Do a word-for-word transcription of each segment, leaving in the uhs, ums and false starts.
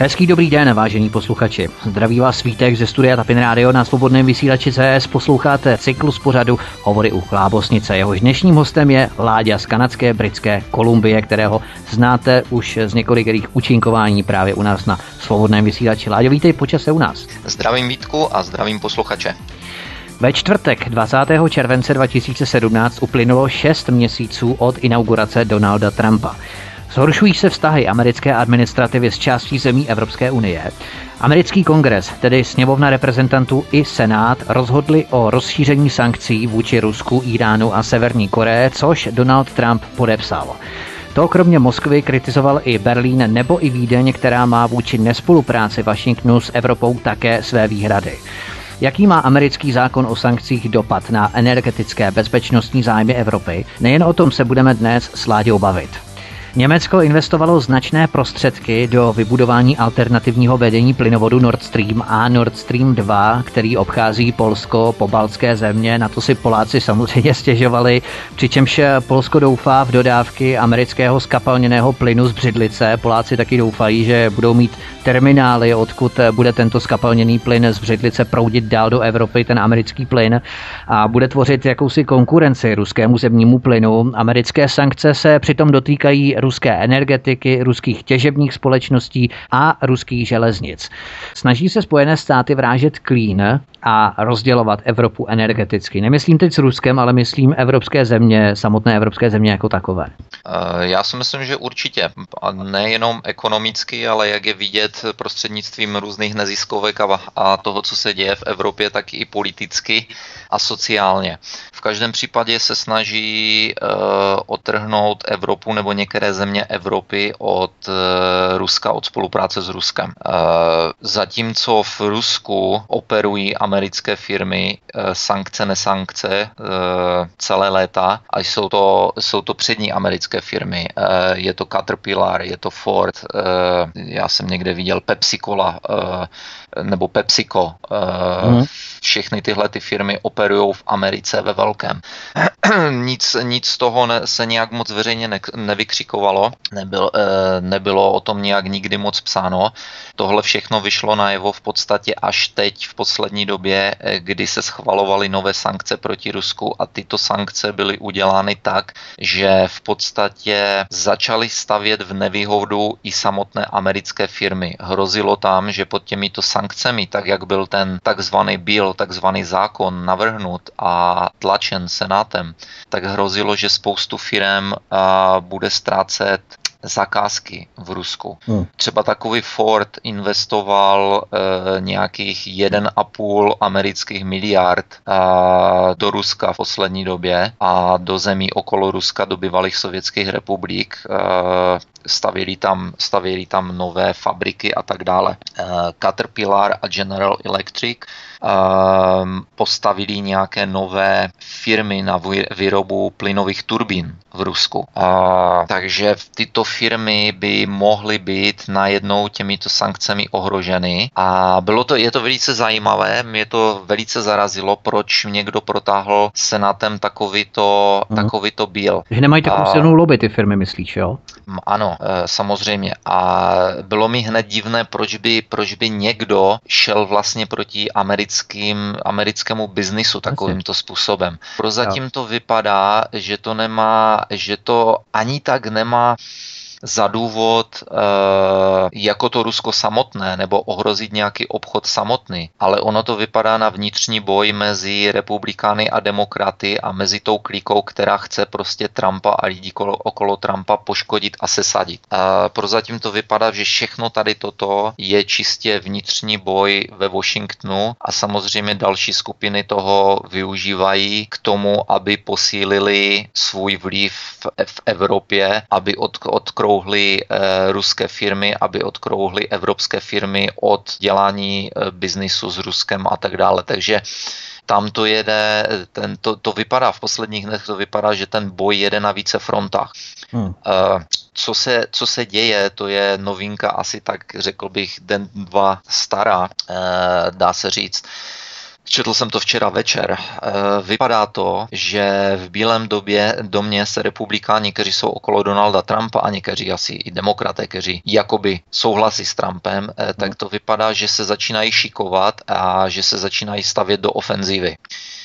Hezký dobrý den, vážení posluchači. Zdraví vás Vítek ze studia Tapin Radio na svobodném vysílači C S. Posloucháte cyklus pořadu Hovory u Chlábosnice. Jehož dnešním hostem je Láďa z kanadské Britské Kolumbie, kterého znáte už z některých účinkování právě u nás na svobodném vysílači. Láďo, vítej po čase u nás. Zdravím Vítku a zdravím posluchače. Ve čtvrtek dvacátého července dva tisíce sedmnáct uplynulo šest měsíců od inaugurace Donalda Trumpa. Zhoršují se vztahy americké administrativy s částí zemí Evropské unie. Americký kongres, tedy sněmovna reprezentantů i senát, rozhodli o rozšíření sankcí vůči Rusku, Iránu a Severní Koreje, což Donald Trump podepsal. To kromě Moskvy kritizoval i Berlín nebo i Vídeň, která má vůči nespolupráci Washingtonu s Evropou také své výhrady. Jaký má americký zákon o sankcích dopad na energetické bezpečnostní zájmy Evropy? Nejen o tom se budeme dnes s Láďou bavit. Německo investovalo značné prostředky do vybudování alternativního vedení plynovodu Nord Stream a Nord Stream dva, který obchází Polsko, pobaltské země. Na to si Poláci samozřejmě stěžovali, přičemž Polsko doufá v dodávky amerického skapalněného plynu z Břidlice. Poláci taky doufají, že budou mít terminály, odkud bude tento skapalněný plyn z Břidlice proudit dál do Evropy, ten americký plyn, a bude tvořit jakousi konkurenci ruskému zemnímu plynu. Americké sankce se přitom dotýkají ruské energetiky, ruských těžebních společností a ruských železnic. Snaží se Spojené státy vrážet klín a rozdělovat Evropu energeticky. Nemyslím teď s Ruskem, ale myslím evropské země, samotné evropské země jako takové. Já si myslím, že určitě. A nejenom ekonomicky, ale jak je vidět prostřednictvím různých neziskovek a, a toho, co se děje v Evropě, tak i politicky a sociálně. V každém případě se snaží uh, odtrhnout Evropu nebo některé země Evropy od uh, Ruska, od spolupráce s Ruskem. Uh, zatímco v Rusku operují americké firmy uh, sankce, nesankce uh, celé léta a jsou to, jsou to přední americké firmy. Uh, je to Caterpillar, je to Ford, uh, já jsem někde viděl Pepsi-Cola uh, nebo PepsiCo. Uh, mm. Všechny tyhle ty firmy operují v Americe ve velkém. nic, nic z toho ne, se nějak moc veřejně ne, nevykřikovalo, nebyl, e, nebylo o tom nějak nikdy moc psáno. Tohle všechno vyšlo najevo v podstatě až teď v poslední době, kdy se schvalovaly nové sankce proti Rusku a tyto sankce byly udělány tak, že v podstatě začaly stavět v nevýhodu i samotné americké firmy. Hrozilo tam, že pod těmito sankcemi, tak jak byl ten takzvaný bill, takzvaný zákon navrhnut a tlačen senátem, tak hrozilo, že spoustu firem bude ztrácet zakázky v Rusku. Hmm. Třeba takový Ford investoval e, nějakých jeden a půl amerických miliard e, do Ruska v poslední době a do zemí okolo Ruska, do bývalých sovětských republik. E, stavěli tam, stavěli tam nové fabriky a tak dále. E, Caterpillar a General Electric e, postavili nějaké nové firmy na výrobu plynových turbín v Rusku. E, takže tyto firmy by mohly být najednou těmito sankcemi ohroženy a bylo to, je to velice zajímavé, mě to velice zarazilo, proč někdo protáhl senátem takovýto, hmm. takovýto bill. Že nemají takovou silnou lobby ty firmy, myslíš, jo? Ano, samozřejmě. A bylo mi hned divné, proč by, proč by někdo šel vlastně proti americkým, americkému biznisu takovýmto způsobem. Prozatím to vypadá, že to nemá, že to ani tak nemá za důvod e, jako to Rusko samotné nebo ohrozit nějaký obchod samotný, ale ono to vypadá na vnitřní boj mezi republikány a demokraty a mezi tou klíkou, která chce prostě Trumpa a lidi okolo, okolo Trumpa poškodit a sesadit. E, prozatím to vypadá, že všechno tady toto je čistě vnitřní boj ve Washingtonu a samozřejmě další skupiny toho využívají k tomu, aby posílili svůj vliv v, v Evropě, aby od, odkrouhli eh, ruské firmy, aby odkrouhli evropské firmy od dělání eh, biznisu s Ruskem a tak dále. Takže tam to jede, ten, to, to vypadá, v posledních dnech to vypadá, že ten boj jede na více frontách. Hmm. Eh, co se, co se děje, to je novinka asi tak, řekl bych, den, dva stará, eh, dá se říct. Četl jsem to včera večer. Vypadá to, že v Bílém době, domě se republikáni, kteří jsou okolo Donalda Trumpa a někteří asi i demokraté, kteří jakoby souhlasí s Trumpem, tak to vypadá, že se začínají šikovat a že se začínají stavět do ofenzívy.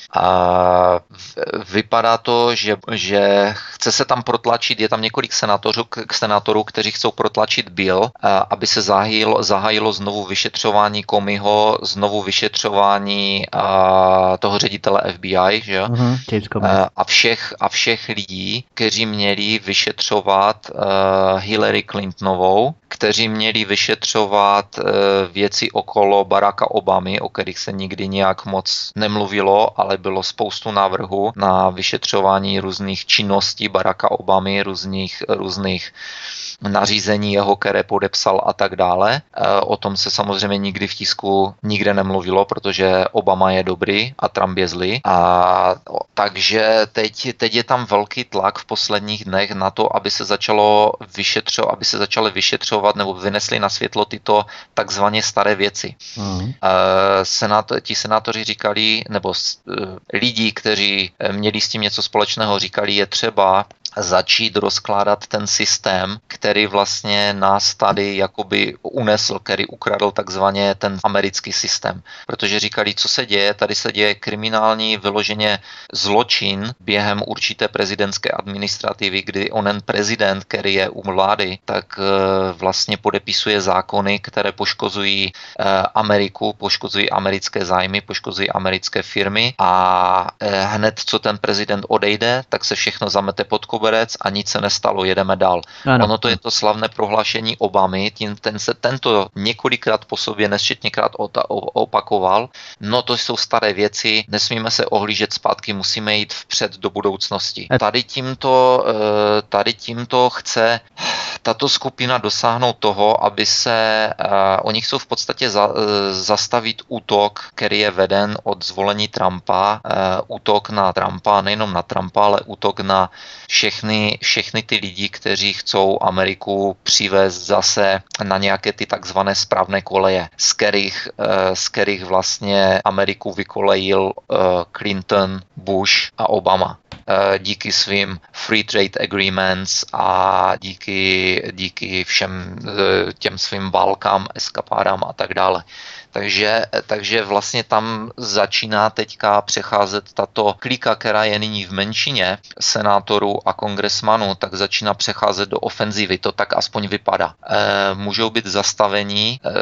A vypadá to, že, že chce se tam protlačit, je tam několik senátorů, senátorů kteří chcou protlačit bill, aby se zahájilo, zahájilo znovu vyšetřování Comeyho, znovu vyšetřování a, toho ředitele F B I, že? Uh-huh, a, všech, a všech lidí, kteří měli vyšetřovat uh, Hillary Clintonovou, kteří měli vyšetřovat uh, věci okolo Baracka Obamy, o kterých se nikdy nějak moc nemluvilo, ale bylo spoustu návrhů na vyšetřování různých činností Baracka Obamy, různých, různých nařízení jeho, které podepsal a tak dále. O tom se samozřejmě nikdy v tisku nikde nemluvilo, protože Obama je dobrý a Trump je zlý. A takže teď, teď je tam velký tlak v posledních dnech na to, aby se začalo vyšetřovat, aby se začaly vyšetřovat nebo vynesly na světlo tyto takzvaně staré věci. Mm. Senát, ti senátoři říkali, nebo lidi, kteří měli s tím něco společného, říkali, je třeba začít rozkládat ten systém, který vlastně nás tady jakoby unesl, který ukradl takzvaně ten americký systém. Protože říkali, co se děje, tady se děje kriminální vyloženě zločin během určité prezidentské administrativy, kdy onen prezident, který je u vlády, tak vlastně podepisuje zákony, které poškozují Ameriku, poškozují americké zájmy, poškozují americké firmy a hned, co ten prezident odejde, tak se všechno zamete pod koberec a nic se nestalo, jedeme dál. Ano. Ono to je to slavné prohlášení Obamy, tím, ten se tento několikrát po sobě nesčetněkrát opakoval. No to jsou staré věci, nesmíme se ohlížet zpátky, musíme jít vpřed do budoucnosti. Tady tímto, tady tímto chce tato skupina dosáhnout toho, aby se, oni chcou v podstatě za, zastavit útok, který je veden od zvolení Trumpa, útok na Trumpa, nejenom na Trumpa, ale útok na všechny, všechny ty lidi, kteří chcou Ameriku přivést zase na nějaké ty takzvané správné koleje, z kterých, z kterých vlastně Ameriku vykolejil Clinton, Bush a Obama. Díky svým free trade agreements a díky, díky všem těm svým válkám, eskapádám a tak dále. Takže, takže vlastně tam začíná teďka přecházet tato klika, která je nyní v menšině senátorů a kongresmanů, tak začíná přecházet do ofenzivy, to tak aspoň vypadá. E, můžou být zastavení e,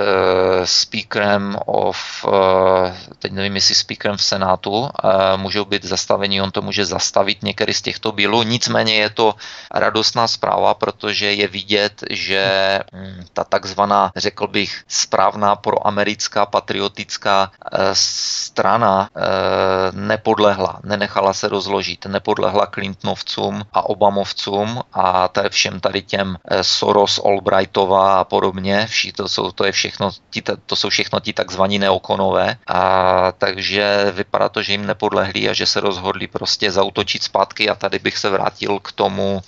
speakerem of, e, teď nevím, jestli speakerem v senátu, e, můžou být zastavení, on to může zastavit některý z těchto bílů, nicméně je to radostná zpráva, protože je vidět, že hm, ta takzvaná, řekl bych, správná proamerická patriotická e, strana e, nepodlehla, nenechala se rozložit, nepodlehla Clintonovcům a Obamovcům a to je všem tady těm e, Soros, Albrightová a podobně, vši, to, jsou, to, je všechno, ti, to jsou všechno ti takzvaní neokonové, a takže vypadá to, že jim nepodlehli a že se rozhodli prostě zaútočit zpátky a tady bych se vrátil k tomu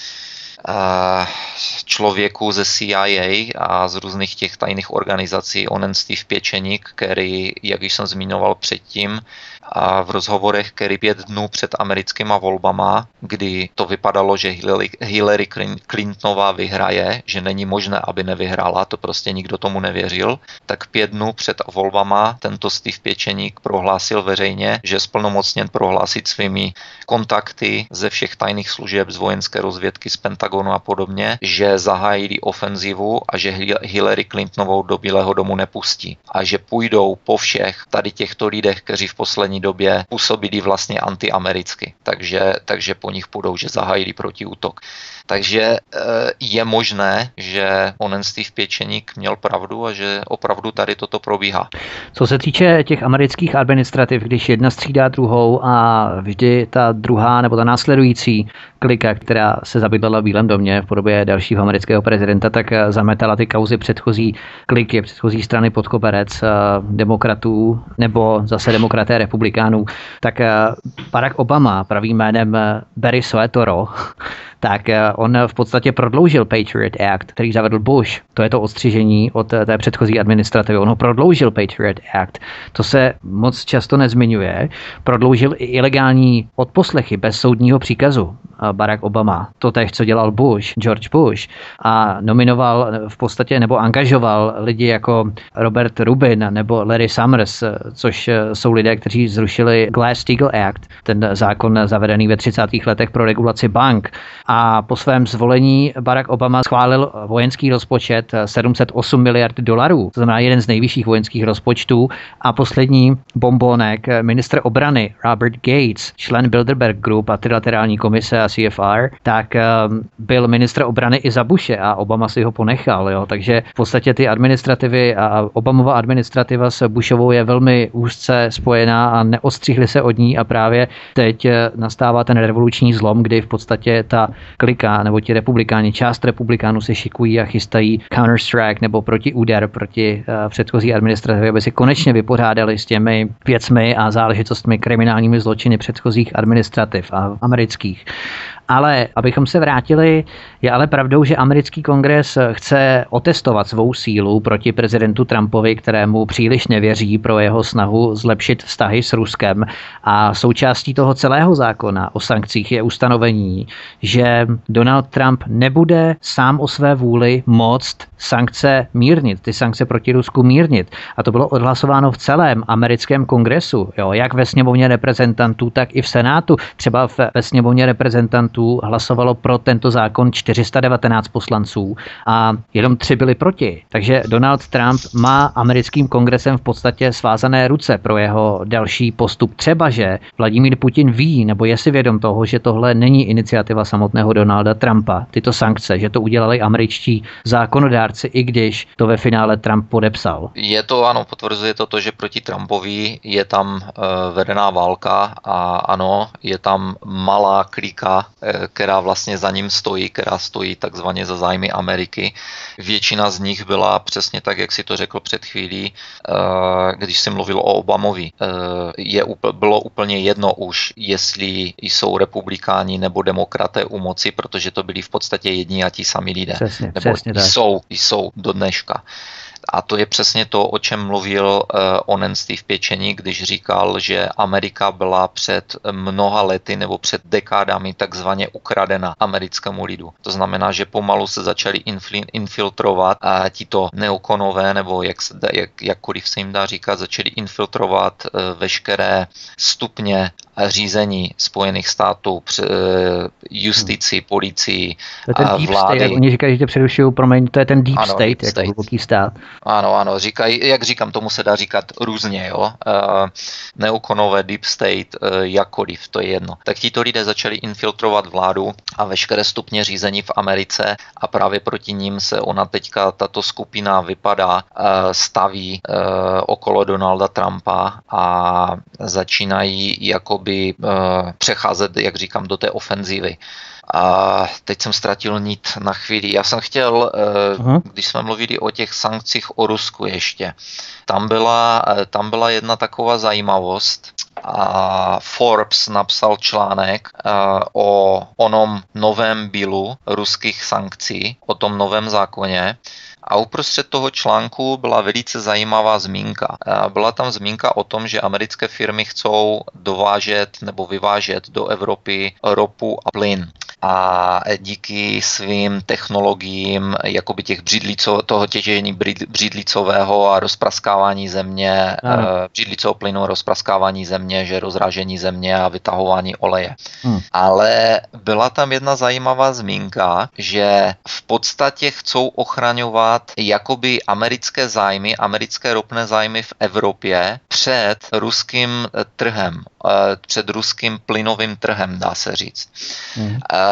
člověku ze C I A a z různých těch tajných organizací, onen Steve Pěčeník, který, jak již jsem zmiňoval předtím, a v rozhovorech, který pět dnů před americkýma volbama, kdy to vypadalo, že Hillary, Hillary Clintonová vyhraje, že není možné, aby nevyhrála, to prostě nikdo tomu nevěřil, tak pět dnů před volbama tento Steve Pěčeník prohlásil veřejně, že je splnomocněn prohlásit svými kontakty ze všech tajných služeb, z vojenské rozvědky, z Pentagonu a podobně, že zahájili ofenzivu a že Hillary Clintonovou do Bílého domu nepustí. A že půjdou po všech tady těchto lidech, kteří v poslední době působili vlastně antiamericky. Takže, takže po nich půjdou, že zahájili protiútok. Takže je možné, že onen Steve Pěčeník měl pravdu a že opravdu tady toto probíhá. Co se týče těch amerických administrativ, když jedna střídá druhou a vždy ta druhá nebo ta následující klika, která se zabydlela v Bílém domě v podobě dalšího amerického prezidenta, tak zametala ty kauzy předchozí kliky, předchozí strany pod koberec demokratů nebo zase demokraté republikánů. Tak Barack Obama, pravým jménem Barry Soetoro, tak on v podstatě prodloužil Patriot Act, který zavedl Bush. To je to odstřižení od té předchozí administrativy. On ho prodloužil Patriot Act. To se moc často nezmiňuje. Prodloužil i ilegální odposlechy bez soudního příkazu. Barack Obama. To též, co dělal Bush, George Bush. A nominoval v podstatě nebo angažoval lidi jako Robert Rubin nebo Larry Summers, což jsou lidé, kteří zrušili Glass-Steagall Act, ten zákon zavedený ve třicátých letech pro regulaci bank. A po svém zvolení Barack Obama schválil vojenský rozpočet sedm set osm miliard dolarů, to znamená jeden z nejvyšších vojenských rozpočtů. A poslední bombónek, ministr obrany Robert Gates, člen Bilderberg Group a trilaterální komise a C F R, tak byl ministr obrany i za Bushe a Obama si ho ponechal. Jo? Takže v podstatě ty administrativy a Obamova administrativa s Bushovou je velmi úzce spojená a neostřihli se od ní a právě teď nastává ten revoluční zlom, kdy v podstatě ta klika nebo ti republikáni, část republikánů se šikují a chystají counter-strike nebo protiúder proti uh, předchozí administrativě, aby si konečně vypořádali s těmi věcmi a záležitostmi kriminálními zločiny předchozích administrativ a amerických. Ale abychom se vrátili, je ale pravdou, že americký kongres chce otestovat svou sílu proti prezidentu Trumpovi, kterému příliš nevěří pro jeho snahu zlepšit vztahy s Ruskem. A součástí toho celého zákona o sankcích je ustanovení, že Donald Trump nebude sám o své vůli moct sankce mírnit, ty sankce proti Rusku mírnit. A to bylo odhlasováno v celém americkém kongresu, jo, jak ve sněmovně reprezentantů, tak i v Senátu. Třeba ve sněmovně reprezentantů hlasovalo pro tento zákon čtyři sta devatenáct poslanců a jenom tři byli proti. Takže Donald Trump má americkým kongresem v podstatě svázané ruce pro jeho další postup. Třeba, že Vladimír Putin ví nebo je si vědom toho, že tohle není iniciativa samotného Donalda Trumpa, tyto sankce, že to udělali američtí zákonodárci, i když to ve finále Trump podepsal. Je to, ano, potvrzuje to to, že proti Trumpovi je tam uh, vedená válka a ano, je tam malá klika, která vlastně za ním stojí, která stojí takzvaně za zájmy Ameriky. Většina z nich byla přesně tak, jak si to řekl před chvílí, když jsem mluvil o Obamovi. Je, bylo úplně jedno už, jestli jsou republikáni nebo demokraté u moci, protože to byli v podstatě jedni a ti sami lidé. Přesně, nebo přesně tak. jsou, jsou do dneška. A to je přesně to, o čem mluvil uh, onen Steve Pěčení, když říkal, že Amerika byla před mnoha lety nebo před dekádami takzvaně ukradena americkému lidu. To znamená, že pomalu se začali infl- infiltrovat a tito neokonové, nebo jak, jak, jakkoliv se jim dá říkat, začali infiltrovat uh, veškeré stupně řízení Spojených států, justici, policii, to je ten deep vlády. State, jak oni říkají, že tě přerušují, promiň, to je ten deep ano, state, deep jako state. hluboký stát. Ano, ano, říkají, jak říkám, tomu se dá říkat různě, jo. Uh, neokonové, deep state, uh, jakkoliv, to je jedno. Tak tito lidé začali infiltrovat vládu a veškeré stupně řízení v Americe a právě proti ním se ona teďka, tato skupina vypadá, uh, staví uh, okolo Donalda Trumpa a začínají jakoby uh, přecházet, jak říkám, do té ofenzívy. A teď jsem ztratil nit na chvíli. Já jsem chtěl, uh-huh. když jsme mluvili o těch sankcích o Rusku ještě, tam byla, tam byla jedna taková zajímavost. A Forbes napsal článek uh, o onom novém bilu ruských sankcí, o tom novém zákoně. A uprostřed toho článku byla velice zajímavá zmínka. Byla tam zmínka o tom, že americké firmy chcou dovážet nebo vyvážet do Evropy ropu a plyn. A díky svým technologiím, jakoby těch břidlico, toho těžení břidlicového a rozpraskávání země, ano. břidlicového plynu, rozpraskávání země, že rozrážení země a vytahování oleje. Hmm. Ale byla tam jedna zajímavá zmínka, že v podstatě chcou ochraňovat jakoby americké zájmy, americké ropné zájmy v Evropě před ruským trhem, před ruským plynovým trhem, dá se říct. Hmm.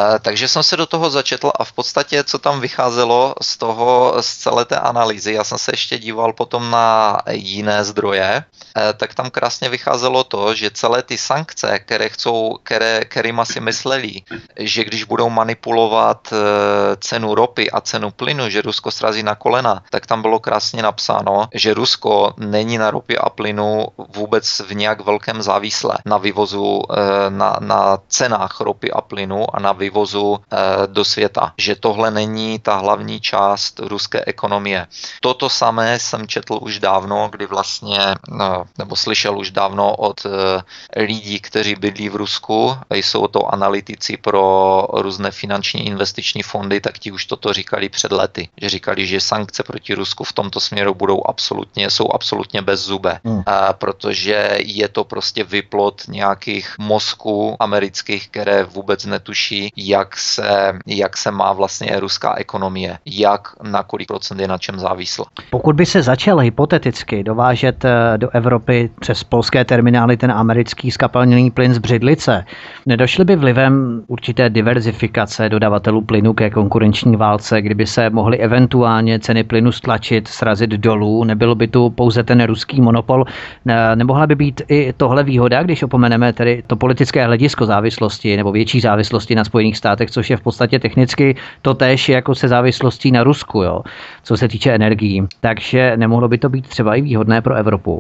Takže jsem se do toho začetl a v podstatě, co tam vycházelo z toho, z celé té analýzy, já jsem se ještě díval potom na jiné zdroje, tak tam krásně vycházelo to, že celé ty sankce, které chcou, které, kterýma si mysleli, že když budou manipulovat cenu ropy a cenu plynu, že Rusko srazí na kolena, tak tam bylo krásně napsáno, že Rusko není na ropě a plynu vůbec v nějak velkém závislé na vývozu, na, na cenách ropy a plynu a na vývozu do světa. Že tohle není ta hlavní část ruské ekonomie. Toto samé jsem četl už dávno, kdy vlastně, no, nebo slyšel už dávno od lidí, kteří bydlí v Rusku, jsou to analytici pro různé finanční investiční fondy, tak ti už toto říkali před lety. Že říkali, že sankce proti Rusku v tomto směru budou absolutně, jsou absolutně bezzubé. Hmm. A protože je to prostě vyplod nějakých mozků amerických, které vůbec netuší, jak se, jak se má vlastně ruská ekonomie, jak na kolik procent je na čem závislá. Pokud by se začal hypoteticky dovážet do Evropy přes polské terminály ten americký skapalněný plyn z břidlice, nedošly by vlivem určité diverzifikace dodavatelů plynu ke konkurenční válce, kdyby se mohly eventuálně ceny plynu stlačit, srazit dolů, nebylo by tu pouze ten ruský monopol, nemohla by být i tohle výhoda, když opomeneme tedy to politické hledisko závislosti nebo větší závislosti na Spojených státech, což je v podstatě technicky totéž jako se závislostí na Rusku, jo, co se týče energií. Takže nemohlo by to být třeba i výhodné pro Evropu.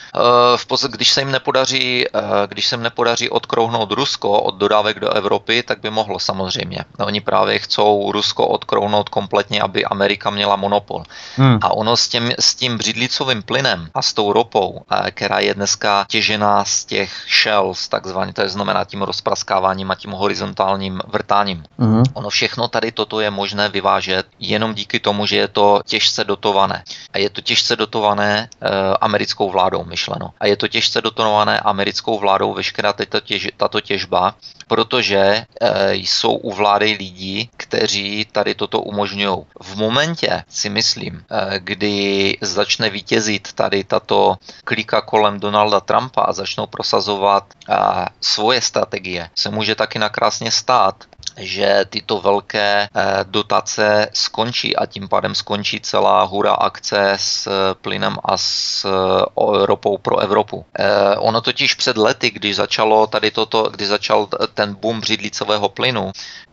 V podstatě, když se jim nepodaří, když se jim nepodaří odkrouhnout Rusko od dodávek do Evropy, tak by mohlo samozřejmě. Oni právě chcou Rusko odkrouhnout kompletně, aby Amerika měla monopol. Hmm. A ono s tím, s tím břidlicovým plynem a s tou ropou, která je dneska těžená z těch shells, takzvaně, to je znamená tím rozpraskáváním a tím horizontálním vrtáním. Hmm. Ono všechno tady toto je možné vyvážet jenom díky tomu, že je to těžce dotované. A je to těžce dotované e, americkou vládou, myšleno. A je to těžce dotované americkou vládou veškerá tato, těž, tato těžba, protože e, jsou u vlády lidi, kteří tady toto umožňují. V momentě, si myslím, e, kdy začne vítězit tady tato klika kolem Donalda Trumpa a začnou prosazovat e, svoje strategie, se může taky nakrásně stát, že tyto velké e, dotace skončí a tím pádem skončí celá hura akce s plynem a s o, ropou pro Evropu. E, ono totiž před lety, když začalo tady toto, když začal ten boom břidlicového plynu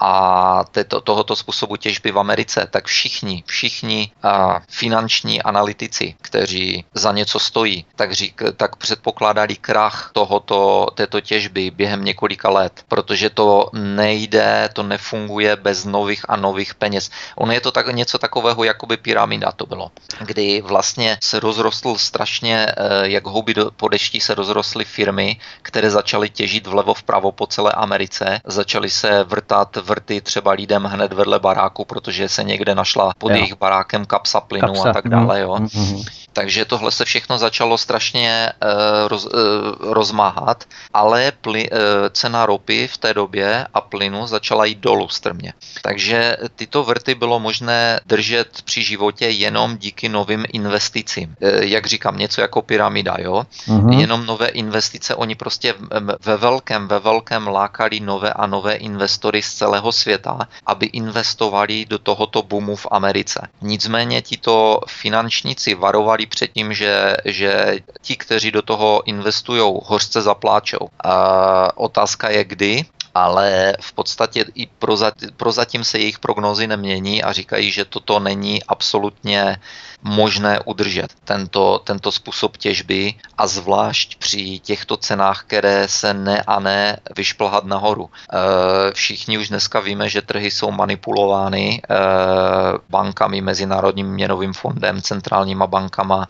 a této, tohoto způsobu těžby v Americe, tak všichni, všichni a, finanční analytici, kteří za něco stojí, tak, řík, tak předpokládali krach tohoto, této těžby během několika let, protože to nejde, to nefunguje bez nových a nových peněz. Ono je to tak, něco takového, jako by pyramida to bylo, kdy vlastně se rozrostl strašně, jak houby po dešti se rozrostly firmy, které začaly těžit vlevo vpravo po celé Americe, začaly se vrtat vrty třeba lidem hned vedle baráku, protože se někde našla pod jo. jejich barákem kapsa plynu kapsa. a tak dále. Jo. Mm-hmm. Takže tohle se všechno začalo strašně uh, roz, uh, rozmáhat, ale ply, uh, cena ropy v té době a plynu začala jít dolů strmě. Takže tyto vrty bylo možné držet při životě jenom díky novým investicím. Uh, jak říkám, něco jako pyramida, jo? Mm-hmm. Jenom nové investice, oni prostě ve velkém, ve velkém lákali nové a nové investory z celého světa, aby investovali do tohoto boomu v Americe. Nicméně tito finančníci varovali před tím, že, že ti, kteří do toho investují, hořce zapláčou. A otázka je kdy, ale v podstatě i prozatím, prozatím se jejich prognózy nemění a říkají, že toto není absolutně možné udržet, tento, tento způsob těžby a zvlášť při těchto cenách, které se ne a ne vyšplhat nahoru. E, všichni už dneska víme, že trhy jsou manipulovány e, bankami, Mezinárodním měnovým fondem, centrálníma bankama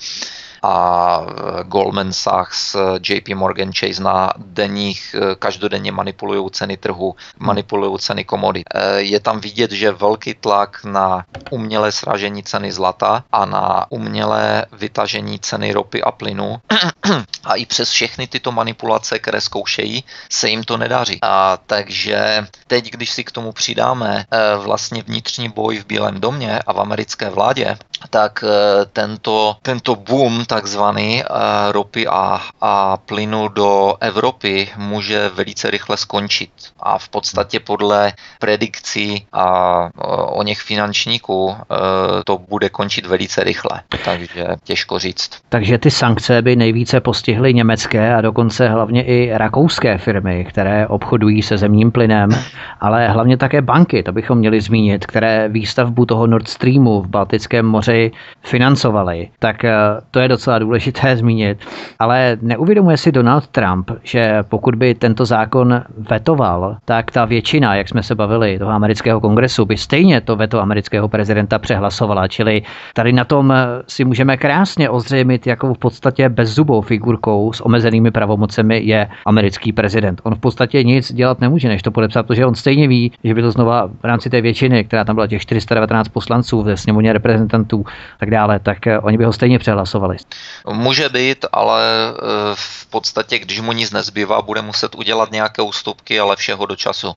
a Goldman Sachs, J P Morgan Chase na denních, každodenně manipulují ceny trhu, manipulují ceny komodit. Je tam vidět, že velký tlak na umělé sražení ceny zlata a na umělé vytažení ceny ropy a plynu a i přes všechny tyto manipulace, které zkoušejí, se jim to nedaří. A takže teď, když si k tomu přidáme vlastně vnitřní boj v Bílém domě a v americké vládě, tak tento, tento boom, ta takzvaný ropy a, a plynu do Evropy může velice rychle skončit. A v podstatě podle predikcí a o něch finančníků to bude končit velice rychle. Takže těžko říct. Takže ty sankce by nejvíce postihly německé a dokonce hlavně i rakouské firmy, které obchodují se zemním plynem, ale hlavně také banky, to bychom měli zmínit, které výstavbu toho Nord Streamu v Baltickém moři financovaly. Tak to je docela důležité zmínit. Ale neuvědomuje si Donald Trump, že pokud by tento zákon vetoval, tak ta většina, jak jsme se bavili, toho amerického kongresu, by stejně to veto amerického prezidenta přehlasovala. Čili tady na tom si můžeme krásně ozřejmit, jakou v podstatě bezzubou figurkou s omezenými pravomocemi je americký prezident. On v podstatě nic dělat nemůže, než to podepsat, protože on stejně ví, že by to znova v rámci té většiny, která tam byla těch čtyři sta devatenáct poslanců ve sněmovně reprezentantů tak dále, tak oni by ho stejně přehlasovali. Může být, ale v podstatě, když mu nic nezbývá, bude muset udělat nějaké ústupky, ale všeho do času.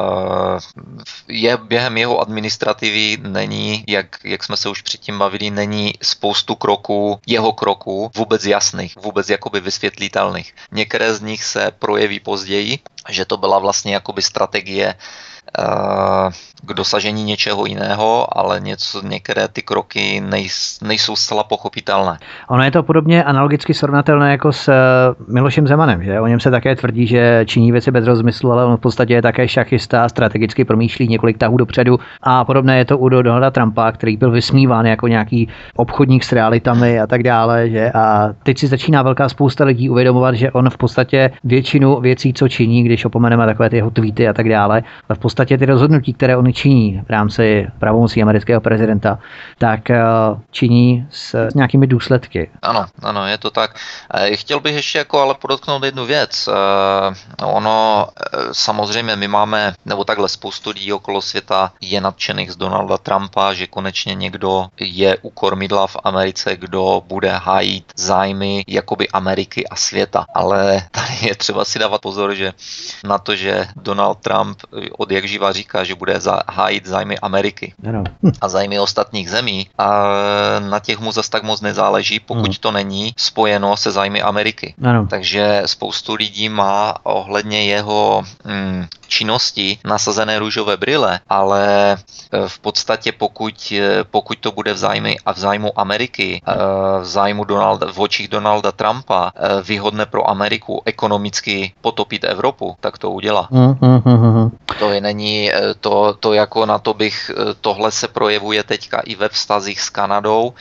Je během jeho administrativy není, jak, jak jsme se už předtím bavili, není spoustu kroků, jeho kroků vůbec jasných, vůbec jakoby vysvětlitelných. Některé z nich se projeví později, že to byla vlastně jakoby strategie k dosažení něčeho jiného, ale něco, některé ty kroky nejs, nejsou zcela pochopitelné. Ono je to podobně analogicky srovnatelné jako s Milošem Zemanem, že? O něm se také tvrdí, že činí věci bez rozmyslu, ale on v podstatě je také šachista, strategicky promýšlí několik tahů dopředu a podobné je to u Donalda Trumpa, který byl vysmíván jako nějaký obchodník s realitami a tak dále, že? A teď si začíná velká spousta lidí uvědomovat, že on v podstatě většinu věcí, co činí, když opomeneme takové ty jeho tweety a tak dále, ale v podstatě ty rozhodnutí, které on činí v rámci pravomocí amerického prezidenta, tak činí s, s nějakými důsledky. Ano, ano, je to tak. Chtěl bych ještě jako ale podotknout jednu věc. Ono, samozřejmě my máme, nebo takhle spoustu lidí okolo světa je nadšených z Donalda Trumpa, že konečně někdo je u kormidla v Americe, kdo bude hájit zájmy jakoby Ameriky a světa. Ale tady je třeba si dávat pozor, že na to, že Donald Trump od jak živa říká, že bude hájit zájmy Ameriky ano. a zájmy ostatních zemí, a na těch mu zas tak moc nezáleží, pokud ano. to není spojeno se zájmy Ameriky. Ano. Takže spoustu lidí má ohledně jeho mm, činnosti nasazené růžové brýle, ale v podstatě pokud, pokud to bude v zájmu a v zájmu Ameriky, v zájmu Donalda, v očích Donalda Trumpa výhodné pro Ameriku ekonomicky potopit Evropu, tak to udělá. Mm, mm, mm. To je není, to, to jako na to bych, tohle se projevuje teďka i ve vztazích s Kanadou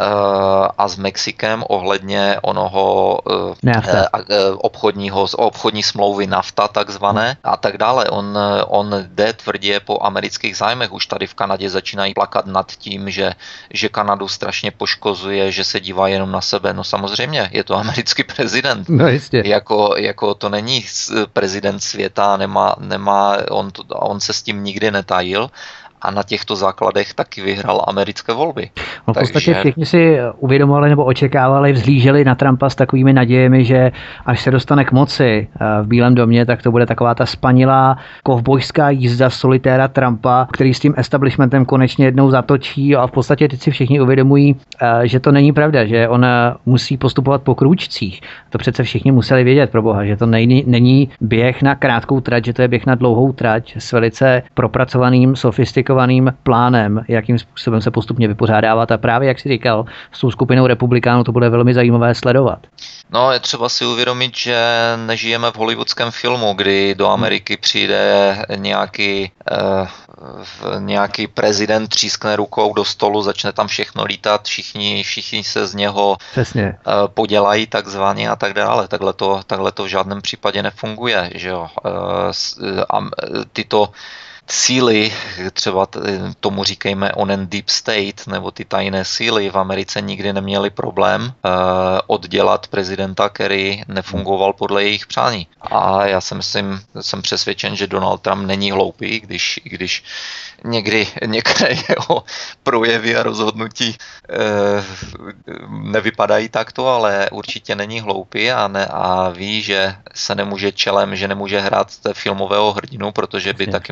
a s Mexikem ohledně onoho obchodního, obchodní smlouvy NAFTA takzvané a tak dále. On, on jde tvrdě po amerických zájmech. Už tady v Kanadě začínají plakat nad tím, že, že Kanadu strašně poškozuje, že se dívá jenom na sebe. No samozřejmě, je to americký prezident. No jistě. Jako, jako to není prezident světa, nemá, nemá on, to, on se s tím nikdy netajil. A na těchto základech taky vyhrál americké volby. No, v podstatě Takže... všichni si uvědomovali nebo očekávali, vzhlíželi na Trumpa s takovými nadějemi, že až se dostane k moci v Bílém domě, tak to bude taková ta spanilá kovbojská jízda solitéra Trumpa, který s tím establishmentem konečně jednou zatočí a v podstatě teď si všichni uvědomují, že to není pravda, že on musí postupovat po krůčcích. To přece všichni museli vědět, pro boha, že to není, není běh na krátkou trať, že to je běh na dlouhou trať s velice propracovaným, sofistikovaným plánem, jakým způsobem se postupně vypořádávat a právě, jak jsi říkal, s tou skupinou republikánů to bude velmi zajímavé sledovat. No, je třeba si uvědomit, že nežijeme v hollywoodském filmu, kdy do Ameriky přijde nějaký, eh, nějaký prezident, třískne rukou do stolu, začne tam všechno lítat, všichni, všichni se z něho Přesně. eh, podělají takzvaně a tak dále. Takhle to, takhle to v žádném případě nefunguje. Že jo? Eh, a tyto síly, třeba tomu říkejme onen deep state, nebo ty tajné síly v Americe nikdy neměly problém uh, oddělat prezidenta, který nefungoval podle jejich přání. A já si myslím, jsem přesvědčen, že Donald Trump není hloupý, když, když někdy některé jeho projevy a rozhodnutí uh, nevypadají takto, ale určitě není hloupý a, ne, a ví, že se nemůže čelem, že nemůže hrát filmového hrdinu, protože by taky mohl velice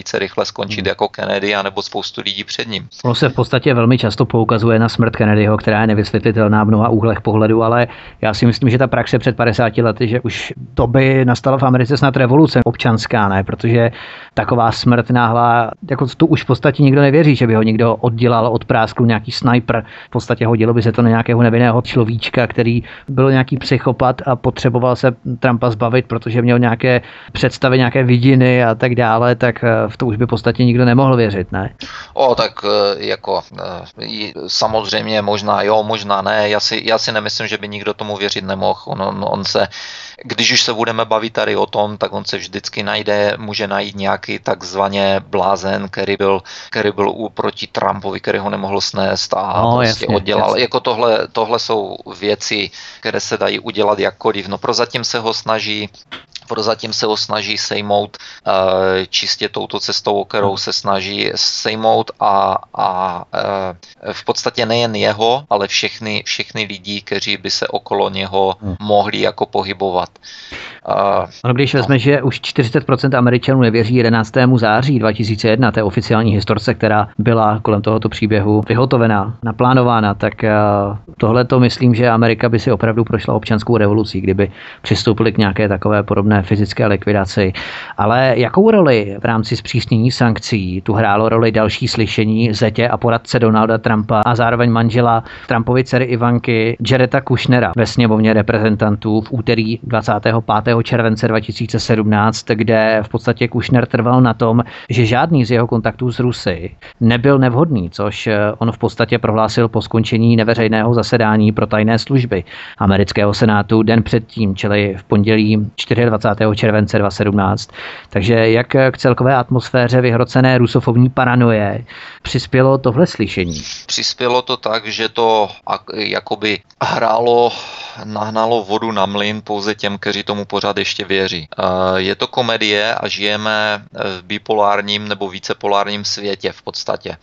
velice rychle skončit hmm. jako Kennedy anebo spoustu lidí před ním. Ono se v podstatě velmi často poukazuje na smrt Kennedyho, která je nevysvětlitelná v mnoha úhlech pohledu, ale já si myslím, že ta praxe před padesáti lety, že už to by nastala v Americe snad revoluce občanská, ne? Protože taková smrt náhlá, jako tu už v podstatě nikdo nevěří, že by ho někdo oddělal od prásklu nějaký sniper. V podstatě hodilo by se to na nějakého nevinného človíčka, který byl nějaký psychopat a potřeboval se Trumpa zbavit, protože měl nějaké představy, nějaké vidiny a tak dále, tak v to už by v podstatě nikdo nemohl věřit, ne? O, tak jako samozřejmě možná jo, možná ne. Já si, já si nemyslím, že by nikdo tomu věřit nemohl. On, on, on se, když už se budeme bavit tady o tom, tak on se vždycky najde, může najít nějaký takzvaně blázen, který byl, který byl proti Trumpovi, který ho nemohl snést a no, prostě jasně, oddělal. Jasně. Jako tohle, tohle jsou věci, které se dají udělat jakkoliv. No prozatím se ho snaží Prozatím se ho snaží sejmout uh, čistě touto cestou, o kterou se snaží sejmout a, a uh, v podstatě nejen jeho, ale všechny, všechny lidi, kteří by se okolo něho mohli jako pohybovat. Uh, ono, když no. vezme, že už čtyřicet procent Američanů nevěří jedenáctého září dva tisíce jedna, té oficiální historce, která byla kolem tohoto příběhu vyhotovená, naplánována, tak uh, tohle to myslím, že Amerika by si opravdu prošla občanskou revolucí, kdyby přistoupili k nějaké takové podobné fyzické likvidaci. Ale jakou roli v rámci zpřísnění sankcí tu hrálo roli další slyšení zetě a poradce Donalda Trumpa a zároveň manžela Trumpovy dcery Ivanky Jareda Kushnera ve sněmovně reprezentantů v úterý dvacátého pátého července dva tisíce sedmnáct, kde v podstatě Kushner trval na tom, že žádný z jeho kontaktů s Rusy nebyl nevhodný, což on v podstatě prohlásil po skončení neveřejného zasedání pro tajné služby amerického senátu den předtím, čili v pondělí dvacátého čtvrtého července dva tisíce sedmnáct. Takže jak k celkové atmosféře vyhrocené rusofobní paranoje přispělo tohle slyšení? Přispělo to tak, že to jakoby hrálo, nahnalo vodu na mlyn pouze těm, kteří tomu pořád ještě věří. Je to komedie a žijeme v bipolárním nebo vícepolárním světě v podstatě.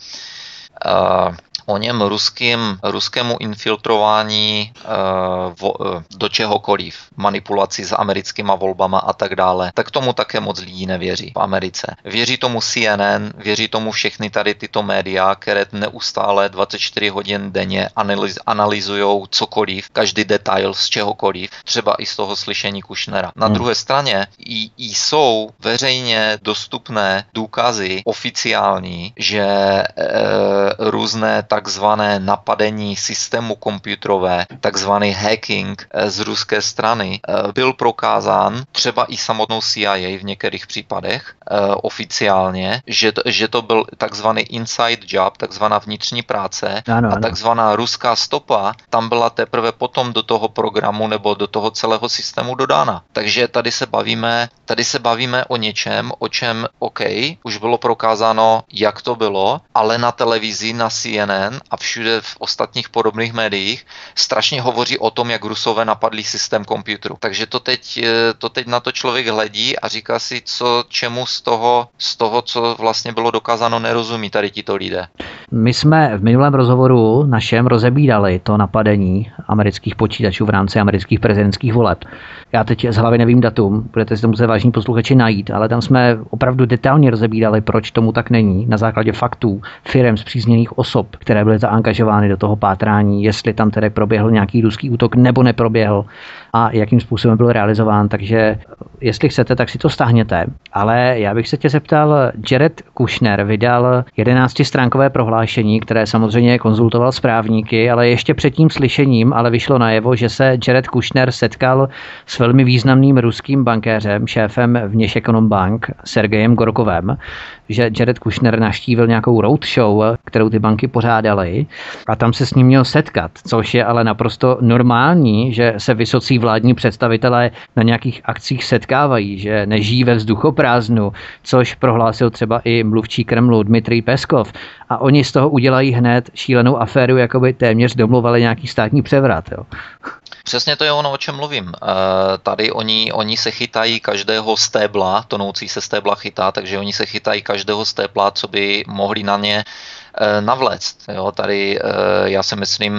O něm ruským, ruskému infiltrování uh, vo, uh, do čehokoliv, manipulaci s americkýma volbama a tak dále, tak tomu také moc lidí nevěří v Americe. Věří tomu C N N, věří tomu všechny tady tyto média, které neustále dvacet čtyři hodin denně analyz, analyzujou cokoliv, každý detail z čehokoliv, třeba i z toho slyšení Kushnera. Na hmm. druhé straně i, i jsou veřejně dostupné důkazy oficiální, že e, různé takzvané napadení systému počítačové, takzvaný hacking z ruské strany byl prokázán třeba i samotnou C I A v některých případech oficiálně, že to, že to byl takzvaný inside job, takzvaná vnitřní práce ano, ano. a takzvaná ruská stopa tam byla teprve potom do toho programu nebo do toho celého systému dodána. Takže tady se bavíme, tady se bavíme o něčem, o čem OK, už bylo prokázáno, jak to bylo, ale na televizi, na C N N a všude v ostatních podobných médiích strašně hovoří o tom, jak Rusové napadli systém počítačů. Takže to teď, to teď na to člověk hledí a říká si, co čemu z toho, z toho, co vlastně bylo dokázáno, nerozumí tady tito lidé. My jsme v minulém rozhovoru našem rozebírali to napadení amerických počítačů v rámci amerických prezidentských voleb. Já teď z hlavy nevím datum, budete si to muset vážní posluchači najít, ale tam jsme opravdu detailně rozebírali, proč tomu tak není, na základě faktů firem spřízněných osob, které byly zaangažovány do toho pátrání, jestli tam tedy proběhl nějaký ruský útok nebo neproběhl a jakým způsobem byl realizován. Takže jestli chcete, tak si to stáhněte. Ale já bych se tě zeptal, Jared Kushner vydal jedenáctistránkové prohlášení, které samozřejmě konzultoval s právníky, ale ještě před tím slyšením ale vyšlo najevo, že se Jared Kushner setkal s velmi významným ruským bankéřem, šéfem Vněšekonombank Sergejem Gorkovem, že Jared Kushner navštívil nějakou roadshow, kterou ty banky pořádaly a tam se s ním měl setkat, což je ale naprosto normální, že se vysocí vládní představitelé na nějakých akcích setkávají, že nežijí ve vzduchoprázdnu, což prohlásil třeba i mluvčí Kremlu Dmitrij Peskov a oni z toho udělají hned šílenou aféru, jako by téměř domluvali nějaký státní převrat. Jo. Přesně to je ono, o čem mluvím. E, tady oni, oni se chytají každého stébla, tonoucí se stébla chytá, takže oni se chytají každého stébla, co by mohli na ně e, navléct. Jo, tady e, já si myslím,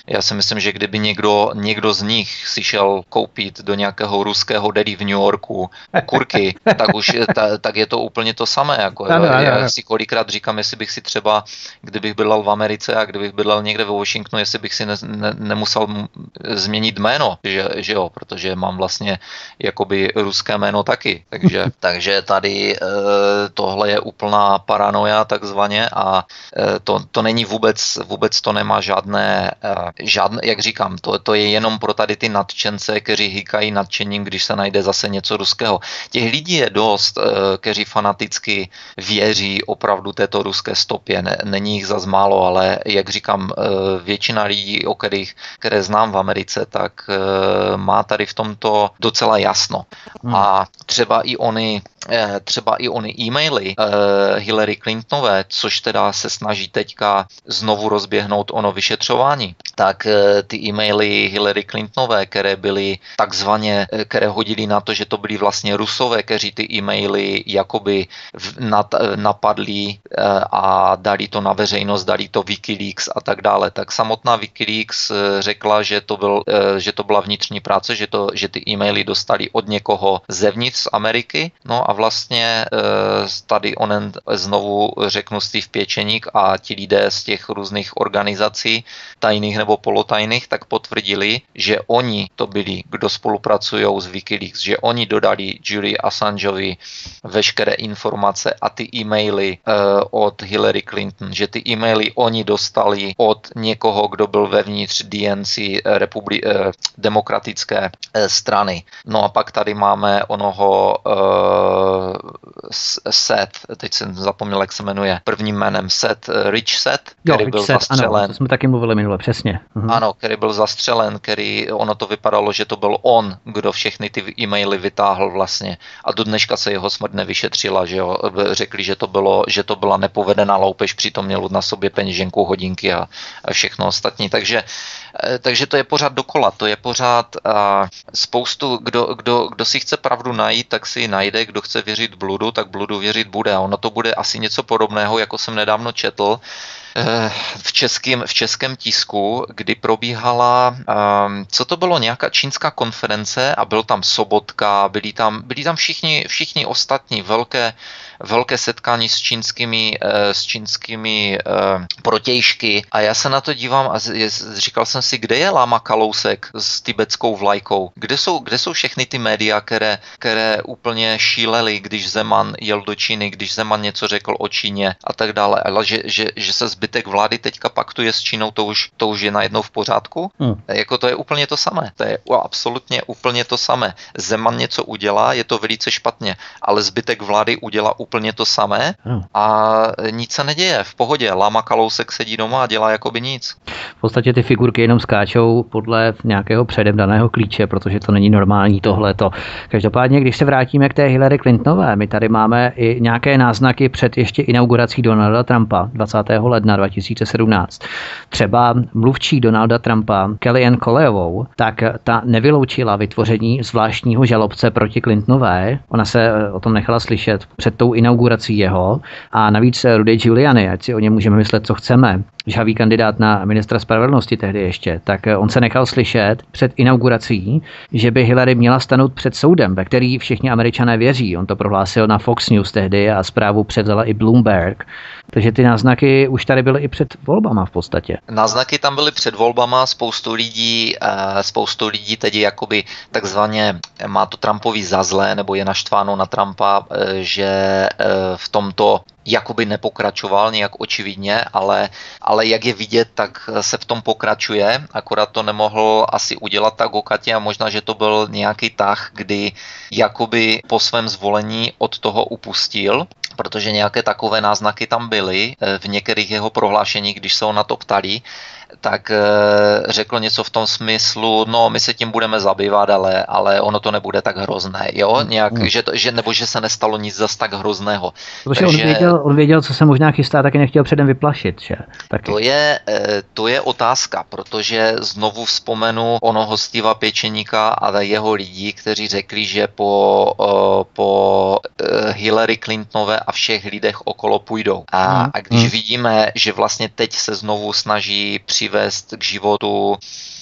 Já si myslím, že kdyby někdo, někdo z nich si šel koupit do nějakého ruského deli v New Yorku okurky, tak už je, ta, tak je to úplně to samé. Jako, ano, ano, já ano. si kolikrát říkám, jestli bych si třeba, kdybych bydlel v Americe a kdybych bydlel někde ve Washingtonu, jestli bych si ne, ne, nemusel změnit jméno, že, že jo, protože mám vlastně jakoby ruské jméno taky. Takže, takže tady e, tohle je úplná paranoja takzvaně a e, to, to není vůbec, vůbec to nemá žádné, e, žádné, jak říkám, to, to je jenom pro tady ty nadšence, kteří hýkají nadšením, když se najde zase něco ruského. Těch lidí je dost, e, kteří fanaticky věří opravdu této ruské stopě. Ne, není jich zas málo, ale jak říkám, e, většina lidí, o kterých, které znám v Americe, tak e, má tady v tomto docela jasno. Hmm. A třeba i oni třeba i ony e-maily uh, Hillary Clintonové, což teda se snaží teďka znovu rozběhnout ono vyšetřování, tak uh, ty e-maily Hillary Clintonové, které byly takzvaně, které hodili na to, že to byli vlastně Rusové, kteří ty e-maily jakoby nad, napadli uh, a dali to na veřejnost, dali to Wikileaks a tak dále, tak samotná Wikileaks uh, řekla, že to, byl, uh, že to byla vnitřní práce, že, to, že ty e-maily dostali od někoho zevnitř z Ameriky, no a vlastně tady onen znovu řeknu Steve Pěčeník a ti lidé z těch různých organizací, tajných nebo polotajných, tak potvrdili, že oni to byli, kdo spolupracují s Wikileaks, že oni dodali Julie Assangeovi veškeré informace a ty e-maily od Hillary Clinton, že ty e-maily oni dostali od někoho, kdo byl vevnitř D N C, republi- demokratické strany. No a pak tady máme onoho Seth, teď jsem zapomněl, jak se jmenuje, prvním jménem Seth, Rich Seth, který jo, byl Seth, zastřelen. Ano, to jsme taky mluvili minule, přesně. Mhm. Ano, který byl zastřelen, který, ono to vypadalo, že to byl on, kdo všechny ty e-maily vytáhl vlastně a do dneška se jeho smrt nevyšetřila, že jo, řekli, že to bylo, že to byla nepovedená loupež, přitom měl na sobě peněženku, hodinky a, a všechno ostatní, takže takže to je pořád dokola, to je pořád uh, spoustu, kdo, kdo, kdo si chce pravdu najít, tak si ji najde, kdo chce věřit bludu, tak bludu věřit bude a ono to bude asi něco podobného, jako jsem nedávno četl, v českém, v českém tisku, kdy probíhala, um, co to bylo, nějaká čínská konference a byl tam Sobotka, byli tam, byli tam všichni, všichni ostatní, velké, velké setkání s čínskými, s čínskými uh, protějšky a já se na to dívám a říkal jsem si, kde je Lama Kalousek s tibetskou vlajkou, kde jsou, kde jsou všechny ty média, které, které úplně šílely, když Zeman jel do Číny, když Zeman něco řekl o Číně a tak dále, ale že, že, že se zbytek vlády teďka paktuje s Čínou, to už, to už je najednou v pořádku. Hmm. Jako to je úplně to samé. To je absolutně úplně to samé. Zeman něco udělá, je to velice špatně, ale zbytek vlády udělá úplně to samé hmm. a nic se neděje. V pohodě. Lama Kalousek sedí doma a dělá jakoby nic. V podstatě ty figurky jenom skáčou podle nějakého předem daného klíče, protože to není normální tohleto. Každopádně, když se vrátíme k té Hillary Clintonové, my tady máme i nějaké náznaky před ještě inaugurací Donalda Trumpa dvacátého ledna dva tisíce sedmnáct. Třeba mluvčí Donalda Trumpa Kellyanne Conwayovou, tak ta nevyloučila vytvoření zvláštního žalobce proti Clintonové. Ona se o tom nechala slyšet před tou inaugurací jeho a navíc Rudy Giuliani, ať si o něm můžeme myslet, co chceme, žhavý kandidát na ministra spravedlnosti tehdy ještě, tak on se nechal slyšet před inaugurací, že by Hillary měla stanout před soudem, ve který všichni Američané věří. On to prohlásil na Fox News tehdy a zprávu převzala i Bloomberg. Takže ty náznaky už tady byly i před volbama v podstatě. Náznaky tam byly před volbama, spoustu lidí, spoustu lidí tedy jakoby takzvaně má to Trumpovi za zlé, nebo je naštváno na Trumpa, že v tomto jakoby nepokračoval nějak očividně, ale, ale jak je vidět, tak se v tom pokračuje, akorát to nemohl asi udělat tak okatě a možná, že to byl nějaký tah, kdy jakoby po svém zvolení od toho upustil, protože nějaké takové náznaky tam byly v některých jeho prohlášeních, když se ho na to ptali, tak řekl něco v tom smyslu, no my se tím budeme zabývat, ale, ale ono to nebude tak hrozné, jo, nějak, mm. že, to, že, nebo že se nestalo nic zas tak hrozného. Protože Takže, on, věděl, on věděl, co se možná chystá, taky nechtěl předem vyplašit, že? Taky. To je, to je otázka, protože znovu vzpomenu onoho Steva Pěčeníka a jeho lidí, kteří řekli, že po, po Hillary Clintonové a všech lidech okolo půjdou. A, mm. a když mm. vidíme, že vlastně teď se znovu snaží při přivést k životu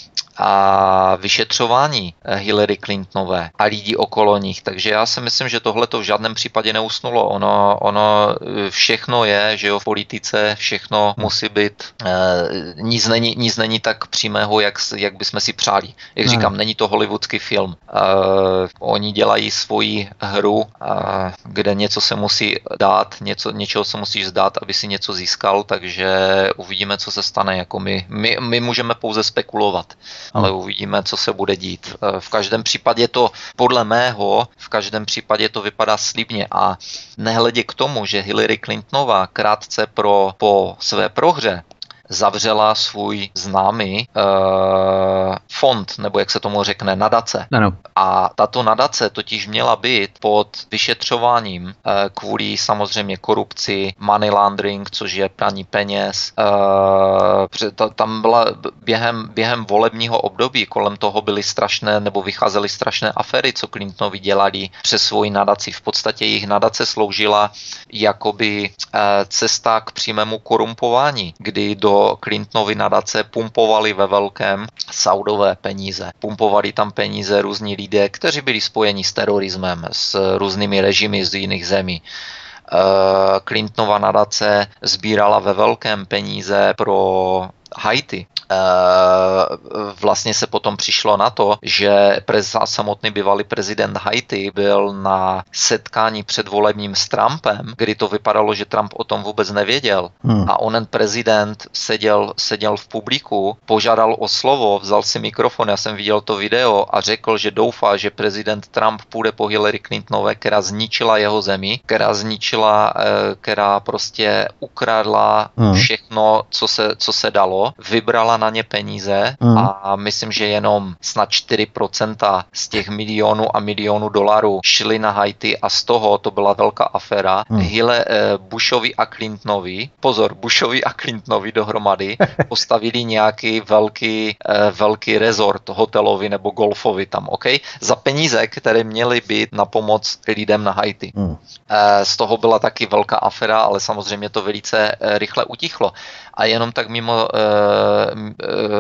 a vyšetřování Hillary Clintonové a lidí okolo nich. Takže já si myslím, že tohle to v žádném případě neusnulo. Ono, ono všechno je, že jo, v politice všechno musí být, eh, nic, není, nic není tak přímého, jak, jak bychom si přáli. Jak ne. říkám, není to hollywoodský film. Eh, oni dělají svoji hru, eh, kde něco se musí dát, něco, něčeho se musíš zdát, aby si něco získal, takže uvidíme, co se stane. Jako my, my, my můžeme pouze spekulovat. Ale uvidíme, co se bude dít. V každém případě to, podle mého, v každém případě to vypadá slibně a nehledě k tomu, že Hillary Clintonová krátce pro, po své prohře zavřela svůj známý uh, fond, nebo jak se tomu řekne, nadace. Ano. A tato nadace totiž měla být pod vyšetřováním uh, kvůli samozřejmě korupci, money laundering, což je praní peněz. Uh, tam byla během, během volebního období, kolem toho byly strašné, nebo vycházely strašné aféry, co Clintonovi dělali přes svoji nadaci. V podstatě jejich nadace sloužila jakoby uh, cesta k přímému korumpování, kdy do Clintonovy nadace pumpovali ve velkém saudové peníze. Pumpovali tam peníze různí lidé, kteří byli spojeni s terorismem, s různými režimy z jiných zemí. Clintonova nadace sbírala ve velkém peníze pro Haiti. Vlastně se potom přišlo na to, že prez, samotný bývalý prezident Haiti byl na setkání předvolebním s Trumpem, kdy to vypadalo, že Trump o tom vůbec nevěděl. Hmm. A onen prezident seděl, seděl v publiku, požádal o slovo, vzal si mikrofon, já jsem viděl to video a řekl, že doufá, že prezident Trump půjde po Hillary Clintonové, která zničila jeho zemi, která zničila, která prostě ukradla hmm. všechno, co se, co se dalo, vybrala na ně peníze mm. a myslím, že jenom snad čtyři procenta z těch milionů a milionů dolarů šly na Haiti a z toho to byla velká aféra. Mm. Hille, Bushovi a Clintonovi, pozor, Bushovi a Clintonovi dohromady postavili nějaký velký, velký resort hotelový nebo golfový tam, ok? Za peníze, které měly být na pomoc lidem na Haiti. Mm. Z toho byla taky velká aféra, ale samozřejmě to velice rychle utichlo. A jenom tak mimo e, e,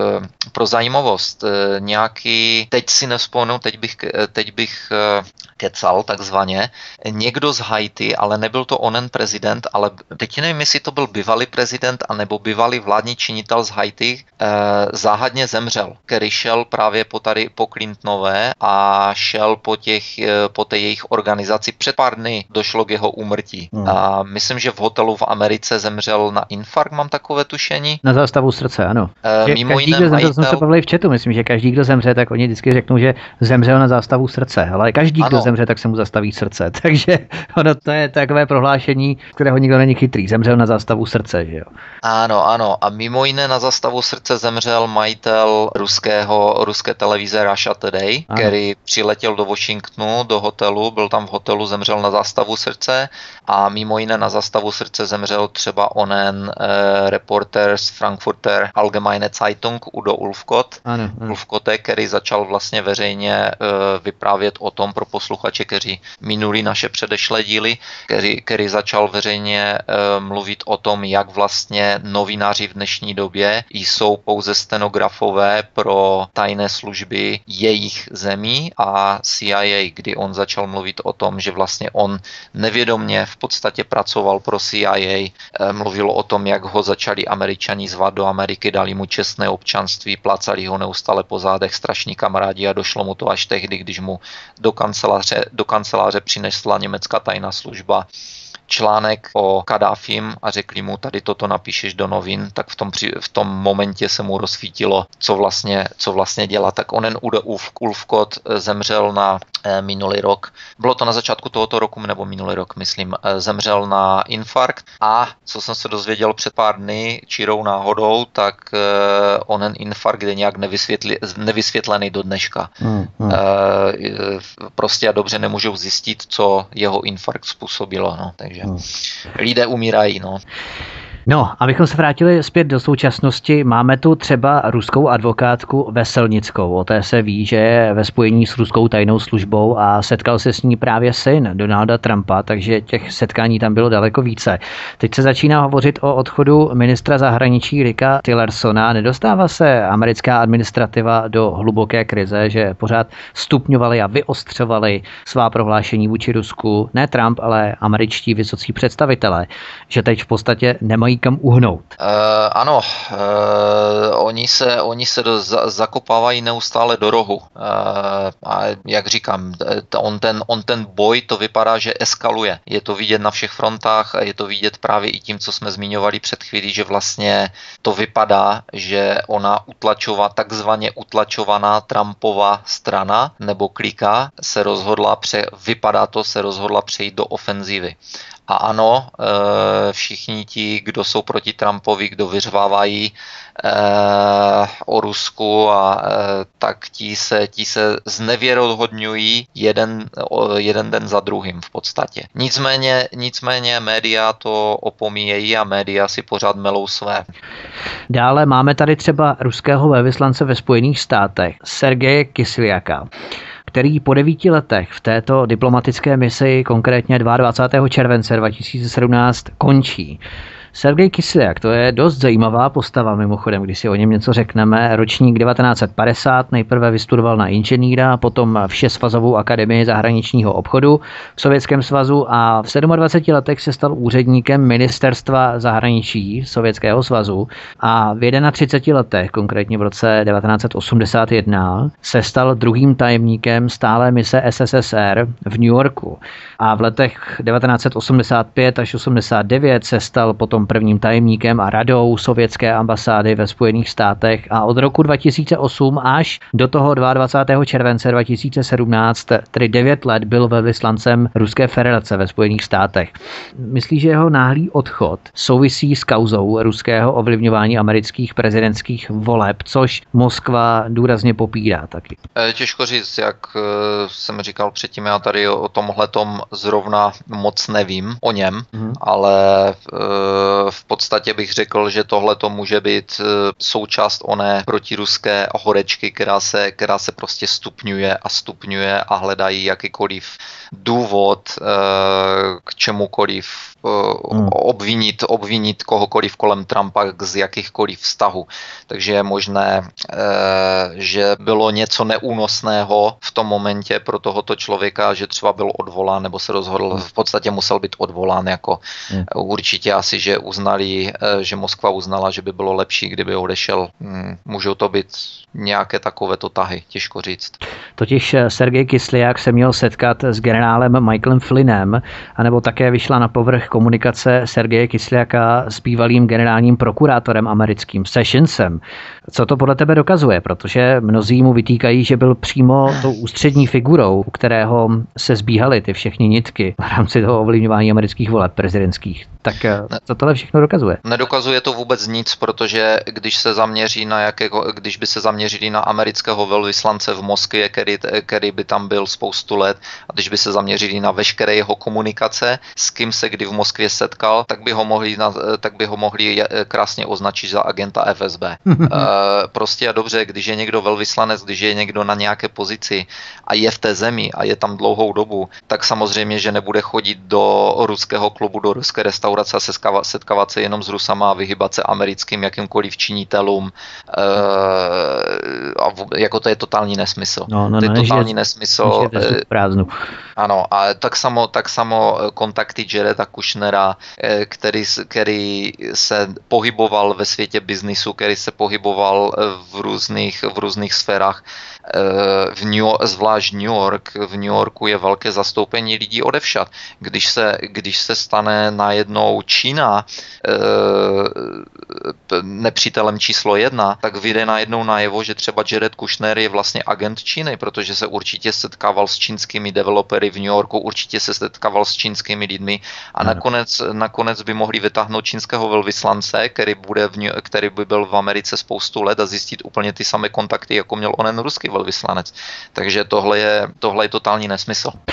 pro zajímavost, e, nějaký, teď si nevzpomenu, teď bych, teď bych e, kecal takzvaně, někdo z Haiti, ale nebyl to onen prezident, ale teď nevím, jestli to byl bývalý prezident, anebo bývalý vládní činitel z Haiti, e, záhadně zemřel, který šel právě po tady po Clintonové a šel po, těch, po té jejich organizaci. Před pár dny došlo k jeho úmrtí. Hmm. A myslím, že v hotelu v Americe zemřel na infarkt, mám takové tušení. Na zástavu srdce, ano. E, mimo každý, jiné kdo zemřel, majitel... jsme se bavili v chatu, myslím, že každý, kdo zemře, tak oni vždycky řeknou, že zemřel na zástavu srdce, ale každý, ano. Kdo zemře, tak se mu zastaví srdce. Takže ono to je takové prohlášení, kterého nikdo není chytrý. Zemřel na zástavu srdce, že jo. Ano, ano. A mimo jiné na zástavu srdce zemřel majitel ruského, ruské televize Russia Today, ano. Který přiletěl do Washingtonu, do hotelu, byl tam v hotelu, zemřel na zástavu srdce a mimo jiné na zástavu srdce zemřel třeba onen eh, reporter z Frankfurter Allgemeine Zeitung Udo Ulfkott, ano, ano. Ulfkotte, který začal vlastně veřejně eh, vyprávět o tom pro posluchače, kteří minuli naše předešlé díly, který, který začal veřejně e, mluvit o tom, jak vlastně novináři v dnešní době jsou pouze stenografové pro tajné služby jejich zemí a C I A, kdy on začal mluvit o tom, že vlastně on nevědomně v podstatě pracoval pro C I A, e, mluvil o tom, jak ho začali Američani zvat do Ameriky, dali mu čestné občanství, plácali ho neustále po zádech, strašní kamarádi a došlo mu to až tehdy, když mu do kanceláře, do kanceláře přinesla německá tajná služba článek o Kadáfim a řekli mu, tady toto napíšeš do novin, tak v tom, v tom momentě se mu rozsvítilo, co vlastně, co vlastně dělá. Tak onen Udo Ulfkott zemřel na eh, minulý rok, bylo to na začátku tohoto roku, nebo minulý rok, myslím, eh, zemřel na infarkt a co jsem se dozvěděl před pár dny čirou náhodou, tak eh, onen infarkt je nějak nevysvětlený do dneška. Hmm, hmm. Eh, prostě a dobře nemůžou zjistit, co jeho infarkt způsobilo. No, takže lidé umírají, no. No, abychom se vrátili zpět do současnosti, máme tu třeba ruskou advokátku Veselnickou. O té se ví, že je ve spojení s ruskou tajnou službou a setkal se s ní právě syn Donalda Trumpa, takže těch setkání tam bylo daleko více. Teď se začíná hovořit o odchodu ministra zahraničí Ricka Tillersona. Nedostává se americká administrativa do hluboké krize, že pořád stupňovali a vyostřovali svá prohlášení vůči Rusku, ne Trump, ale američtí vysocí představitelé, že teď v podstatě nemají kam uhnout. Uh, ano, uh, oni se, oni se do, za, zakopávají neustále do rohu. Uh, a jak říkám, on ten, on ten boj, to vypadá, že eskaluje. Je to vidět na všech frontách a je to vidět právě i tím, co jsme zmiňovali před chvílí, že vlastně to vypadá, že ona utlačová, takzvaně utlačovaná Trumpova strana nebo klika se rozhodla, pře, vypadá to, se rozhodla přejít do ofenzívy. A ano, všichni ti, kdo jsou proti Trumpovi, kdo vyřvávají o Rusku, a tak ti se, ti se znevěrohodňují jeden, jeden den za druhým v podstatě. Nicméně, nicméně média to opomíjejí a média si pořád melou své. Dále máme tady třeba ruského velvyslance ve Spojených státech, Sergeje Kislyaka, který po devíti letech v této diplomatické misi, konkrétně dvacátého druhého července dva tisíce sedmnáct, končí. Sergej Kislyak, to je dost zajímavá postava mimochodem, když si o něm něco řekneme. Ročník devatenáct set padesát, nejprve vystudoval na inženýra, potom Všesvazovou akademii zahraničního obchodu v Sovětském svazu a v dvaceti sedmi letech se stal úředníkem ministerstva zahraničí Sovětského svazu a v třiceti jedné letech, konkrétně v roce devatenáct set osmdesát jedna, se stal druhým tajemníkem stálé mise S S S R v New Yorku a v letech devatenáct set osmdesát pět až osmdesát devět se stal potom prvním tajemníkem a radou sovětské ambasády ve Spojených státech a od roku dva tisíce osm až do toho dvacátého druhého července dva tisíce sedmnáct, tedy devět let, byl velvyslancem Ruské federace ve Spojených státech. Myslí, že jeho náhlý odchod souvisí s kauzou ruského ovlivňování amerických prezidentských voleb, což Moskva důrazně popírá taky. Těžko říct, jak jsem říkal předtím, já tady o tomhletom zrovna moc nevím o něm, hmm. ale v podstatě bych řekl, že tohle to může být součást oné protiruské horečky, která se, která se prostě stupňuje a stupňuje a hledají jakýkoliv důvod k čemukoliv hmm. obvinit, obvinit kohokoliv kolem Trumpa z jakýchkoliv vztahů. Takže je možné, že bylo něco neúnosného v tom momentě pro tohoto člověka, že třeba byl odvolán nebo se rozhodl, v podstatě musel být odvolán, jako hmm. určitě asi, že uznali, že Moskva uznala, že by bylo lepší, kdyby odešel. Můžou to být nějaké takovéto tahy, těžko říct. Totiž Sergej Kislyak se měl setkat s generálem Michaelem Flynnem, anebo také vyšla na povrch komunikace Sergeje Kislyaka s bývalým generálním prokurátorem americkým Sessionsem. Co to podle tebe dokazuje? Protože mnozí mu vytýkají, že byl přímo tou ústřední figurou, u kterého se zbíhaly ty všechny nitky v rámci toho ovlivňování amerických voleb prezidentských. Tak co tohle všechno dokazuje? Nedokazuje to vůbec nic, protože když se zaměří na jakého, když by se zaměřili na amerického velvyslance v Moskvě, který, který by tam byl spoustu let, a když by se zaměřili na veškeré jeho komunikace, s kým se kdy v Moskvě setkal, tak by ho mohli, tak by ho mohli krásně označit za agenta F S B. Prostě a dobře, když je někdo velvyslanec, když je někdo na nějaké pozici a je v té zemi a je tam dlouhou dobu, tak samozřejmě, že nebude chodit do ruského klubu, do ruské restaurace a setkávat se jenom s Rusama a vyhybat se americkým jakýmkoliv činitelům. A jako to je totální nesmysl. No, no, to je no, totální nesmysl. Prázdnu. Ano, a tak samo, tak samo kontakty Jareda Kushnera, který, který se pohyboval ve světě biznisu, který se pohyboval v různých, v různých sférách, v New, zvlášť New York. V New Yorku je velké zastoupení lidí odevšad. Když se, když se stane najednou Čína nepřítelem číslo jedna, tak vyjde najednou najevo, že třeba Jared Kushner je vlastně agent Číny, protože se určitě setkával s čínskými developery v New Yorku, určitě se setkával s čínskými lidmi a nakonec, nakonec by mohli vytáhnout čínského velvyslance, který, bude v New, který by byl v Americe spoustu let a zjistit úplně ty samé kontakty, jako měl onen ruský velvyslanec. Takže tohle je, tohle je totální nesmysl.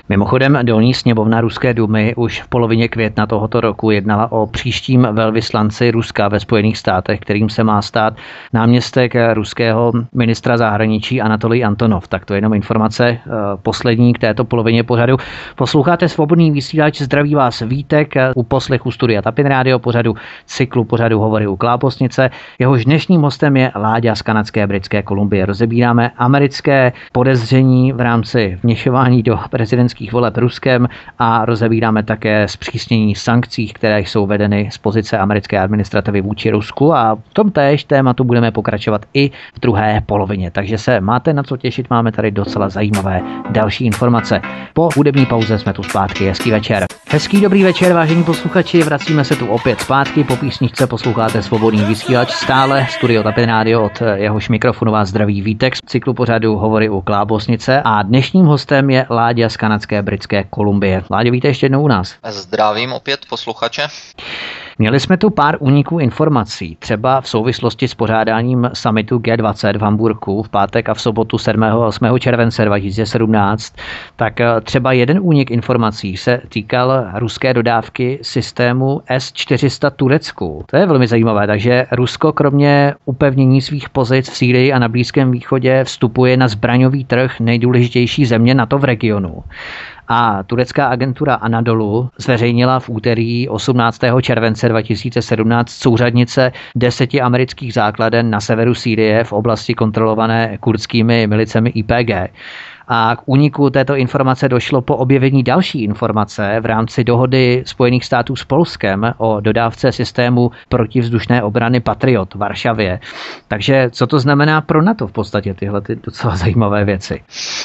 Mimochodem, dolní sněmovna Ruské dumy už v polovině května tohoto roku jednala o příštím velvyslanci Ruska ve Spojených státech, kterým se má stát náměstek ruského ministra zahraničí Anatolij Antonov. Tak to je jenom informace poslední k této polovině pořadu. Posloucháte Svobodný vysílač, zdraví vás Vítek u poslechu Studia Tapin Rádio, pořadu cyklu pořadu Hovory u Klábosnice. Jehož dnešním hostem je Láďa z kanadské Britské Kolumbie. Rozebíráme americké podezření v rámci vměšování do prezidentských voleb Ruskem a rozebíráme také zpřísnění sankcí, které jsou vedeny z pozice americké administrativy vůči Rusku, a v tom též tématu budeme pokračovat i v druhé polovině. Takže se máte na co těšit, máme tady docela zajímavé další informace. Po hudební pauze jsme tu zpátky. Hezký večer. Hezký dobrý večer, vážení posluchači, vracíme se tu opět zpátky. Po písničce posloucháte Svobodný vysílač, stále Studio Tapin Rádio, od jehož mikrofonu vás zdraví Vítek z cyklu pořadu Hovory u Klábosnice, a dnešním hostem je Láďa z kanadské Britské Kolumbie. Láďo, víte ještě jednou u nás. Zdravím opět posluchače. Měli jsme tu pár úniků informací, třeba v souvislosti s pořádáním summitu G dvacet v Hamburku v pátek a v sobotu sedmého a osmého července dva tisíce sedmnáct. Tak třeba jeden únik informací se týkal ruské dodávky systému S čtyři sta Turecku. To je velmi zajímavé, takže Rusko kromě upevnění svých pozic v Sýrii a na Blízkém východě vstupuje na zbraňový trh nejdůležitější země NATO v regionu. A turecká agentura Anadolu zveřejnila v úterý osmnáctého července dva tisíce sedmnáct souřadnice deseti amerických základen na severu Sýrie v oblasti kontrolované kurdskými milicemi I P G. A k úniku této informace došlo po objevení další informace v rámci dohody Spojených států s Polskem o dodávce systému protivzdušné obrany Patriot v Varšavě. Takže co to znamená pro NATO v podstatě tyhle ty docela zajímavé věci?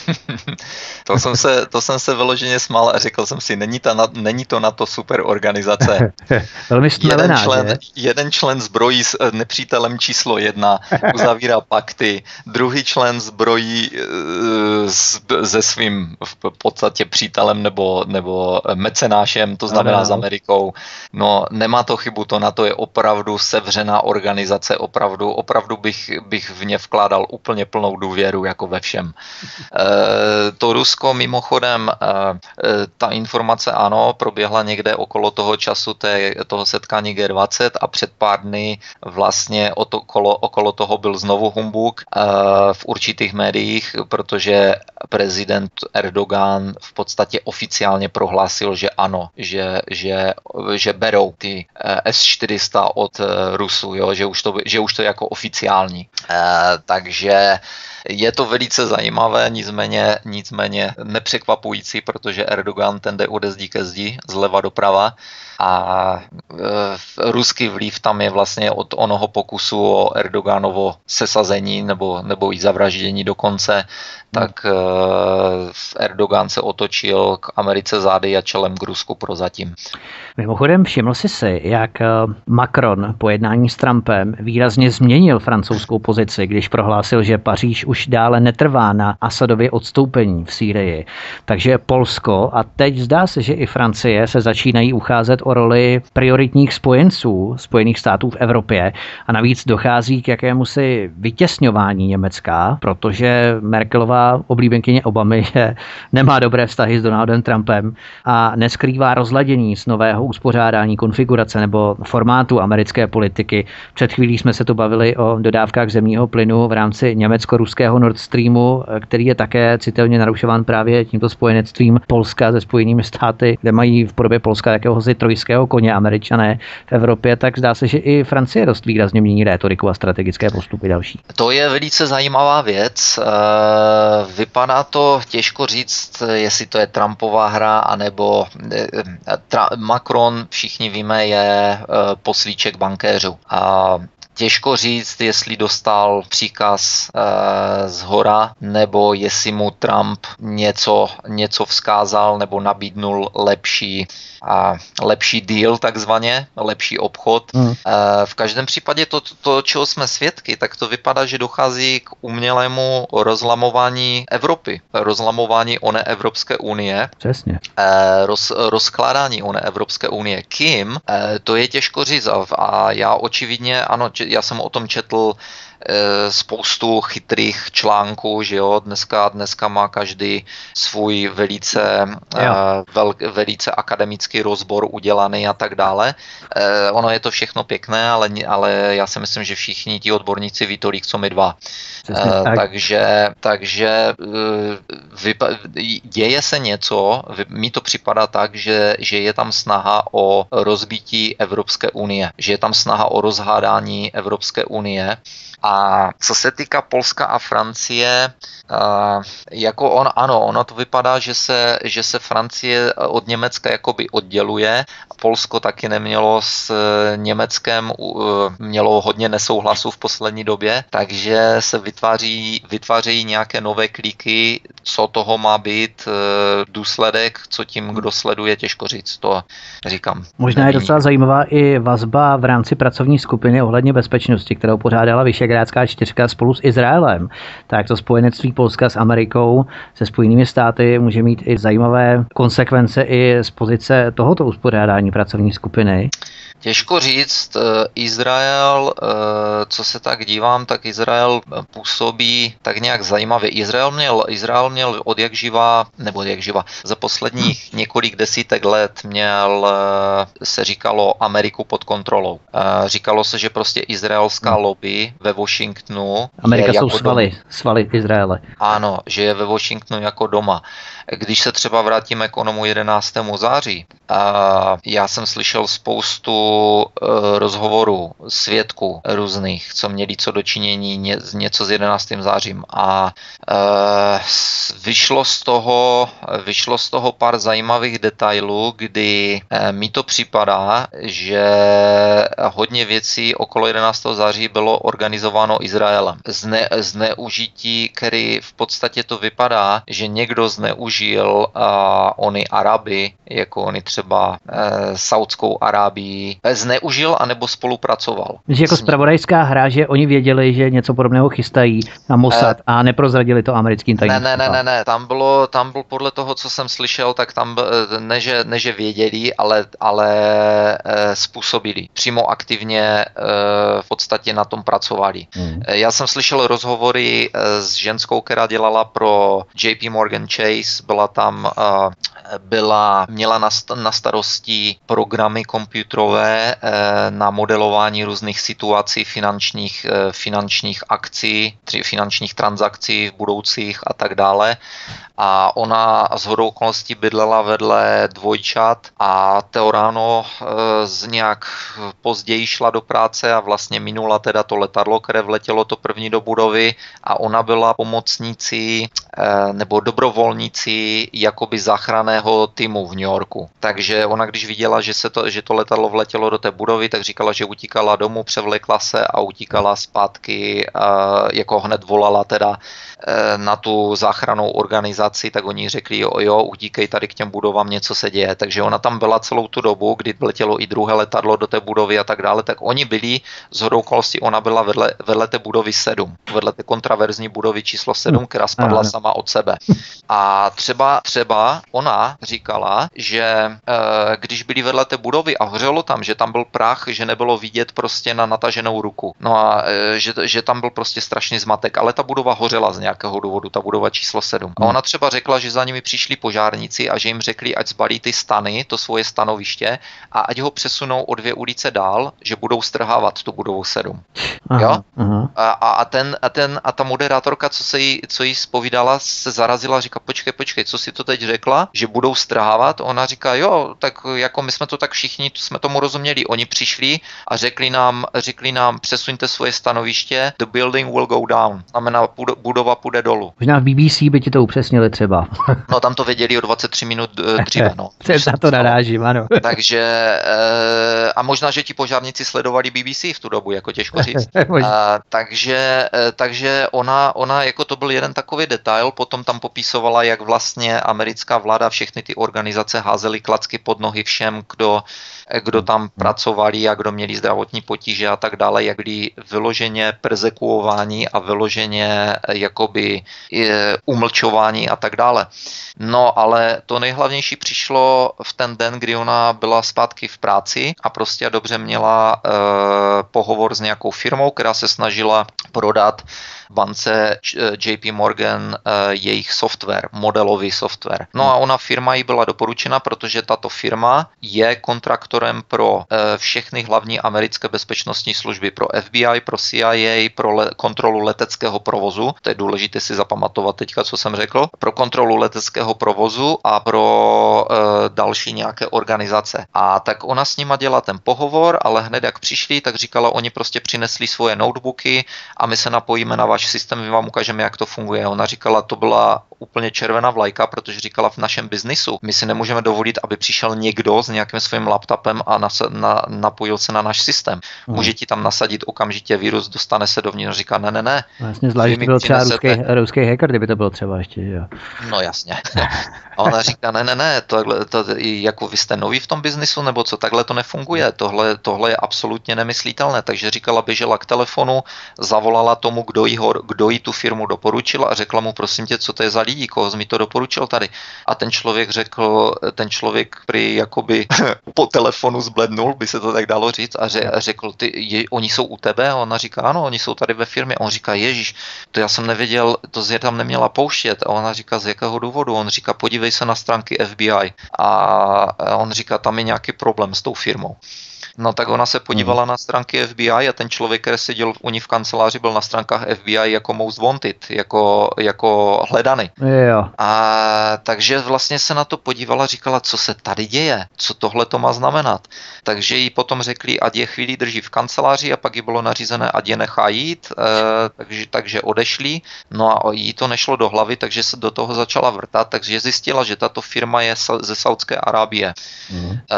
to, jsem se, to jsem se vyloženě smál a řekl jsem si, není, ta, není to NATO super organizace. Velmi stmelená, jeden, člen, jeden člen zbrojí s nepřítelem číslo jedna, uzavírá pakty, druhý člen zbrojí s se svým v podstatě přítelem nebo, nebo mecenášem, to znamená ano. s Amerikou. No, nemá to chybu, to NATO je opravdu sevřená organizace, opravdu, opravdu bych, bych v ně vkládal úplně plnou důvěru, jako ve všem. E, to Rusko mimochodem, e, ta informace ano, proběhla někde okolo toho času té, toho setkání G dvacet a před pár dny vlastně okolo, okolo toho byl znovu humbuk e, v určitých médiích, protože prezident Erdogan v podstatě oficiálně prohlásil, že ano, že, že, že berou ty S čtyři sta od Rusů, jo, že, už to, že už to je jako oficiální. E, takže je to velice zajímavé, nicméně, nicméně nepřekvapující, protože Erdogan ten jde ode zdi ke zdi, zleva doprava, a e, ruský vliv tam je vlastně od onoho pokusu o Erdoganovo sesazení nebo, nebo i zavraždění dokonce, tak e, Erdogan se otočil k Americe zády a čelem k Rusku prozatím. Mimochodem, všiml jsi si, jak Macron po jednání s Trumpem výrazně změnil francouzskou pozici, když prohlásil, že Paříž už dále netrvá na Asadově odstoupení v Sýrii. Takže Polsko a teď zdá se, že i Francie se začínají ucházet o roli prioritních spojenců Spojených států v Evropě a navíc dochází k jakémusi vytěsňování Německa, protože Merkelová oblíbenkyně Obamy, že nemá dobré vztahy s Donaldem Trumpem a neskrývá rozladění z nového uspořádání konfigurace nebo formátu americké politiky. Před chvílí jsme se tu bavili o dodávkách zemního plynu v rámci německo-ruského Nord Streamu, který je také citelně narušován právě tímto spojenectvím Polska se Spojenými státy, kde mají v podobě Polska jakéhosi trojského koně Američané v Evropě, tak zdá se, že i Francie dost výrazně mění rétoriku a strategické postupy další. To je velice zajímavá věc. Vypadá to těžko říct, jestli to je Trumpova hra, anebo Macron, všichni víme, je poslíček bankéřů. A těžko říct, jestli dostal příkaz e, z hora, nebo jestli mu Trump něco, něco vzkázal nebo nabídnul lepší, a, lepší deal takzvaně, lepší obchod. Mm. E, v každém případě to, to, čeho jsme svědky, tak to vypadá, že dochází k umělému rozlamování Evropy, rozlamování oné Evropské unie. Přesně. E, roz, rozkládání oné Evropské unie. Kým? E, to je těžko říct a, a já očividně, ano, já jsem o tom četl spoustu chytrých článků, že jo, dneska, dneska má každý svůj velice, vel, velice akademický rozbor udělaný a tak dále. Ono je to všechno pěkné, ale, ale já si myslím, že všichni ti odborníci ví tolik, co my dva. Tak. Takže, takže vypa- děje se něco, mi to připadá tak, že, že je tam snaha o rozbití Evropské unie, že je tam snaha o rozhádání Evropské unie. A co se týká Polska a Francie, uh, jako on, ano, ono to vypadá, že se, že se Francie od Německa jakoby odděluje. Polsko taky nemělo s Německem, uh, mělo hodně nesouhlasů v poslední době, takže se vytváří, vytváří nějaké nové kliky, co toho má být uh, důsledek, co tím, kdo sleduje, těžko říct, to říkám. Možná je docela zajímavá i vazba v rámci pracovní skupiny ohledně bezpečnosti, kterou pořádala Visegrádská čtyřka spolu s Izraelem. Tak to spojenectví Polska s Amerikou, se Spojenými státy může mít i zajímavé konsekvence i z pozice tohoto uspořádání pracovní skupiny. Těžko říct, Izrael, co se tak dívám, tak Izrael působí tak nějak zajímavě. Izrael měl, Izrael měl od jak živa, nebo jak živa, za posledních několik desítek let měl, se říkalo, Ameriku pod kontrolou. Říkalo se, že prostě izraelská lobby ve Washingtonu... Amerika jsou jako svaly, doma. svaly Izraele. Ano, že je ve Washingtonu jako doma. Když se třeba vrátíme k onomu jedenáctému září, já jsem slyšel spoustu rozhovorů, svědků různých, co měli co dočinění ně, něco s jedenáctým zářím a e, vyšlo z toho, vyšlo z toho pár zajímavých detailů, kdy e, mi to připadá, že hodně věcí okolo jedenáctého září bylo organizováno Izraelem. Zne, zneužití, který v podstatě to vypadá, že někdo zneužil a, ony Araby, jako oni třeba e, Saudskou Arábii, zneužil anebo spolupracoval. Že jako zpravodajská hra, že oni věděli, že něco podobného chystají na Mossad e, a neprozradili to americkým tajným. Ne, ne, ne, ne, ne, tam bylo, tam byl podle toho, co jsem slyšel, tak tam ne, že, ne, že věděli, ale, ale e, způsobili. Přímo aktivně e, v podstatě na tom pracovali. Hmm. E, já jsem slyšel rozhovory e, s ženskou, která dělala pro J P Morgan Chase, byla tam, e, byla, měla na, na starosti programy komputerové na modelování různých situací, finančních, finančních akcí, finančních transakcí v budoucích a tak dále. A ona shodou okolností bydlela vedle dvojčat a to ráno z nějak později šla do práce a vlastně minula teda to letadlo, které vletělo to první do budovy a ona byla pomocnicí nebo dobrovolnící jakoby záchranného týmu v New Yorku. Takže ona, když viděla, že, se to, že to letadlo vletělo do té budovy, tak říkala, že utíkala domů, převlekla se a utíkala zpátky, jako hned volala teda na tu záchrannou organizaci, tak oni řekli, jo, jo, utíkej, tady k těm budovám, něco se děje. Takže ona tam byla celou tu dobu, kdy letělo i druhé letadlo do té budovy a tak dále, tak oni byli, shodou okolností ona byla vedle, vedle té budovy sedm, vedle té kontraverzní budovy číslo sedm, která spadla sama od sebe. A třeba, třeba ona říkala, že e, když byli vedle té budovy a hořelo tam, že tam byl prach, že nebylo vidět prostě na nataženou ruku. No a e, že, že tam byl prostě strašný zmatek, ale ta budova hořela z nějakého důvodu, ta budova číslo sedm. A ona třeba řekla, že za nimi přišli požárníci a že jim řekli, ať zbalí ty stany, to svoje stanoviště a ať ho přesunou o dvě ulice dál, že budou strhávat tu budovu sedm. Aha, jo? Aha. A, a, ten, a, ten, a ta moderátorka, co se jí, co jí zpovídala, se zarazila a říká, počkej, počkej, co si to teď řekla, že budou strhávat? Ona říká, jo, tak jako my jsme to tak všichni, jsme tomu rozuměli. Oni přišli a řekli nám, řekli nám, přesuňte svoje stanoviště, the building will go down. Znamená, budova půjde dolů. Možná v B B C by ti to upřesnili třeba. No tam to věděli o dvacet tři minut dříve, no. Na to narážím, ano. Takže a možná, že ti požárníci sledovali B B C v tu dobu, jako těžko říct. a, takže, takže ona, ona, jako to byl jeden takový detail, potom tam popisovala, jak vlastně americká vláda, všechny ty organizace házely klacky pod nohy všem, kdo, kdo tam pracovali a kdo měli zdravotní potíže a tak dále, jak byli vyloženě perzekuováni a vyloženě jakoby umlčováni a tak dále. No ale to nejhlavnější přišlo v ten den, kdy ona byla zpátky v práci a prostě dobře měla e, pohovor s nějakou firmou, která se snažila prodat bance J P Morgan jejich software, modelový software. No a ona firma jí byla doporučena, protože tato firma je kontraktorem pro všechny hlavní americké bezpečnostní služby, pro F B I, pro C I A, pro le- kontrolu leteckého provozu, to je důležité si zapamatovat teďka, co jsem řekl, pro kontrolu leteckého provozu a pro e, další nějaké organizace. A tak ona s nima dělala ten pohovor, ale hned jak přišli, tak říkala, oni prostě přinesli svoje notebooky a my se napojíme na váš systém, my vám ukážeme, jak to funguje. Ona říkala, to byla úplně červená vlajka, protože říkala, v našem biznisu my si nemůžeme dovolit, aby přišel někdo s nějakým svým laptopem a nas, na, napojil se na náš systém. Hmm. Může ti tam nasadit okamžitě virus, dostane se dovnitř. Říká, ne, ne, ne. Vlastně zvlášť, byl třeba ruský, ruský hacker, kdyby to bylo třeba ještě, jo. No jasně. A ona říká, ne, ne, ne, tohle, to, jako vy jste noví v tom biznisu, nebo co, takhle to nefunguje. Tohle, tohle je absolutně nemyslitelné. Takže říkala, běžela k telefonu, zavolala tomu, kdo jí, ho, kdo jí tu firmu doporučil a řekla mu, prosím tě, co to je za lidi, koho jsi mi to doporučil tady. A ten člověk řekl, ten člověk prý jakoby po telefonu zblednul, by se to tak dalo říct, a řekl, ty, je, oni jsou u tebe? A ona říká, ano, oni jsou tady ve firmě. A on říká, ježiš, to já jsem nevěděl, to je tam neměla pouštět. A ona říká, z jakého důvodu? On říká, podívej se na stránky F B I. A on říká, tam je nějaký problém s tou firmou. No tak ona se podívala hmm. na stránky F B I a ten člověk, který seděl u ní v kanceláři, byl na stránkách F B I jako most wanted, jako, jako hledaný. Jo. A takže vlastně se na to podívala, říkala, co se tady děje, co tohle to má znamenat. Takže jí potom řekli, ať je chvíli drží v kanceláři a pak jí bylo nařízené, ať je nechá jít, e, takže, takže odešli. No a jí to nešlo do hlavy, takže se do toho začala vrtat, takže zjistila, že tato firma je ze Saudské Arábie. Hmm. E,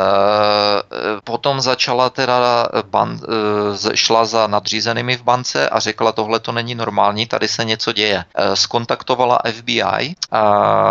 potom začala Začala teda ban, šla za nadřízenými v bance a řekla, tohle to není normální, tady se něco děje. Skontaktovala F B I, a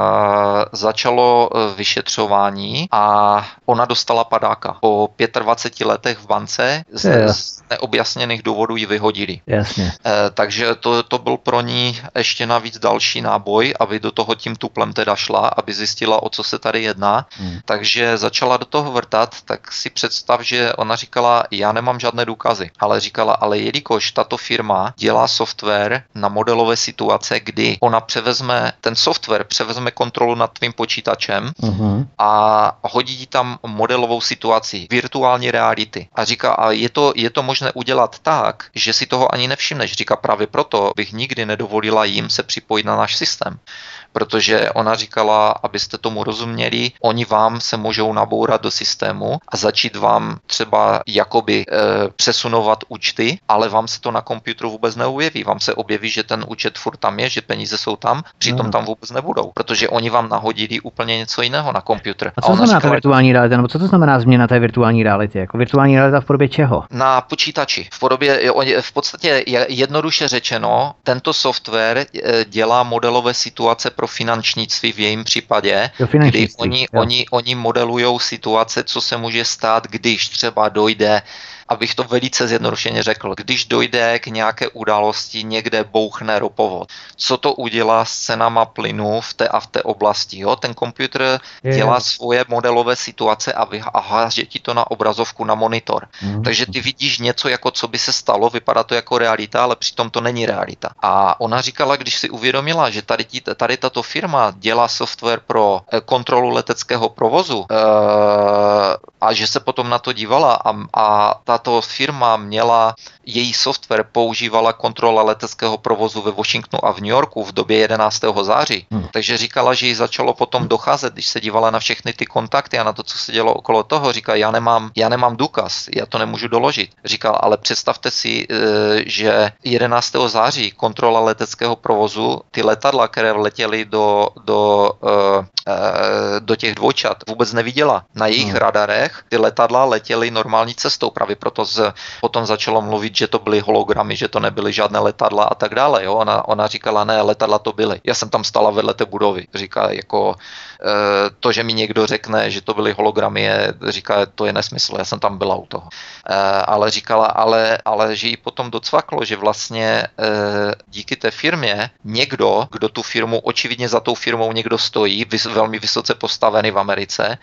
začalo vyšetřování a ona dostala padáka. Po dvaceti pěti letech v bance z, z neobjasněných důvodů ji vyhodili. Jasně. Takže to, to byl pro ní ještě navíc další náboj, aby do toho tím tuplem teda šla, aby zjistila, o co se tady jedná. Hmm. Takže začala do toho vrtat, tak si představ, že ona říkala, já nemám žádné důkazy, ale říkala, ale jelikož tato firma dělá software na modelové situace, kdy ona převezme, ten software převezme kontrolu nad tvým počítačem uh-huh. a hodí tam modelovou situaci, virtuální reality. A říká, a je to, je to možné udělat tak, že si toho ani nevšimneš. Říká, právě proto bych nikdy nedovolila jim se připojit na náš systém. Protože ona říkala, abyste tomu rozuměli, oni vám se můžou nabourat do systému a začít vám třeba jakoby e, přesunovat účty, ale vám se to na počítači vůbec neobjeví. Vám se objeví, že ten účet furt tam je, že peníze jsou tam, přitom tam vůbec nebudou, protože oni vám nahodili úplně něco jiného na počítač. A co a znamená ta virtuální realita, nebo co to znamená změna té virtuální reality? Jako virtuální realita v podobě čeho? Na počítači. V podobě, v podstatě jednoduše řečeno, tento software dělá modelové situace pro finančnictví v jejím případě, kdy oni, oni, oni modelujou situace, co se může stát, když třeba dojde, abych to velice zjednodušeně řekl, když dojde k nějaké události, někde bouchne ropovod. Co to udělá s cenama plynu v té a v té oblasti? Jo? Ten počítač dělá svoje modelové situace a, vy, a háže ti to na obrazovku, na monitor. Mm. Takže ty vidíš něco, jako co by se stalo, vypadá to jako realita, ale přitom to není realita. A ona říkala, když si uvědomila, že tady, tady tato firma dělá software pro kontrolu leteckého provozu e, a že se potom na to dívala a, a tato firma měla, její software používala kontrola leteckého provozu ve Washingtonu a v New Yorku v době jedenáctého září. Hmm. Takže říkala, že jí začalo potom docházet, když se dívala na všechny ty kontakty a na to, co se dělo okolo toho. Říká, já nemám, já nemám důkaz, já to nemůžu doložit. Říkal, ale představte si, že jedenáctého září kontrola leteckého provozu, ty letadla, které letěly do, do, do těch dvojčat, vůbec neviděla. Na jejich hmm. radarech letech ty letadla letěly normální cestou. Právě proto z, potom začalo mluvit, že to byly hologramy, že to nebyly žádné letadla a tak dále. Jo? Ona, ona říkala, ne, letadla to byly. Já jsem tam stala vedle té budovy. Říká, jako e, to, že mi někdo řekne, že to byly hologramy, je, říká, to je nesmysl, já jsem tam byla u toho. E, ale říkala, ale, ale že jí potom docvaklo, že vlastně e, díky té firmě někdo, kdo tu firmu, očividně za tou firmou někdo stojí, vys, velmi vysoce postavený v Americe,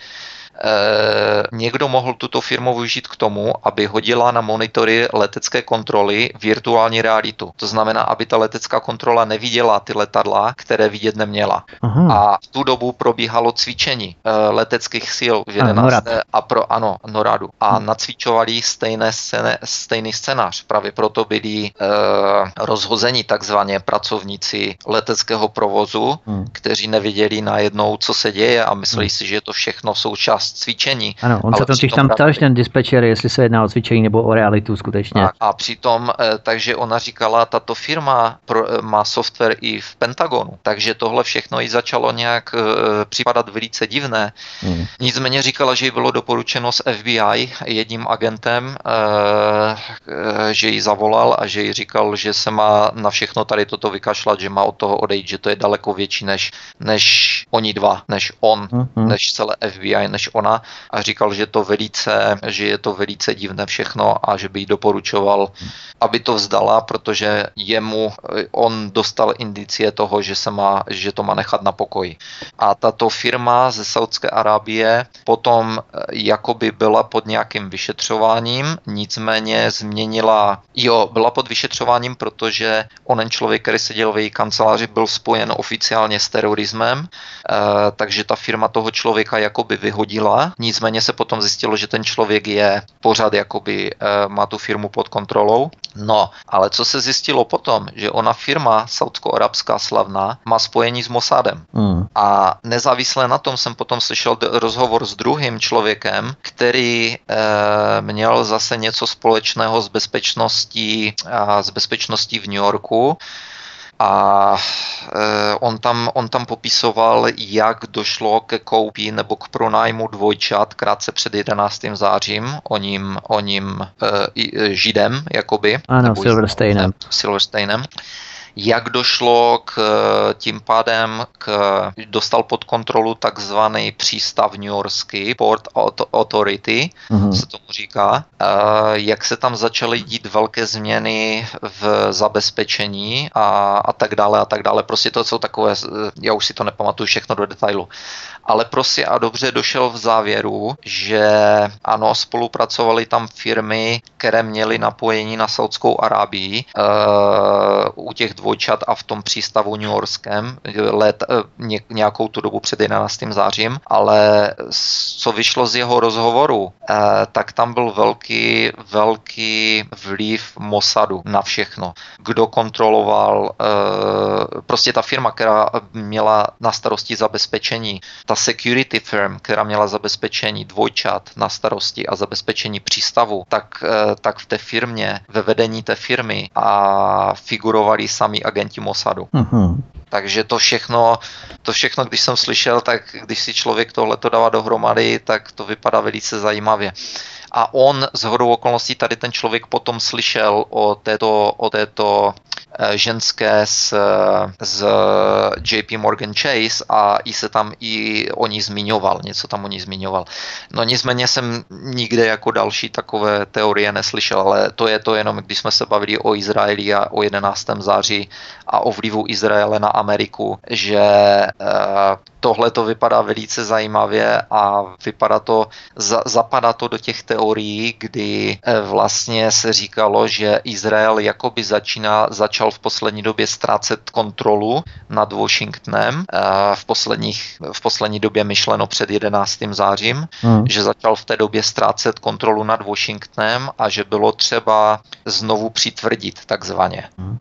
Eh, někdo mohl tuto firmu využít k tomu, aby hodila na monitory letecké kontroly virtuální realitu. To znamená, aby ta letecká kontrola neviděla ty letadla, které vidět neměla. Aha. A v tu dobu probíhalo cvičení eh, leteckých sil v jedenácté a pro ano, NORADu. A hmm. nacvičovali stejné scéne, stejný scénář. Právě proto byli eh, rozhozeni takzvaně pracovníci leteckého provozu, hmm. kteří nevěděli najednou, co se děje a mysleli hmm. si, že je to všechno součást cvičení. Ano, on se totiž tam ptal, ten dispečer, jestli se jedná o cvičení nebo o realitu skutečně. Tak, a přitom, takže ona říkala, tato firma pro, má software i v Pentagonu, takže tohle všechno jí začalo nějak uh, připadat velice divné. Hmm. Nicméně říkala, že jí bylo doporučeno s F B I jedním agentem, uh, uh, že jí zavolal a že jí říkal, že se má na všechno tady toto vykašlat, že má od toho odejít, že to je daleko větší než, než oni dva, než on, hmm. než celé F B I, než ona, a říkal, že to velice, že je to velice divné všechno a že by jí doporučoval, aby to vzdala, protože jemu, on dostal indicie toho, že se má, že to má nechat na pokoji. A tato firma ze Saúdské Arábie potom jakoby byla pod nějakým vyšetřováním, nicméně změnila, jo, byla pod vyšetřováním, protože onen člověk, který seděl v její kanceláři, byl spojen oficiálně s terorismem, eh, takže ta firma toho člověka jakoby vyhodila. Nicméně se potom zjistilo, že ten člověk je pořád jakoby e, má tu firmu pod kontrolou. No, ale co se zjistilo potom, že ona firma saúdsko-arabská slavná má spojení s Mossadem. Mm. A nezávisle na tom jsem potom slyšel rozhovor s druhým člověkem, který e, měl zase něco společného s bezpečností, a s bezpečností v New Yorku. A e, on, tam, on tam popisoval, jak došlo ke koupi nebo k pronájmu dvojčat krátce před jedenáctým zářím, o ním, o ním e, Židem, jakoby. Ano, Silversteinem. Silversteinem. Jak došlo k tím pádem, k, dostal pod kontrolu takzvaný přístav newyorský, Port Authority, uh-huh. se tomu říká, jak se tam začaly dít velké změny v zabezpečení a, a tak dále a tak dále. Prostě to jsou takové, já už si to nepamatuju všechno do detailu. Ale prostě a dobře došel v závěru, že ano, spolupracovaly tam firmy, které měly napojení na Saúdskou Arábii uh, u těch dvojčat a v tom přístavu newyorském let ně, nějakou tu dobu před jedenáctým zářím, ale co vyšlo z jeho rozhovoru, eh, tak tam byl velký, velký vliv Mossadu na všechno. Kdo kontroloval, eh, prostě ta firma, která měla na starosti zabezpečení, ta security firm, která měla zabezpečení dvojčat na starosti a zabezpečení přístavu, tak, eh, tak v té firmě, ve vedení té firmy a figurovali sami agenti Mossadu. Uh-huh. Takže to všechno, to všechno, když jsem slyšel, tak když si člověk tohleto dává dohromady, tak to vypadá velice zajímavě. A on shodou okolností, tady ten člověk potom slyšel o této, o této ženské z, z J P Morgan Chase a i se tam i o ní zmiňoval, něco tam o ní zmiňoval. No nicméně jsem nikde jako další takové teorie neslyšel, ale to je to jenom, když jsme se bavili o Izraeli a o jedenáctém září a o vlivu Izraele na Ameriku, že tohle to vypadá velice zajímavě a vypadá to, za, zapadá to do těch teorií, kdy vlastně se říkalo, že Izrael jakoby začíná, začal v poslední době ztrácet kontrolu nad Washingtonem, v, posledních, v poslední době myšleno před jedenáctým zářím, hmm. že začal v té době ztrácet kontrolu nad Washingtonem a že bylo třeba znovu přitvrdit takzvaně. Hmm.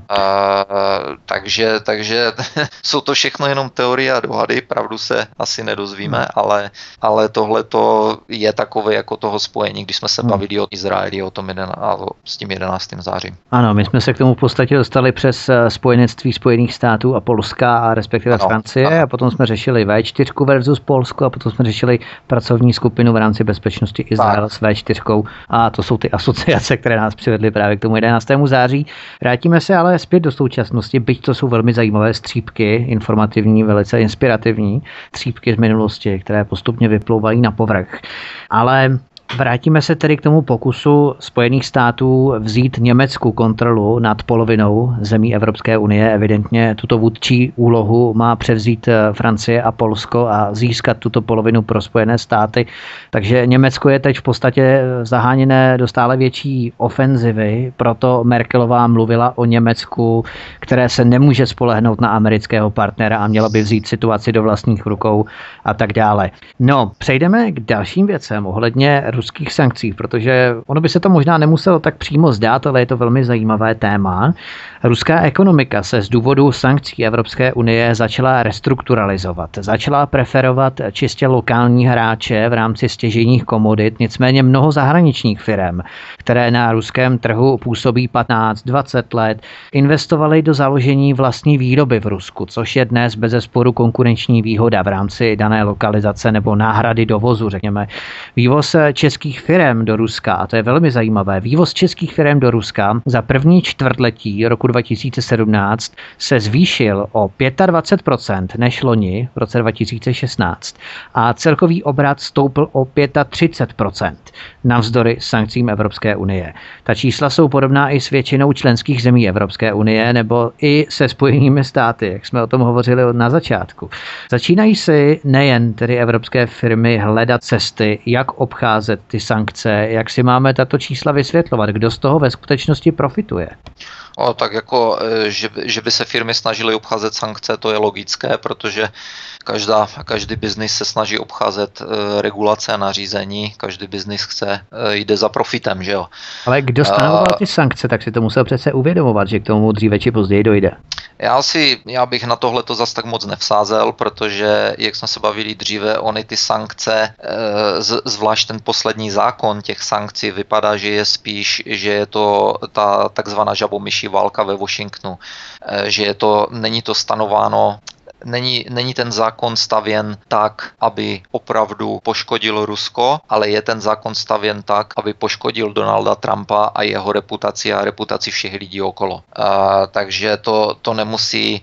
takže, takže jsou to všechno jenom teorie a dohady, pravdu se asi nedozvíme, hmm. ale, ale tohle to je takové jako toho spojení, když jsme se hmm. bavili o Izraeli, o tom jeden, a s tím jedenáctým zářím. Ano, my jsme se k tomu v podstatě dostali přes spojenectví Spojených států a Polska a respektive ano, Francie ano. A potom jsme řešili vé čtyři versus Polsko a potom jsme řešili pracovní skupinu v rámci bezpečnosti Izrael tak. S vé čtyři a to jsou ty asociace, které nás přivedly právě k tomu jedenáctému září. Vrátíme se ale zpět do současnosti, byť to jsou velmi zajímavé střípky, informativní, velice inspirativní střípky z minulosti, které postupně vyplouvají na povrch. Ale vrátíme se tedy k tomu pokusu Spojených států vzít Německu kontrolu nad polovinou zemí Evropské unie. Evidentně tuto vůdčí úlohu má převzít Francie a Polsko a získat tuto polovinu pro Spojené státy. Takže Německo je teď v podstatě zaháněné do stále větší ofenzivy, proto Merkelová mluvila o Německu, které se nemůže spolehnout na amerického partnera a mělo by vzít situaci do vlastních rukou a tak dále. No, přejdeme k dalším věcem ohledně ruských sankcí, protože ono by se to možná nemuselo tak přímo zdát, ale je to velmi zajímavé téma. Ruská ekonomika se z důvodu sankcí Evropské unie začala restrukturalizovat. Začala preferovat čistě lokální hráče v rámci stěžejních komodit, nicméně mnoho zahraničních firem, které na ruském trhu působí patnáct dvacet let, investovaly do založení vlastní výroby v Rusku, což je dnes bezesporu konkurenční výhoda v rámci dané lokalizace nebo náhrady dovozu, řekněme. Vývoz českých firem do Ruska, a to je velmi zajímavé, vývoz českých firem do Ruska za první čtvrtletí roku dva tisíce sedmnáct se zvýšil o dvacet pět procent než loni v roce dva tisíce šestnáct a celkový obrat stoupl o třicet pět procent navzdory sankcím Evropské unie. Ta čísla jsou podobná i s většinou členských zemí Evropské unie nebo i se Spojenými státy, jak jsme o tom hovořili na začátku. Začínají si nejen tedy evropské firmy hledat cesty, jak obcházet ty sankce, jak si máme tato čísla vysvětlovat, kdo z toho ve skutečnosti profituje? O, tak jako, že, že by se firmy snažily obcházet sankce, to je logické, protože každá, každý biznis se snaží obcházet e, regulace a nařízení, každý biznis chce, e, jde za profitem, že jo. Ale kdo stanoval ty sankce, tak si to musel přece uvědomovat, že k tomu dříve či později dojde. Já si, já bych na tohle to zas tak moc nevsázel, protože, jak jsme se bavili dříve, ony ty sankce, e, z, zvlášť ten poslední zákon těch sankcí vypadá, že je spíš, že je to ta takzvaná žabomyší válka ve Washingtonu, e, že je to, není to stanováno, Není, není ten zákon stavěn tak, aby opravdu poškodil Rusko, ale je ten zákon stavěn tak, aby poškodil Donalda Trumpa a jeho reputaci a reputaci všech lidí okolo. Uh, takže to, to nemusí...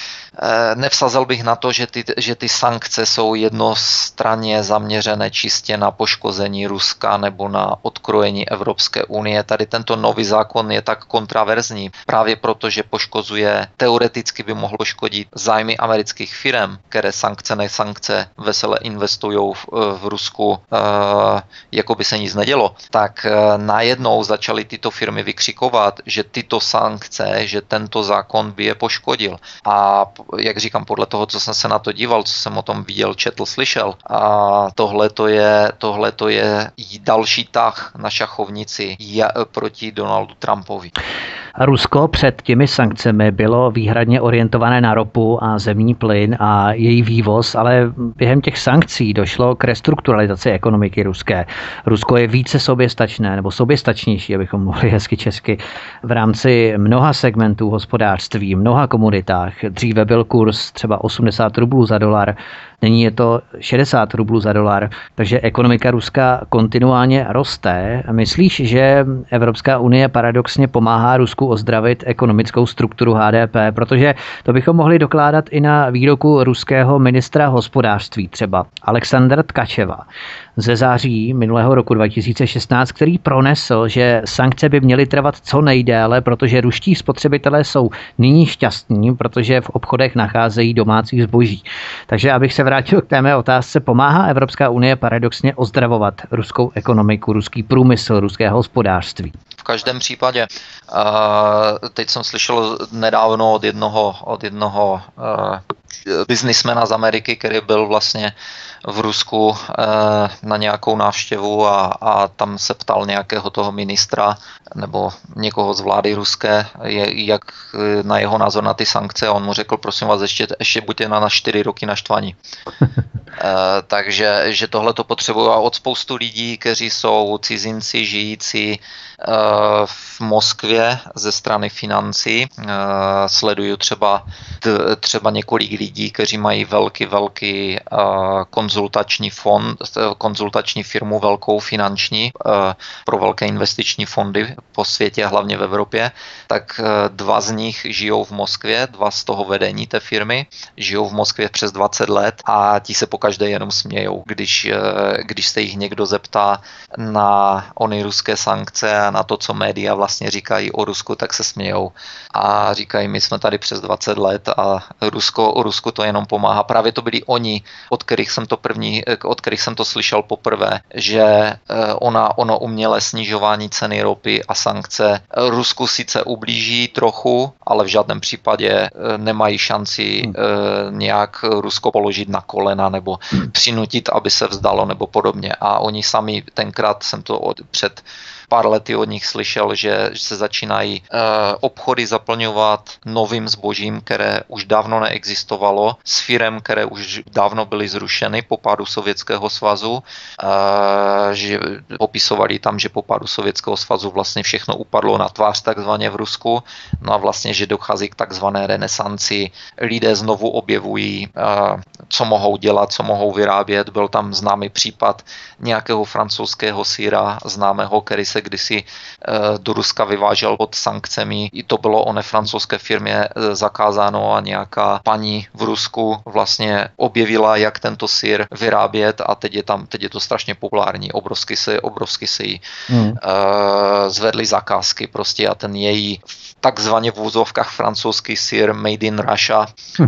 Nevsazel bych na to, že ty, že ty sankce jsou jednostranně zaměřené čistě na poškození Ruska nebo na odkrojení Evropské unie. Tady tento nový zákon je tak kontraverzní právě proto, že poškozuje, teoreticky by mohlo škodit zájmy amerických firm, které sankce ne sankce vesele investují v, v Rusku, e, jako by se nic nedělo. Tak e, najednou začaly tyto firmy vykřikovat, že tyto sankce, že tento zákon by je poškodil. A jak říkám, podle toho, co jsem se na to díval, co jsem o tom viděl, četl, slyšel. A tohle to je, tohle to je další tah na šachovnici proti Donaldu Trumpovi. Rusko před těmi sankcemi bylo výhradně orientované na ropu a zemní plyn a její vývoz, ale během těch sankcí došlo k restrukturalizaci ekonomiky ruské. Rusko je více soběstačné nebo soběstačnější, abychom mluvili hezky česky, v rámci mnoha segmentů hospodářství, mnoha komoditách. Dříve byl kurz třeba osmdesát rublů za dolar, nyní je to šedesát rublů za dolar, takže ekonomika Ruska kontinuálně roste. Myslíš, že Evropská unie paradoxně pomáhá Rusku ozdravit ekonomickou strukturu H D P, protože to bychom mohli dokládat i na výroku ruského ministra hospodářství, třeba Alexandra Tkačeva ze září minulého roku dva tisíce šestnáct, který pronesl, že sankce by měly trvat co nejdéle, protože ruští spotřebitelé jsou nyní šťastní, protože v obchodech nacházejí domácí zboží. Takže abych se vrátil k té mé otázce, pomáhá Evropská unie paradoxně ozdravovat ruskou ekonomiku, ruský průmysl, ruské hospodářství? V každém případě. Teď jsem slyšel nedávno od jednoho, od jednoho biznismena z Ameriky, který byl vlastně v Rusku na nějakou návštěvu a, a tam se ptal nějakého toho ministra nebo někoho z vlády ruské, jak na jeho názor na ty sankce, a on mu řekl, prosím vás, ještě, ještě buďte na, na čtyři roky naštvaní. Takže že tohle to potřebují od spoustu lidí, kteří jsou cizinci žijící v Moskvě ze strany financí. Sleduju třeba, třeba několik lidí, kteří mají velký, velký konzultační fond, konzultační firmu velkou finanční pro velké investiční fondy po světě, hlavně v Evropě, tak dva z nich žijou v Moskvě, dva z toho vedení té firmy, žijou v Moskvě přes dvacet let a ti se pokaždé jenom smějou, když, když se jich někdo zeptá na ony ruské sankce a na to, co média vlastně říkají o Rusku, tak se smějou a říkají, my jsme tady přes dvacet let a Rusko, o Rusku to jenom pomáhá. Právě to byli oni, od kterých jsem to první, od kterých jsem to slyšel poprvé, že ona, ono umělé snižování ceny ropy a sankce Rusku sice ublíží trochu, ale v žádném případě nemají šanci hmm. nějak Rusko položit na kolena nebo přinutit, aby se vzdalo nebo podobně. A oni sami, tenkrát jsem to od, před pár lety od nich slyšel, že se začínají uh, obchody zaplňovat novým zbožím, které už dávno neexistovalo, s firem, které už dávno byly zrušeny po pádu Sovětského svazu, uh, že popisovali tam, že po pádu Sovětského svazu vlastně všechno upadlo na tvář takzvaně v Rusku, no a vlastně, že dochází k takzvané renesanci, lidé znovu objevují, uh, co mohou dělat, co mohou vyrábět. Byl tam známý případ nějakého francouzského syra známého, který se kdysi do Ruska vyvážel pod sankcemi. I to bylo oné francouzské firmě zakázáno a nějaká paní v Rusku vlastně objevila, jak tento syr vyrábět a teď je tam, teď je to strašně populární. Obrovsky se, obrovsky se jí hmm. uh, zvedly zakázky prostě a ten její takzvaně v úzovkách francouzský syr made in Russia uh,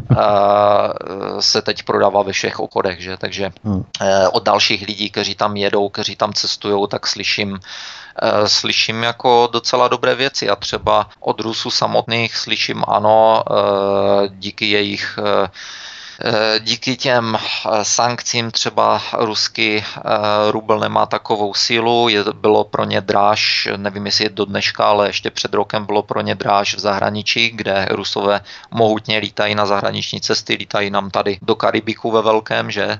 se teď prodává ve všech obchodech, že? Takže hmm. uh, od dalších lidí, kteří tam jedou, kteří tam cestují, tak slyším uh, slyším jako docela dobré věci a třeba od Rusů samotných slyším ano, uh, díky jejich uh, díky těm sankcím třeba ruský rubl nemá takovou sílu, je, bylo pro ně dráž, nevím jestli je do dneška, ale ještě před rokem bylo pro ně dráž v zahraničí, kde Rusové mohutně lítají na zahraniční cesty, lítají nám tady do Karibiku ve velkém, že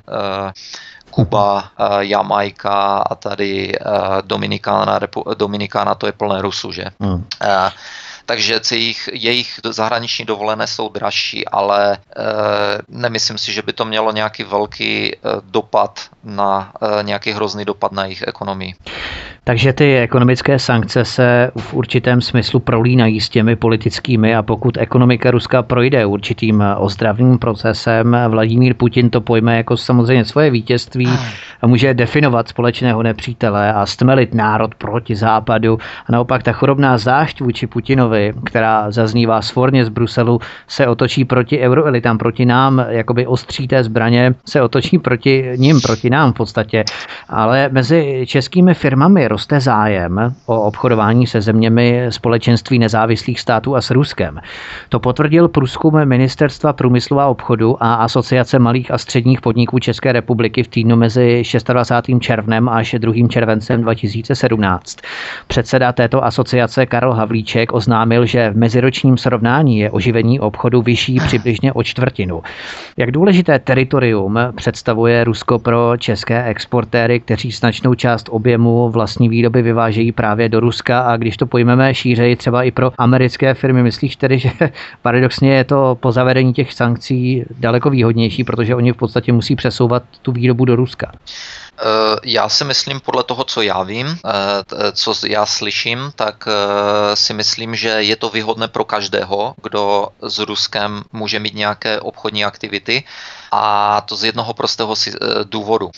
Kuba, Jamajka a tady Dominikána, Dominikána to je plné Rusů, že? Hmm. Takže jejich, jejich zahraniční dovolené jsou dražší, ale e, nemyslím si, že by to mělo nějaký velký e, dopad na e, nějaký hrozný dopad na jejich ekonomii. Takže ty ekonomické sankce se v určitém smyslu prolínají s těmi politickými a pokud ekonomika Ruska projde určitým ozdravným procesem, Vladimír Putin to pojme jako samozřejmě svoje vítězství a může definovat společného nepřítele a stmelit národ proti západu. A naopak ta chorobná zášť vůči Putinovi, která zaznívá svorně z Bruselu, se otočí proti euroelitám, proti nám, jakoby ostří té zbraně, se otočí proti ním, proti nám v podstatě. Ale mezi českými firmami roste zájem o obchodování se zeměmi společenství nezávislých států a s Ruskem. To potvrdil průzkum Ministerstva průmyslu a obchodu a Asociace malých a středních podniků České republiky v týdnu mezi dvacátým šestým červnem až druhým červencem dva tisíce sedmnáct. Předseda této asociace Karel Havlíček oznámil, že v meziročním srovnání je oživení obchodu vyšší přibližně o čtvrtinu. Jak důležité teritorium představuje Rusko pro české exportéry, kteří značnou část objemu vlastní výroby vyvážejí právě do Ruska a když to pojmeme šířeji třeba i pro americké firmy, myslíš tedy, že paradoxně je to po zavedení těch sankcí daleko výhodnější, protože oni v podstatě musí přesouvat tu výrobu do Ruska? Já si myslím, podle toho, co já vím, co já slyším, tak si myslím, že protože je to výhodné pro každého, kdo s Ruskem může mít nějaké obchodní aktivity, a to z jednoho prostého důvodu.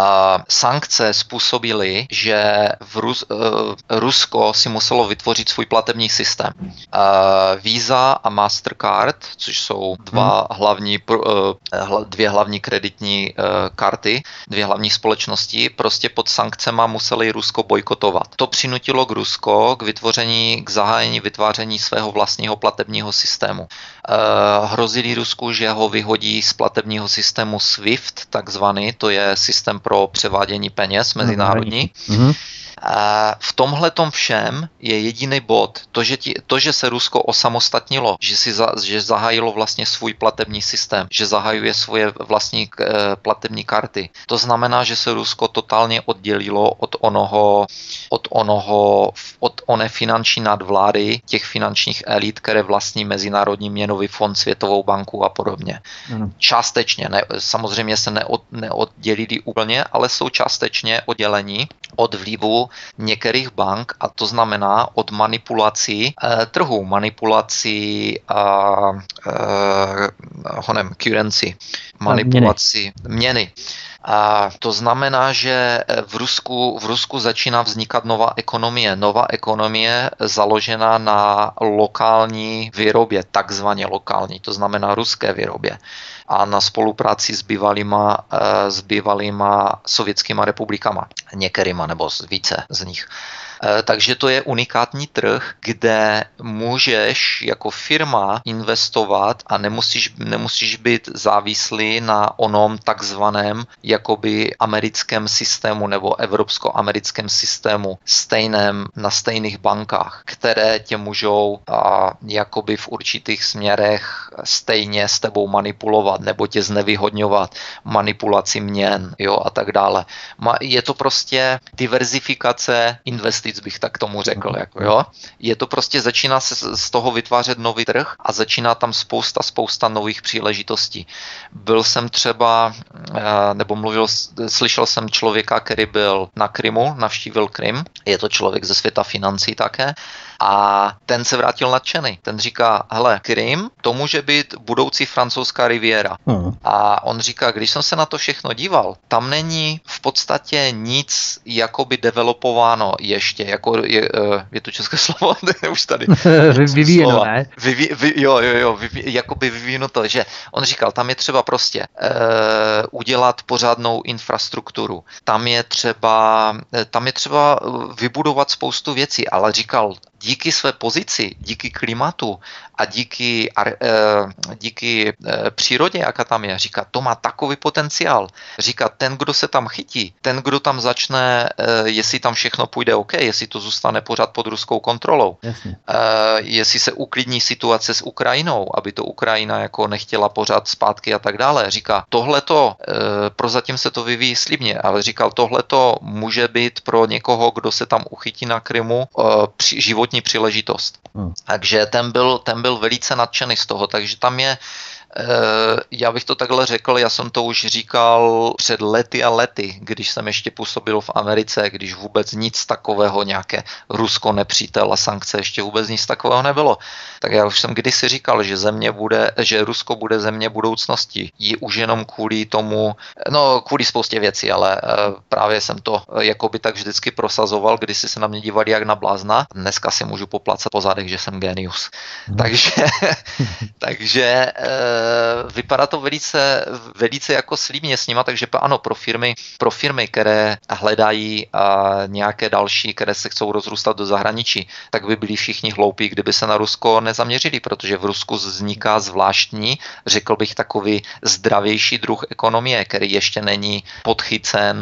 Sankce způsobily, že v Rus- Rusko si muselo vytvořit svůj platební systém. Visa a Mastercard, což jsou dva hlavní, dvě hlavní kreditní karty, dvě hlavní společnosti, prostě pod sankcema museli Rusko bojkotovat. To přinutilo k Rusko k vytvoření, k zahájení vytváření svého vlastního platebního systému. Hrozili Rusku, že ho vyhodí z platebního systému SWIFT, takzvaný, to je systém pro převádění peněz mezinárodní. Mm-hmm. V tomhletom všem je jediný bod, to že, ti, to, že se Rusko osamostatnilo, že, si za, že zahájilo vlastně svůj platební systém, že zahajuje svoje vlastní e, platební karty. To znamená, že se Rusko totálně oddělilo od onoho, od onoho, od oné finanční nadvlády, těch finančních elit, které vlastní Mezinárodní měnový fond, Světovou banku a podobně. Ano. Částečně, ne, samozřejmě se neod, neoddělili úplně, ale jsou částečně oddělení od vlivu některých bank, a to znamená od manipulací eh, trhu, manipulací a eh, honem currency, manipulací měny. měny. A to znamená, že v Rusku, v Rusku začíná vznikat nová ekonomie. Nová ekonomie založená na lokální výrobě, takzvaně lokální, to znamená ruské výrobě. A na spolupráci s bývalýma, s bývalýma sovětskýma republikama, některýma nebo více z nich. Takže to je unikátní trh, kde můžeš jako firma investovat a nemusíš, nemusíš být závislý na onom takzvaném jakoby americkém systému nebo evropsko-americkém systému stejném na stejných bankách, které tě můžou a, jakoby v určitých směrech stejně s tebou manipulovat nebo tě znevýhodňovat, manipulaci měn, jo, a tak dále. Je to prostě diverzifikace investic, bych tak tomu řekl. Jako, jo. Je to prostě, začíná se z toho vytvářet nový trh a začíná tam spousta, spousta nových příležitostí. Byl jsem třeba, nebo mluvil, slyšel jsem člověka, který byl na Krymu, navštívil Krym, je to člověk ze světa financí také, a ten se vrátil nadšený. Ten říká, hele, Krym, to může být budoucí francouzská riviera. Hmm. A on říká, když jsem se na to všechno díval, tam není v podstatě nic jakoby developováno ještě, jako je, je to české slovo, už tady. Vyvíjeno, ne? Vyví, vy, jo, jo, jo, vyví, jakoby vyvíjeno, že on říkal, tam je třeba prostě uh, udělat pořádnou infrastrukturu. Tam je třeba, tam je třeba vybudovat spoustu věcí, ale říkal, díky své pozici, díky klimatu a díky, díky přírodě, jaká tam je, říká, to má takový potenciál. Říká, ten, kdo se tam chytí, ten, kdo tam začne, jestli tam všechno půjde OK, jestli to zůstane pořád pod ruskou kontrolou, Jasně. jestli se uklidní situace s Ukrajinou, aby to Ukrajina jako nechtěla pořád zpátky a tak dále. Říká, tohleto, prozatím se to vyvíjí slibně, ale říkal, tohleto může být pro někoho, kdo se tam uchytí na Krymu, život příležitost. Hmm. Takže ten byl, ten byl velice nadšený z toho, takže tam je, já bych to takhle řekl, já jsem to už říkal před lety a lety, když jsem ještě působil v Americe, když vůbec nic takového, nějaké Rusko nepřítel a sankce, ještě vůbec nic takového nebylo. Tak já už jsem kdysi říkal, že země bude, že Rusko bude země budoucnosti. Ji už jenom kvůli tomu, no kvůli spoustě věcí, ale právě jsem to jakoby tak vždycky prosazoval, když si se na mě dívali jak na blázna. Dneska si můžu poplacat po zádech, že jsem genius. Hmm. takže, takže vypadá to velice, velice jako slibně s nima, takže ano, pro firmy, pro firmy, které hledají nějaké další, které se chcou rozrůstat do zahraničí, tak by byli všichni hloupí, kdyby se na Rusko nezaměřili, protože v Rusku vzniká zvláštní, řekl bych takový zdravější druh ekonomie, který ještě není podchycen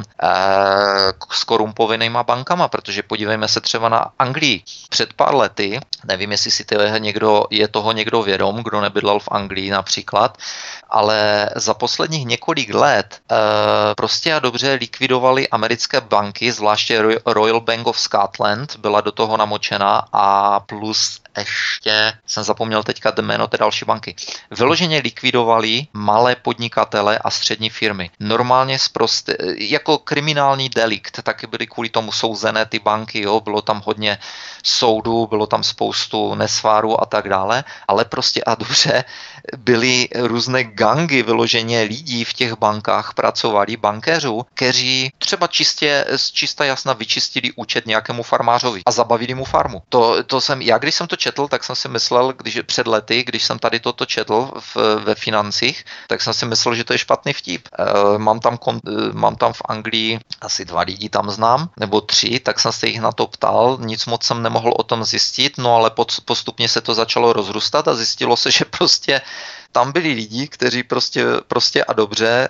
s korumpovanýma bankama, protože podívejme se třeba na Anglii. Před pár lety, nevím, jestli si to je, někdo, je toho někdo vědom, kdo nebydlel v Anglii například, příklad, ale za posledních několik let e, prostě a dobře likvidovali americké banky, zvláště Royal Bank of Scotland byla do toho namočena a plus ještě, jsem zapomněl teďka jméno té další banky. Vyloženě likvidovali malé podnikatele a střední firmy. Normálně zprostě, jako kriminální delikt, taky byly kvůli tomu souzené ty banky, jo, bylo tam hodně soudů, bylo tam spoustu nesvárů a tak dále, ale prostě a dobře byly různé gangy vyloženě lidí v těch bankách, pracovali bankéřů, kteří třeba čistě, čista jasna vyčistili účet nějakému farmářovi a zabavili mu farmu. To, to jsem, já když jsem to četl, tak jsem si myslel, když před lety, když jsem tady toto četl v, ve financích, tak jsem si myslel, že to je špatný vtip. E, mám, tam, mám tam v Anglii asi dva lidi tam znám, nebo tři, tak jsem se jich na to ptal, nic moc jsem nemohl o tom zjistit, no ale postupně se to začalo rozrůstat a zjistilo se, že prostě tam byli lidi, kteří prostě, prostě a dobře e,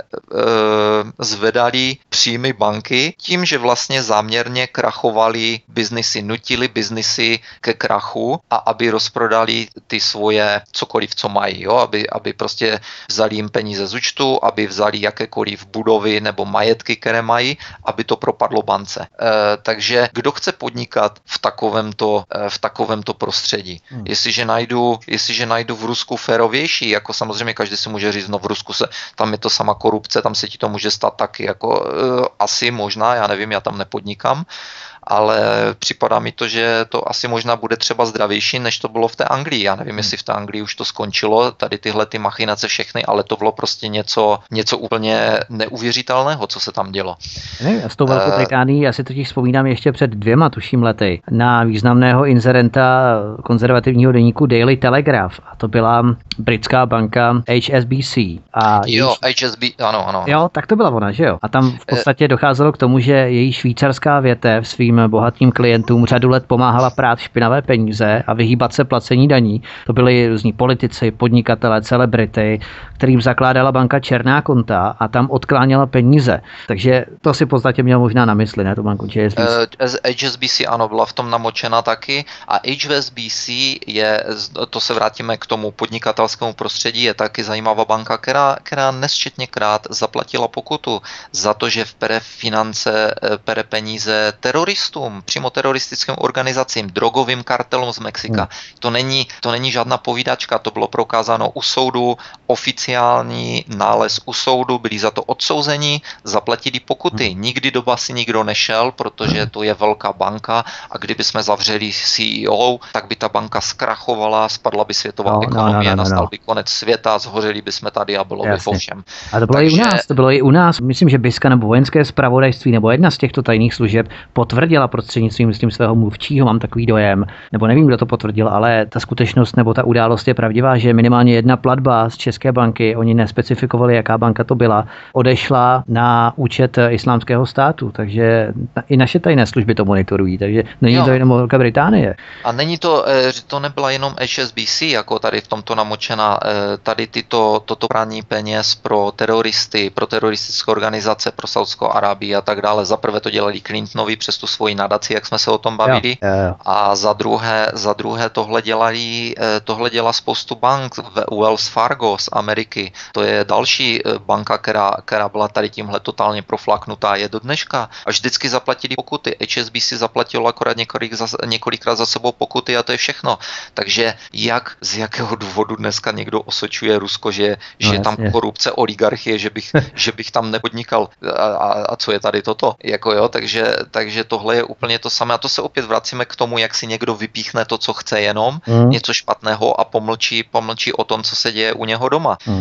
zvedali příjmy banky tím, že vlastně záměrně krachovali biznisy, nutili biznisy ke krachu a aby rozprodali ty svoje cokoliv, co mají, jo? Aby, aby prostě vzali jim peníze z účtu, aby vzali jakékoliv budovy nebo majetky, které mají, aby to propadlo bance. E, takže kdo chce podnikat v takovémto, e, v takovémto prostředí? Hmm. Jestliže najdu, jestliže najdu v Rusku férovější, jako samozřejmě každý si může říct, no v Rusku se, tam je to sama korupce, tam se ti to může stát taky, jako uh, asi možná, já nevím, já tam nepodnikám, ale připadá mi to, že to asi možná bude třeba zdravější, než to bylo v té Anglii. Já nevím, jestli v té Anglii už to skončilo, tady tyhle ty machinace všechny, ale to bylo prostě něco, něco úplně neuvěřitelného, co se tam dělo. Ne, s tou Velkou Británií, já si totiž vzpomínám ještě před dvěma, tuším lety, na významného inzerenta konzervativního deníku Daily Telegraph. A to byla britská banka H S B C. A jo, její... H S B C, ano, ano. Jo, tak to byla ona, že jo? A tam v podstatě docházelo k tomu, že její švýcarská větev svým bohatým klientům řadu let pomáhala prát špinavé peníze a vyhýbat se placení daní. To byli různí politici, podnikatelé, celebrity, kterým zakládala banka černá konta a tam odkláněla peníze. Takže to si v podstatě měl možná na mysli, ne, tu banku H S B C. Uh, H S B C ano, byla v tom namočena taky a H S B C je, to se vrátíme k tomu podnikatelskému prostředí, je taky zajímavá banka, která, která nesčetněkrát zaplatila pokutu za to, že pere finance, pere peníze teroristům, přímo teroristickým organizacím, drogovým kartelům z Mexika. Hmm. To není, to není žádná povídačka, to bylo prokázáno u soudu, oficiální nález u soudu, byli za to odsouzeni, zaplatili pokuty. Hmm. Nikdy do basy nikdo nešel, protože to je velká banka a kdyby jsme zavřeli C E O, tak by ta banka zkrachovala, spadla by světová no, ekonomie, no, no, no, nastal no. by konec světa, zhořeli by jsme tady a bylo Jasně. by po všem. A to bylo Takže... i u nás, to bylo i u nás. Myslím, že BISka nebo vojenské zpravodajství nebo jedna z těchto tajných služeb potvrdila prostřednictvím myslím, svého mluvčího, mám takový dojem, nebo nevím, kdo to potvrdil, ale ta skutečnost nebo ta událost je pravdivá, že minimálně jedna platba z České banky, oni nespecifikovali, jaká banka to byla, odešla na účet Islámského státu, takže i naše tajné služby to monitorují, takže není jo. to jenom Velká Británie. A není to, to nebyla jenom H S B C, jako tady v tomto namočena, tady tyto, toto prání peněz pro teroristy, pro teroristické organizace, pro Saudskou Arábii a tak dále. Za prvé to dělali Clintonovi přes tu svoji nadaci, jak jsme se o tom bavili. Jo, jo, jo. A za druhé, za druhé tohle dělají, tohle dělá spoustu bank, Wells Fargo z Ameriky. To je další banka, která, která byla tady tímhle totálně proflaknutá, je do dneška. A vždycky zaplatili pokuty. H S B C zaplatilo akorát několik, několikrát za sebou pokuty a to je všechno. Takže jak, z jakého důvodu dneska někdo osočuje Rusko, že, no, že tam korupce, oligarchie, že bych, že bych tam nepodnikal a, a, a co je tady toto? Jako jo, takže, takže tohle je úplně to samé a to se opět vracíme k tomu, jak si někdo vypíchne to, co chce jenom, mm. něco špatného a pomlčí, pomlčí o tom, co se děje u něho doma. Mm. Uh,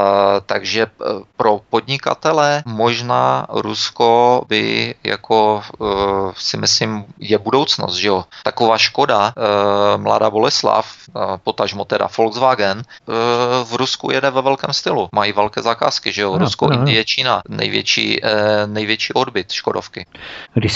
takže pro podnikatele možná Rusko by jako uh, si myslím je budoucnost, že jo. Taková Škoda, uh, Mladá Boleslav, uh, potažmo teda Volkswagen, uh, v Rusku jede ve velkém stylu. Mají velké zakázky, že jo. No, Rusko, no, Indie, Čína, největší, uh, největší odbyt Škodovky. Když si vezmeme ty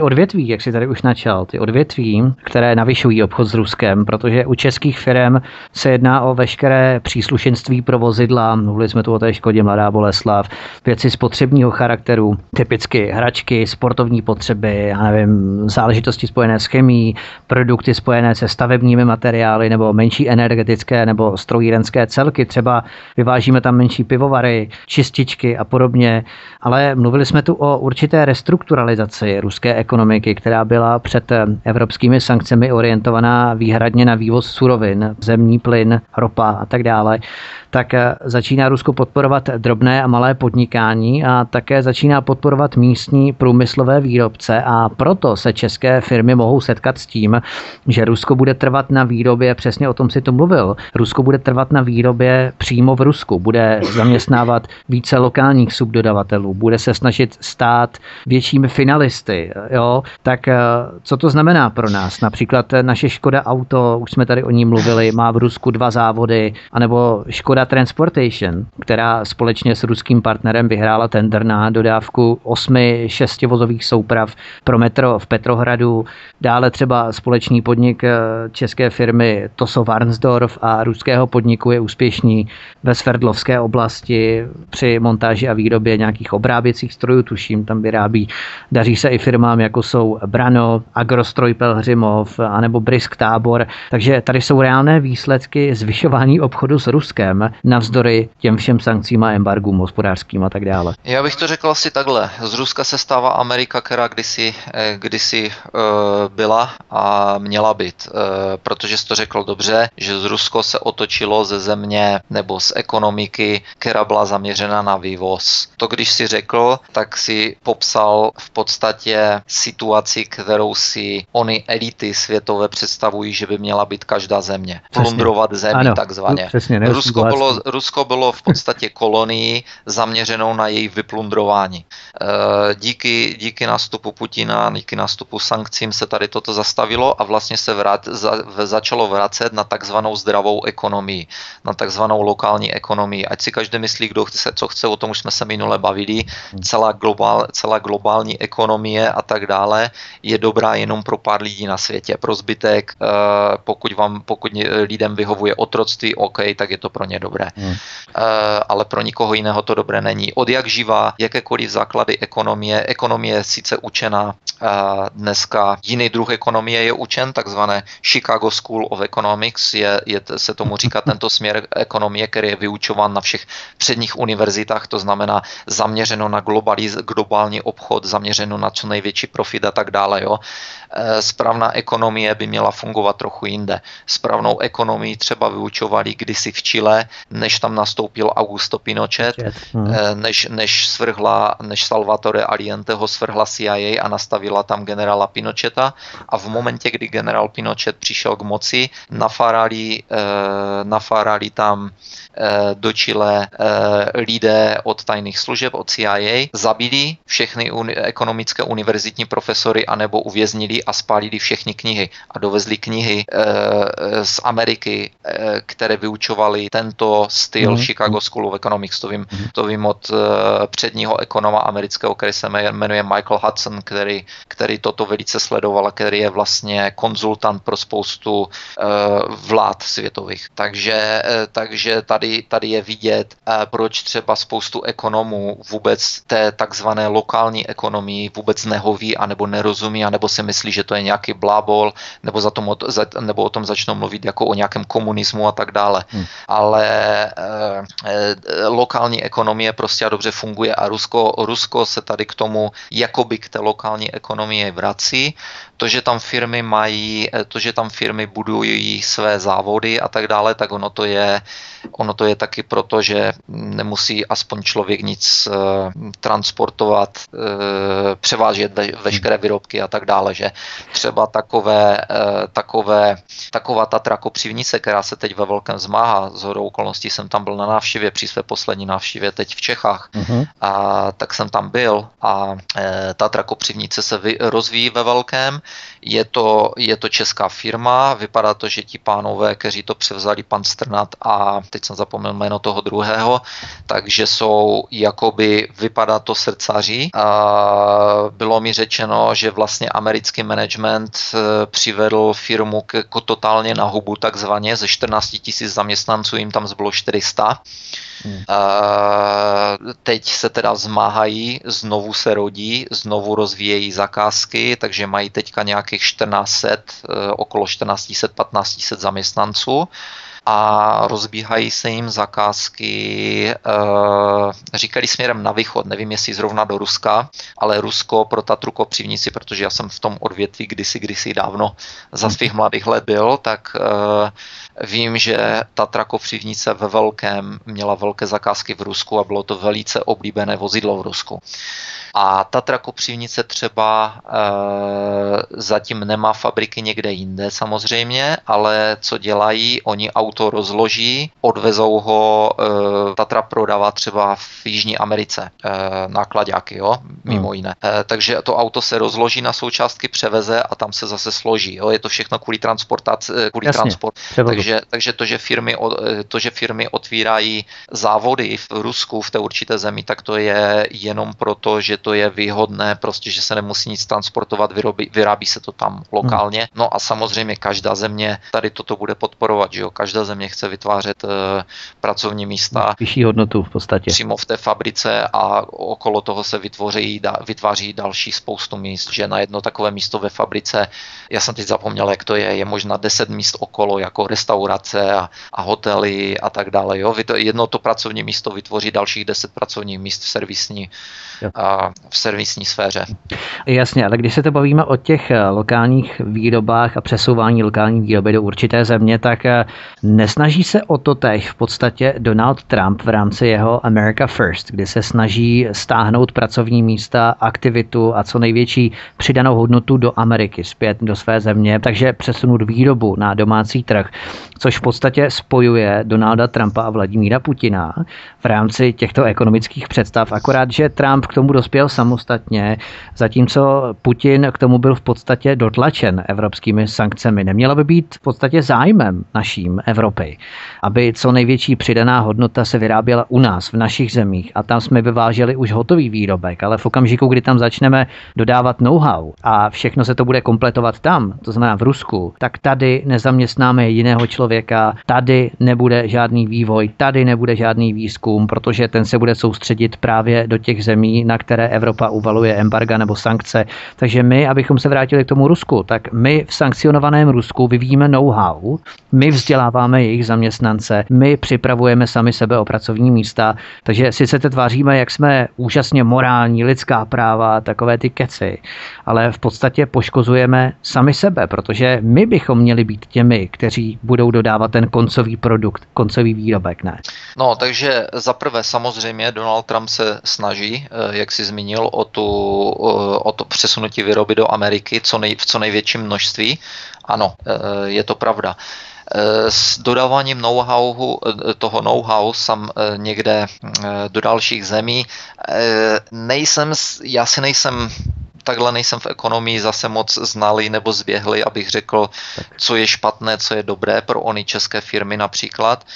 odvětví, jak si tady už načal, ty odvětví, které navyšují obchod s Ruskem, protože u českých firm se jedná o veškeré příslušenství pro vozidla, mluvili jsme tu o té Škodě Mladá Boleslav, věci spotřebního charakteru, typicky hračky, sportovní potřeby, já nevím, záležitosti spojené s chemií, produkty spojené se stavebními materiály nebo menší energetické nebo strojírenské celky, třeba vyvážíme tam menší pivovary, čističky a podobně, ale mluvili jsme tu o určité restrukturalizaci ruské ekonomiky, která byla před evropskými sankcemi orientovaná výhradně na vývoz surovin, zemní plyn, ropa a tak dále. Tak začíná Rusko podporovat drobné a malé podnikání a také začíná podporovat místní průmyslové výrobce a proto se české firmy mohou setkat s tím, že Rusko bude trvat na výrobě, přesně o tom si to mluvil, Rusko bude trvat na výrobě přímo v Rusku, bude zaměstnávat více lokálních subdodavatelů, bude se snažit stát většími finalisty, jo? Tak co to znamená pro nás? Například naše Škoda Auto, už jsme tady o ní mluvili, má v Rusku dva závody, anebo Škoda Transportation, která společně s ruským partnerem vyhrála tender na dodávku osmi šestivozových souprav pro metro v Petrohradu. Dále třeba společný podnik české firmy Toso Varnsdorf a ruského podniku je úspěšný ve Sverdlovské oblasti při montáži a výrobě nějakých obráběcích strojů, tuším, tam vyrábí. Daří se i firmám, jako jsou Brano, Agrostroj Pelhřimov, anebo Brisk Tábor. Takže tady jsou reálné výsledky zvyšování obchodu s Ruskem navzdory těm všem sankcím a embargům hospodářským a tak dále. Já bych to řekl asi takhle. Z Ruska se stává Amerika, která kdysi, kdysi uh, byla a měla být. Uh, protože jsi to řekl dobře, že z Rusko se otočilo ze země nebo z ekonomiky, která byla zaměřena na vývoz. To, když si řekl, tak si popsal v podstatě situaci, kterou si ony elity světové představují, že by měla být každá země. Plundrovat zemi, ano, takzvaně. Přesně, Rusko bylo, Rusko bylo v podstatě kolonii zaměřenou na její vyplundrování. Díky, díky nástupu Putina, díky nástupu sankcím se tady toto zastavilo a vlastně se vrát, za, začalo vracet na takzvanou zdravou ekonomii, na takzvanou lokální ekonomii. Ať si každý myslí, kdo chce, co chce, o tom už jsme se minule bavili, celá, globál, celá globální ekonomie a tak dále je dobrá jenom pro pár lidí na světě. Pro zbytek, pokud, vám, pokud lidem vyhovuje otroctví, OK, tak je to pro ně dobré. Hmm. Ale pro nikoho jiného to dobré není. Od jak živá, jakékoliv základy ekonomie, ekonomie je sice učená dneska, jiný druh ekonomie je učen, takzvané Chicago School of Economics, je, je, se tomu říká tento směr ekonomie, který je vyučován na všech předních univerzitách, to znamená zaměřeno na globaliz, globální obchod, zaměřeno na co největší profit a tak dále. Jo. Správná ekonomie by měla fungovat trochu jinde. Správnou ekonomii třeba vyučovali kdysi v Chile, než tam nastoupil Augusto Pinochet, hmm. než, než, svrhla, než Salvatore Allenteho svrhla C I A a nastavila tam generála Pinocheta a v momentě, kdy generál Pinochet přišel k moci, nafárali, nafárali tam do Chile lidé od tajných služeb, od C I A, zabili všechny uni- ekonomické univerzitní profesory anebo uvěznili a spálili všechny knihy a dovezli knihy e, z Ameriky, e, které vyučovaly tento styl mm. Chicago School of Economics. To vím, mm. to vím od e, předního ekonoma amerického, který se jmenuje Michael Hudson, který, který toto velice sledoval a který je vlastně konzultant pro spoustu e, vlád světových. Takže, e, takže tady, tady je vidět, e, proč třeba spoustu ekonomů vůbec té takzvané lokální ekonomii vůbec nehoví anebo nerozumí, anebo si myslí, že to je nějaký blábol, nebo, za tom, nebo o tom začnou mluvit jako o nějakém komunismu a tak dále. Hmm. Ale e, e, lokální ekonomie prostě dobře funguje a Rusko, Rusko se tady k tomu jakoby k té lokální ekonomii vrací. To, že tam firmy mají, to, že tam firmy budují své závody a tak dále, tak ono to je, ono to je taky proto, že nemusí aspoň člověk nic e, transportovat, e, převážet ve, veškeré výrobky a tak dále, že třeba takové, e, takové, taková ta trakopřivnice, která se teď ve velkém zmáhá, shodou okolností jsem tam byl na návštěvě při své poslední návštěvě teď v Čechách, uh-huh. a tak jsem tam byl a e, ta trakopřivnice se vy, rozvíjí ve velkém. Je to, je to česká firma, vypadá to, že ti pánové, kteří to převzali, pan Strnad a teď jsem zapomněl jméno toho druhého, takže jsou jakoby, vypadá to srdcaři. A bylo mi řečeno, že vlastně americký management přivedl firmu k, k totálně na hubu takzvaně, ze čtrnáct tisíc zaměstnanců jim tam zbylo čtyři sta. Hmm. Teď se teda vzmáhají, znovu se rodí, znovu rozvíjejí zakázky, takže mají teďka nějakých čtrnáct set, okolo čtrnáct set, patnáct set zaměstnanců a rozbíhají se jim zakázky, říkali směrem na východ, nevím jestli zrovna do Ruska, ale Rusko pro Tatru Kopřivnici, protože já jsem v tom odvětví kdysi, kdysi dávno za svých mladých let byl, tak vím, že Tatra Kopřivnice ve velkém měla velké zakázky v Rusku a bylo to velice oblíbené vozidlo v Rusku. A Tatra Kopřivnice třeba e, zatím nemá fabriky někde jinde samozřejmě, ale co dělají, oni auto rozloží, odvezou ho, e, Tatra prodává třeba v Jižní Americe e, nákladáky, jo, mimo hmm. jiné. E, takže to auto se rozloží na součástky, převeze a tam se zase složí. Jo. Je to všechno kvůli transportaci, kvůli transportu. Takže, takže to, že firmy, to, že firmy otvírají závody v Rusku, v té určité zemi, tak to je jenom proto, že to je výhodné, prostě, že se nemusí nic transportovat, vyrobí, vyrábí se to tam lokálně. Hmm. No a samozřejmě každá země tady toto bude podporovat, že jo? Každá země chce vytvářet uh, pracovní místa. Vyšší hodnotu v podstatě. Přímo v té fabrice a okolo toho se vytvoří, da, vytváří další spoustu míst, že na jedno takové místo ve fabrice, já jsem teď zapomněl, jak to je, je možná deset míst okolo, jako restaurace a, a hotely a tak dále. Jo? Jedno to pracovní místo vytvoří dalších deset pracovních míst v servisní a v servisní sféře. Jasně, ale když se to bavíme o těch lokálních výrobách a přesouvání lokální výroby do určité země, tak nesnaží se o to též v podstatě Donald Trump v rámci jeho America First, kdy se snaží stáhnout pracovní místa, aktivitu a co největší přidanou hodnotu do Ameriky zpět do své země, takže přesunout výrobu na domácí trh, což v podstatě spojuje Donalda Trumpa a Vladimíra Putina v rámci těchto ekonomických představ, akorát, že Trump k tomu dospěl samostatně, zatímco Putin k tomu byl v podstatě dotlačen evropskými sankcemi. Nemělo by být v podstatě zájmem naším Evropy, aby co největší přidaná hodnota se vyráběla u nás, v našich zemích a tam jsme vyváželi už hotový výrobek, ale v okamžiku, kdy tam začneme dodávat know-how a všechno se to bude kompletovat tam, to znamená v Rusku, tak tady nezaměstnáme jediného člověka, tady nebude žádný vývoj, tady nebude žádný výzkum, protože ten se bude soustředit právě do těch zemí, na které Evropa uvaluje embarga nebo sankce. Takže my, abychom se vrátili k tomu Rusku, tak my v sankcionovaném Rusku vyvíjíme know-how, my vzděláváme jejich zaměstnance, my připravujeme sami sebe o pracovní místa, takže si se tváříme, jak jsme úžasně morální, lidská práva, takové ty keci, ale v podstatě poškozujeme sami sebe, protože my bychom měli být těmi, kteří budou dodávat ten koncový produkt, koncový výrobek, ne? No, takže zaprvé samozřejmě Donald Trump se snaží, jak si zmínil, o, tu, o to přesunutí výroby do Ameriky co nej, v co největším množství. Ano, je to pravda. S dodáváním know-how, toho know-how sam někde do dalších zemí nejsem, já si nejsem takhle nejsem v ekonomii zase moc znalý nebo zběhlý, abych řekl, co je špatné, co je dobré pro ony české firmy například.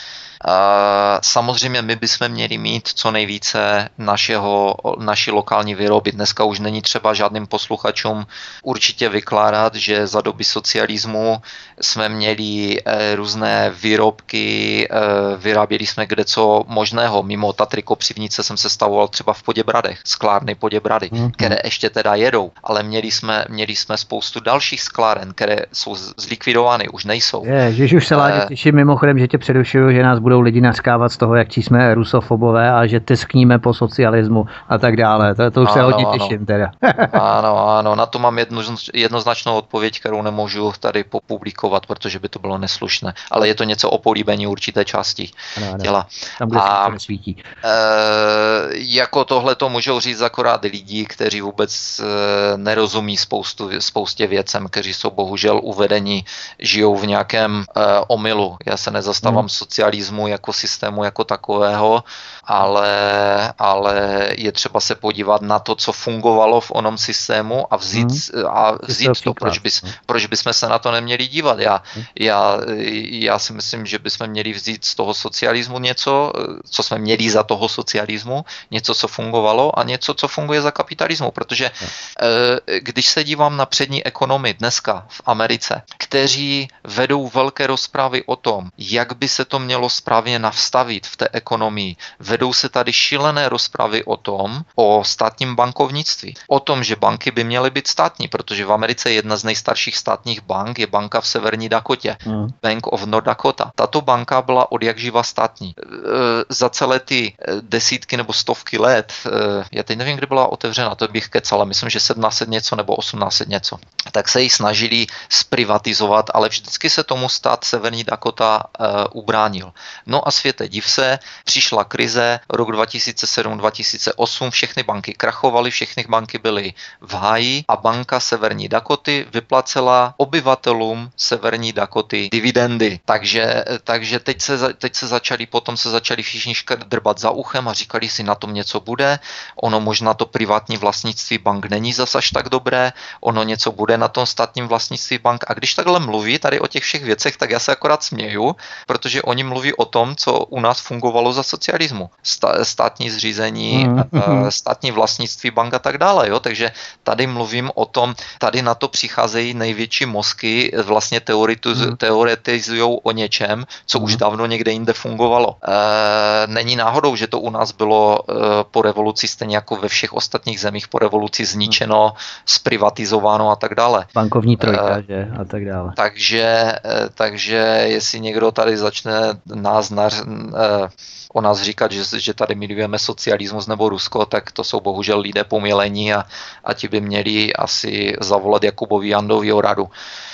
Samozřejmě my bychom měli mít co nejvíce našeho, naší lokální výroby. Dneska už není třeba žádným posluchačům určitě vykládat, že za doby socialismu jsme měli různé výrobky, vyráběli jsme kde co možného. Mimo Tatry Kopřivnice jsem se stavoval třeba v Poděbradech, sklárny Poděbrady, mm-hmm. které ještě teda jedou, ale měli jsme, měli jsme spoustu dalších skláren, které jsou zlikvidovány, už nejsou. Je, že už se Láďo těším mimochodem, že tě přerušuju, že nás budou lidi nařkávat z toho, jak jsme rusofobové a že teskníme po socialismu a tak dále. To, to už ano, se hodně ano. těším teda. Ano, ano, na to mám jednu, jednoznačnou odpověď, kterou nemůžu tady popublikovat, protože by to bylo neslušné. Ale je to něco o políbení určité části ano, ano. těla. Tam, kde a, se svítí. E, jako tohle to můžou říct akorát lidi, kteří vůbec e, nerozumí spoustu, spoustě věcem, kteří jsou bohužel uvedeni, žijou v nějakém e, omylu. Já se nezastávám hmm. socialismu, socialismu jako systému jako takového, ale, ale je třeba se podívat na to, co fungovalo v onom systému a vzít, hmm. a vzít to, proč, bys, proč bychom se na to neměli dívat. Já, já, já si myslím, že bychom měli vzít z toho socialismu něco, co jsme měli za toho socialismu, něco, co fungovalo a něco, co funguje za kapitalismu, protože když se dívám na přední ekonomy dneska v Americe, kteří vedou velké rozpravy o tom, jak by se to mělo správně navstavit v té ekonomii. Vedou se tady šílené rozpravy o tom, o státním bankovnictví. O tom, že banky by měly být státní, protože v Americe jedna z nejstarších státních bank je banka v severní Dakotě. Mm. Bank of North Dakota. Tato banka byla odjakživa státní. E, za celé ty desítky nebo stovky let, e, já teď nevím, kdy byla otevřena, to bych kecal, ale myslím, že sedmnáct set něco nebo osmnáct set něco. Tak se ji snažili zprivatizovat, ale vždycky se tomu stát severní Dakota e, ubránil. No a světe, div se, přišla krize, rok dva tisíce sedm dva tisíce osm, všechny banky krachovaly, všechny banky byly v háji a banka severní Dakoty vyplacela obyvatelům severní Dakoty dividendy. Takže, takže teď, se, teď se začali, potom se začali všichni drbat za uchem a říkali si, na tom něco bude, ono možná to privátní vlastnictví bank není zas až tak dobré, ono něco bude na tom státním vlastnictví bank. A když takhle mluví tady o těch všech věcech, tak já se akorát směju, protože oni mluví o tom, co u nás fungovalo za socialismu. Státní zřízení, mm. státní vlastnictví bank a tak dále. Jo? Takže tady mluvím o tom, tady na to přicházejí největší mozky, vlastně mm. teoretizují o něčem, co mm. už dávno někde jinde fungovalo. E, není náhodou, že to u nás bylo e, po revoluci, stejně jako ve všech ostatních zemích po revoluci zničeno, mm. zprivatizováno a tak dále. Bankovní trojka, e, že? A tak dále. Takže, e, takže jestli někdo tady začne nás na, e, o nás říkat, že, že tady milujeme socialismus nebo Rusko, tak to jsou bohužel lidé pomilení a, a ti by měli asi zavolat Jakubovi Jandovi o radu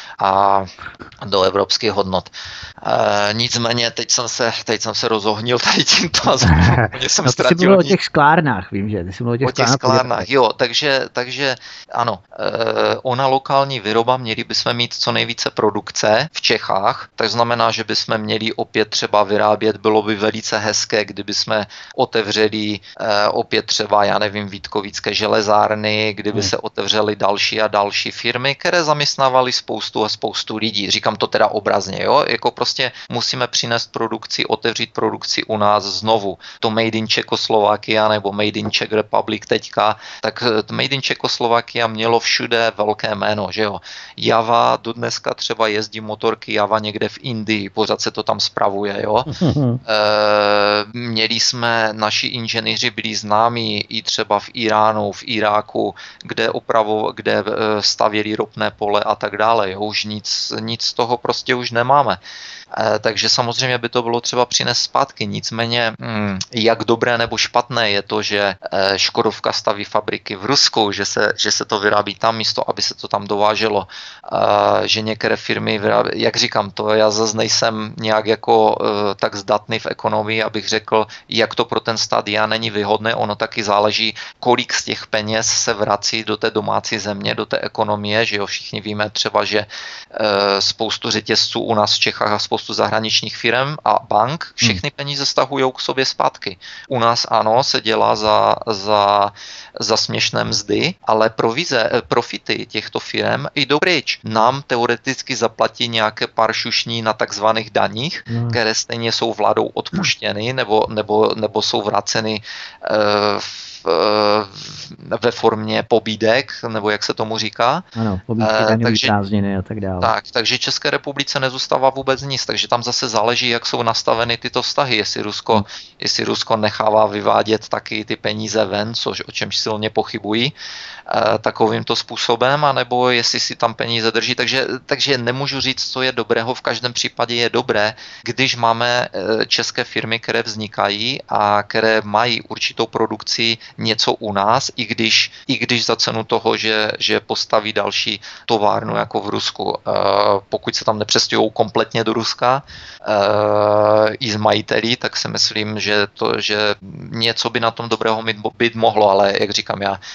a do evropských hodnot. E, nicméně teď jsem se, teď jsem se rozohnil tady tímto a jsem no, ztratil. Ty jsi mluvil o těch sklárnách, vím, že? Ty jsi mluvil o těch, o těch sklárnách, sklárnách, jo, takže, takže ano, e, ona lokální výroba, měli bychom mít co nejvíce produkce v Čechách, tak znamená, že bychom měli opět třeba vyrábět, bylo by velice hezké, kdyby jsme otevřeli e, opět třeba, já nevím, Vítkovické železárny, kdyby hmm. se otevřely další a další firmy, které zaměstnávaly spoustu a spoustu lidí. Říkám to teda obrazně, jo? Jako prostě musíme přinést produkci, otevřít produkci u nás znovu. To Made in Czechoslovakia nebo Made in Czech Republic teďka, tak Made in Czechoslovakia mělo všude velké jméno, že jo. Java, do dneska třeba jezdí motorky Java někde v Indii, pořád se to tam spravuje, jo. e, měli jsme, naši inženýři byli známí i třeba v Iránu, v Iráku, kde opravo, kde stavěli ropné pole a tak dále, jo. Už nic, nic z toho prostě už nemáme. E, takže samozřejmě by to bylo třeba přinést zpátky. Nicméně, hm, jak dobré nebo špatné je to, že e, Škodovka staví fabriky v Rusku, že se, že se to vyrábí tam místo, aby se to tam dováželo. E, že některé firmy vyrábí, jak říkám, to já zase nejsem nějak jako e, tak zdatný v ekonomii, abych řekl, jak to pro ten stát je a není výhodné. Ono taky záleží, kolik z těch peněz se vrací do té domácí země, do té ekonomie, že jo, všichni víme třeba, že e, spoustu řetězců u nás v Čechách a spoustu zahraničních firm a bank všechny hmm. peníze stahují k sobě zpátky. U nás ano, se dělá za, za, za směšné mzdy, ale provize, profity těchto firm jdou pryč. Nám teoreticky zaplatí nějaké pár šušní na takzvaných daních, hmm. které stejně jsou vládou odpuštěny nebo, nebo, nebo jsou vraceny e, ve formě pobídek, nebo jak se tomu říká. Ano, pobídky, daňové prázdniny a tak dále. Tak, takže České republice nezůstává vůbec nic, takže tam zase záleží, jak jsou nastaveny tyto vztahy, jestli Rusko, hmm. jestli Rusko nechává vyvádět taky ty peníze ven, což o čem silně pochybují, eh, takovýmto způsobem, anebo jestli si tam peníze drží, takže, takže nemůžu říct, co je dobrého, v každém případě je dobré, když máme eh, české firmy, které vznikají a které mají určitou produkci něco u nás, i když, i když za cenu toho, že, že postaví další továrnu jako v Rusku. E, pokud se tam nepřestěhují kompletně do Ruska e, i z majitelí, tak si myslím, že, to, že něco by na tom dobrého být mohlo, ale jak říkám, já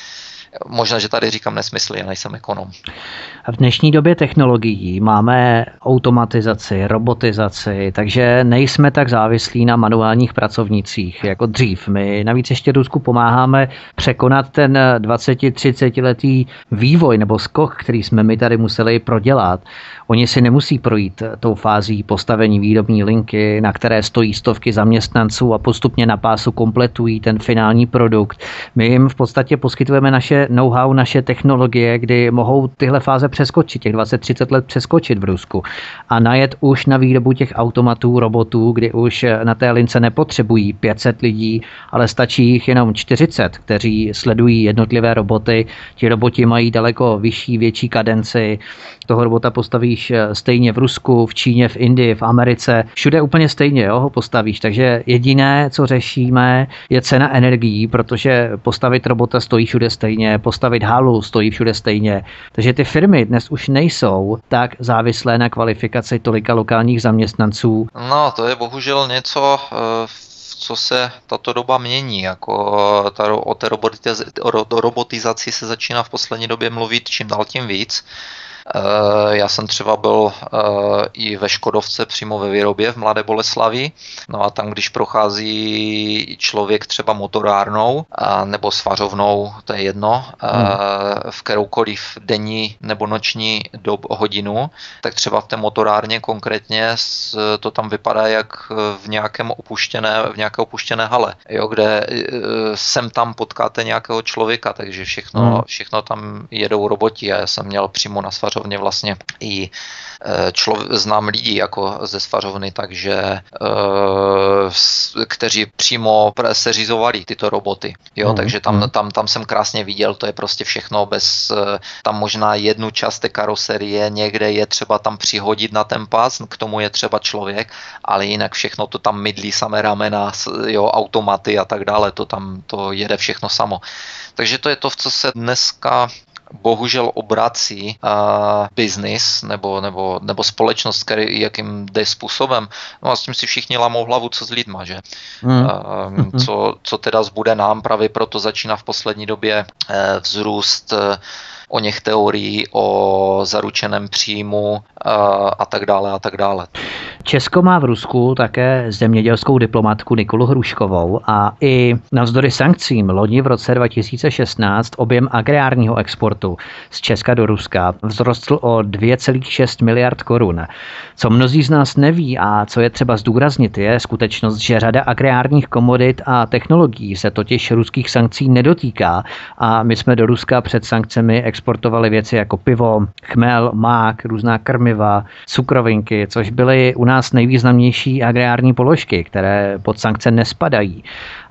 Možná, že tady říkám nesmysly, já nejsem ekonom. V dnešní době technologií máme automatizaci, robotizaci, takže nejsme tak závislí na manuálních pracovnících jako dřív. My navíc ještě Rusku pomáháme překonat ten dvacet třicet letý vývoj nebo skok, který jsme my tady museli prodělat. Oni si nemusí projít tou fází postavení výrobní linky, na které stojí stovky zaměstnanců a postupně na pásu kompletují ten finální produkt. My jim v podstatě poskytujeme naše know-how, naše technologie, kdy mohou tyhle fáze přeskočit, těch dvacet třicet let přeskočit v Rusku a najet už na výrobu těch automatů, robotů, kdy už na té lince nepotřebují pět set lidí, ale stačí jich jenom čtyřicet, kteří sledují jednotlivé roboty. Ti roboti mají daleko vyšší, větší kadenci. Toho robota postavíš stejně v Rusku, v Číně, v Indii, v Americe. Všude úplně stejně, jo, ho postavíš. Takže jediné, co řešíme, je cena energií, protože postavit robota stojí všude stejně, postavit halu stojí všude stejně. Takže ty firmy dnes už nejsou tak závislé na kvalifikaci tolika lokálních zaměstnanců. No, to je bohužel něco, co se tato doba mění. Jako ta, o té robotizaci, o robotizaci se začíná v poslední době mluvit čím dál tím víc. Já jsem třeba byl i ve Škodovce přímo ve výrobě v Mladé Boleslavi. No a tam, když prochází člověk třeba motorárnou nebo svařovnou, to je jedno, hmm. v kteroukoliv denní nebo noční dob hodinu, tak třeba v té motorárně konkrétně to tam vypadá jak v nějakém opuštěné, v nějaké opuštěné hale, jo, kde sem tam potkáte nějakého člověka, takže všechno, hmm. všechno tam jedou roboti a já jsem měl přímo na svařovně vlastně i člověk, znám lidi jako ze svařovny, takže kteří přímo seřizovali tyto roboty. Jo, mm. takže tam, tam, tam jsem krásně viděl, to je prostě všechno bez, tam možná jednu část té karoserie někde je třeba tam přihodit na ten pás, k tomu je třeba člověk, ale jinak všechno to tam mydlí samé ramena, jo, automaty a tak dále, to tam to jede všechno samo. Takže to je to, v co se dneska bohužel obrací uh, biznis nebo, nebo, nebo společnost, který, jakým jde způsobem. No a s tím si všichni lámou hlavu, co s lidma, že? Mm. Uh, co, co teda zbude nám, právě proto začíná v poslední době uh, vzrůst uh, o něch teorií o zaručeném příjmu uh, a tak dále a tak dále. Česko má v Rusku také zemědělskou diplomatku Nikolu Hruškovou a i navzdory sankcím loni v roce dva tisíce šestnáct objem agrárního exportu z Česka do Ruska vzrostl o dvě celá šest miliard korun. Co mnozí z nás neví a co je třeba zdůraznit, je skutečnost, že řada agrárních komodit a technologií se totiž ruských sankcí nedotýká a my jsme do Ruska před sankcemi exportovali věci jako pivo, chmel, mák, různá krmiva, cukrovinky, což byly u nás nejvýznamnější agrární položky, které pod sankce nespadají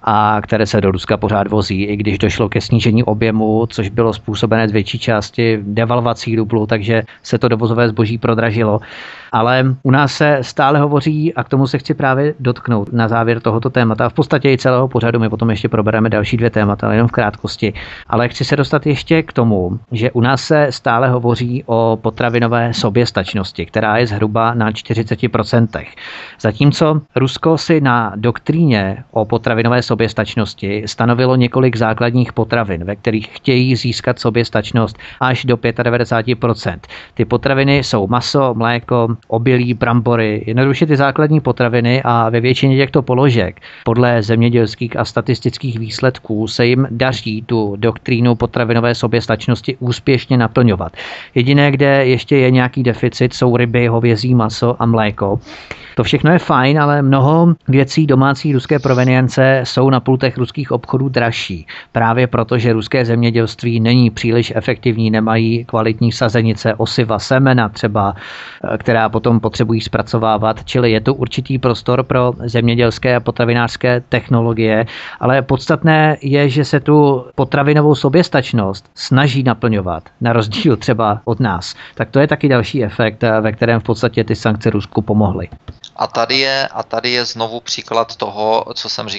a které se do Ruska pořád vozí, i když došlo ke snížení objemu, což bylo způsobené z větší části devalvací rublu, takže se to dovozové zboží prodražilo. Ale u nás se stále hovoří, a k tomu se chci právě dotknout na závěr tohoto témata, a v podstatě i celého pořadu, my potom ještě probereme další dvě témata, ale jenom v krátkosti. Ale chci se dostat ještě k tomu, že u nás se stále hovoří o potravinové soběstačnosti, která je zhruba na čtyřicet procent. Zatímco Rusko si na doktríně o potravinové soběstačnosti stanovilo několik základních potravin, ve kterých chtějí získat soběstačnost až do devadesát pět procent. Ty potraviny jsou maso, mléko, obilí, brambory, jednoduše ty základní potraviny a ve většině těchto položek podle zemědělských a statistických výsledků se jim daří tu doktrínu potravinové soběstačnosti úspěšně naplňovat. Jediné, kde ještě je nějaký deficit, jsou ryby, hovězí maso a mléko. To všechno je fajn, ale mnoho věcí domácí ruské provenience jsou na pultech ruských obchodů dražší. Právě proto, že ruské zemědělství není příliš efektivní, nemají kvalitní sazenice, osiva, semena třeba, která potom potřebují zpracovávat, čili je to určitý prostor pro zemědělské a potravinářské technologie, ale podstatné je, že se tu potravinovou soběstačnost snaží naplňovat, na rozdíl třeba od nás. Tak to je taky další efekt, ve kterém v podstatě ty sankce Rusku pomohly. A tady je, a tady je znovu příklad toho, co jsem říkal, že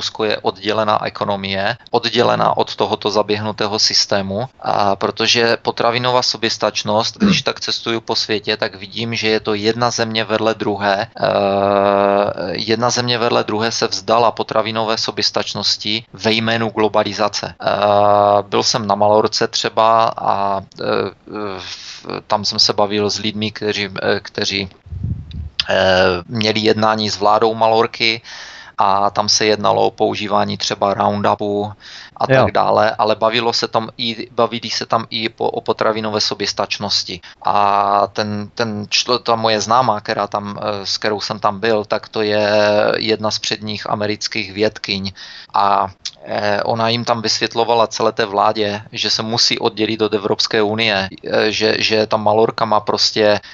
Rusko je oddělená ekonomie, oddělená od tohoto zaběhnutého systému, a protože potravinová soběstačnost, když tak cestuju po světě, tak vidím, že je to jedna země vedle druhé. Jedna země vedle druhé se vzdala potravinové soběstačnosti ve jménu globalizace. Byl jsem na Malorce třeba a tam jsem se bavil s lidmi, kteří, kteří měli jednání s vládou Malorky a tam se jednalo o používání třeba Roundupu a jo. tak dále, ale bavilo se tam i, bavili se tam i po, o potravinové soběstačnosti. A ten, ten, ta moje známá, která tam, s kterou jsem tam byl, tak to je jedna z předních amerických vědkyň a ona jim tam vysvětlovala celé té vládě, že se musí oddělit od Evropské unie, že, že ta Malorka má prostě e,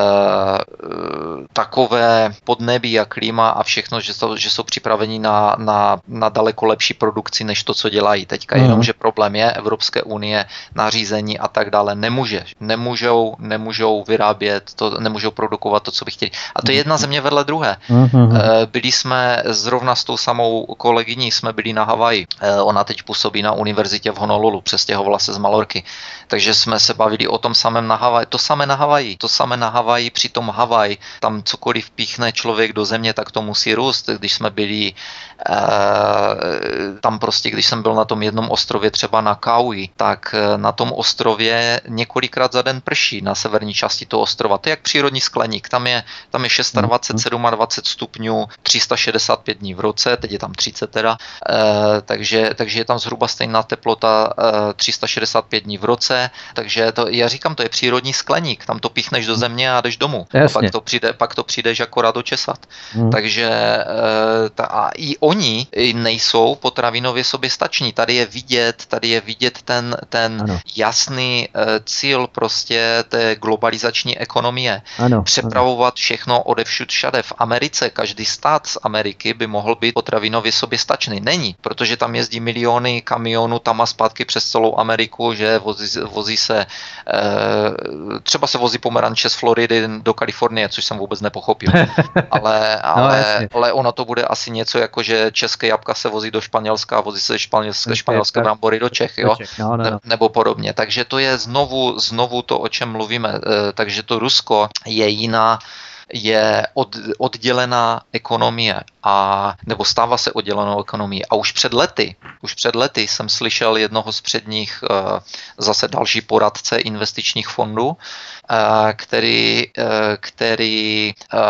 takové podnebí a klima a všechno, že, to, že jsou připraveni na, na, na daleko lepší produkci, než to, co dělají teďka. Mm. Jenomže problém je, Evropské unie, nařízení a tak dále nemůže. Nemůžou, nemůžou vyrábět, to, nemůžou produkovat to, co by chtěli. A to je jedna země vedle druhé. Mm. E, byli jsme zrovna s tou samou kolegyní, jsme byli na Havaji. Ona teď působí na univerzitě v Honolulu, přestěhovala se z Malorky. Takže jsme se bavili o tom samém na Havaji. To samé na Havaji. To samé na Havaji, přitom Havaj, tam cokoliv píchne člověk do země, tak to musí růst. Když jsme byli e, tam prostě, když jsem byl na tom jednom ostrově třeba na Kauai, tak na tom ostrově několikrát za den prší na severní části toho ostrova. To je jak přírodní skleník. Tam je, tam je dvacet šest, dvacet sedm stupňů, tři sta šedesát pět dní v roce, teď je tam třicet teda, e, takže, takže je tam zhruba stejná teplota e, tři sta šedesát pět dní v roce, takže to, já říkám, to je přírodní skleník, tam to píchneš do země a jdeš domů. A pak to, přijde, pak to přijdeš akorát dočesat. Hmm. Takže e, ta, a i oni nejsou potravinově soběstační. Tady je vidět, tady je vidět ten, ten jasný e, cíl prostě té globalizační ekonomie. Ano, Přepravovat ano. všechno odevšud všade. V Americe, každý stát z Ameriky by mohl být potravinově soběstačný. Není, protože tam jezdí miliony kamionů tam a zpátky přes celou Ameriku, že vozí, vozí se, e, třeba se vozí pomeranče z Floridy do Kalifornie, což jsem vůbec nepochopil. ale, ale, no, ale ono to bude asi něco jako, že české jabka se vozí do Španělska a vozí se španělské, španělské brambory do Čech, jo? No, no, no. Ne, nebo podobně. Takže to je znovu, znovu to, o čem mluvíme. E, takže to Rusko je jiná, je od, oddělená ekonomie a nebo stává se oddělenou ekonomií. A už před lety, už před lety jsem slyšel jednoho z předních, zase další poradce investičních fondů, který, který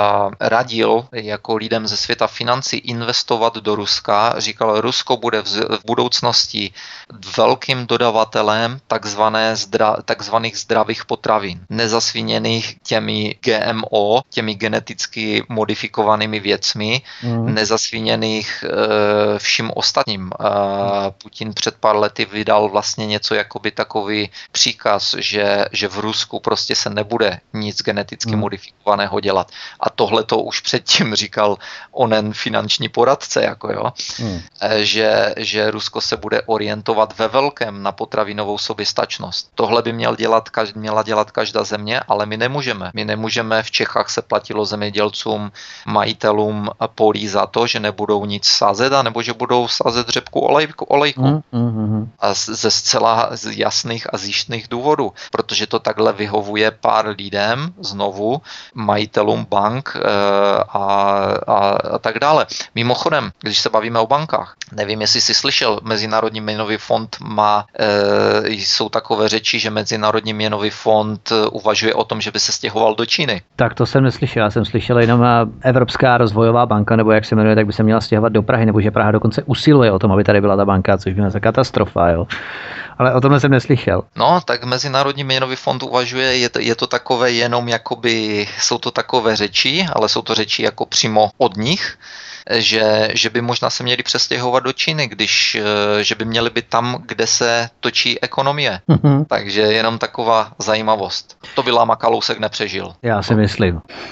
radil jako lidem ze světa financí investovat do Ruska. Říkal, Rusko bude v budoucnosti velkým dodavatelem takzvané zdra, takzvaných zdravých potravin, nezasviněných těmi G M O, těmi geneticky modifikovanými věcmi, mm. nezasviněných e, vším ostatním. E, Putin před pár lety vydal vlastně něco jakoby takový příkaz, že, že v Rusku prostě se nebude nic geneticky mm. modifikovaného dělat. A tohle to už předtím říkal onen finanční poradce, jako jo, mm. e, že, že Rusko se bude orientovat ve velkém na potravinovou soběstačnost. Tohle by měl dělat, měla dělat každá země, ale my nemůžeme. My nemůžeme, v Čechách se platilo zemědělcům, majitelům polí za to, že nebudou nic sázet, a nebo že budou sázet řepku olejku. olejku. Mm, mm, mm. A ze zcela jasných a zjištných důvodů, protože to takhle vyhovuje pár lidem, znovu, majitelům bank e, a, a, a tak dále. Mimochodem, když se bavíme o bankách, nevím, jestli jsi slyšel, Mezinárodní měnový fond má, e, jsou takové řeči, že Mezinárodní měnový fond uvažuje o tom, že by se stěhoval do Číny. Tak to jsem neslyšel, já jsem slyšel jenom Evropská rozvojová banka, nebo jak se jmenuje, tak by se měla stěhovat do Prahy, nebo že Praha dokonce usiluje o tom, aby tady byla ta banka, což by byla katastrofa, jo. Ale o tomhle jsem neslyšel. No, tak Mezinárodní měnový fond uvažuje, je to, je to takové jenom jakoby, jsou to takové řeči, ale jsou to řeči jako přímo od nich, že, že by možná se měli přestěhovat do Číny, když, že by měli být tam, kde se točí ekonomie. Mm-hmm. Takže jenom taková zajímavost. To by Láma Kalousek nepřežil. Já si myslím.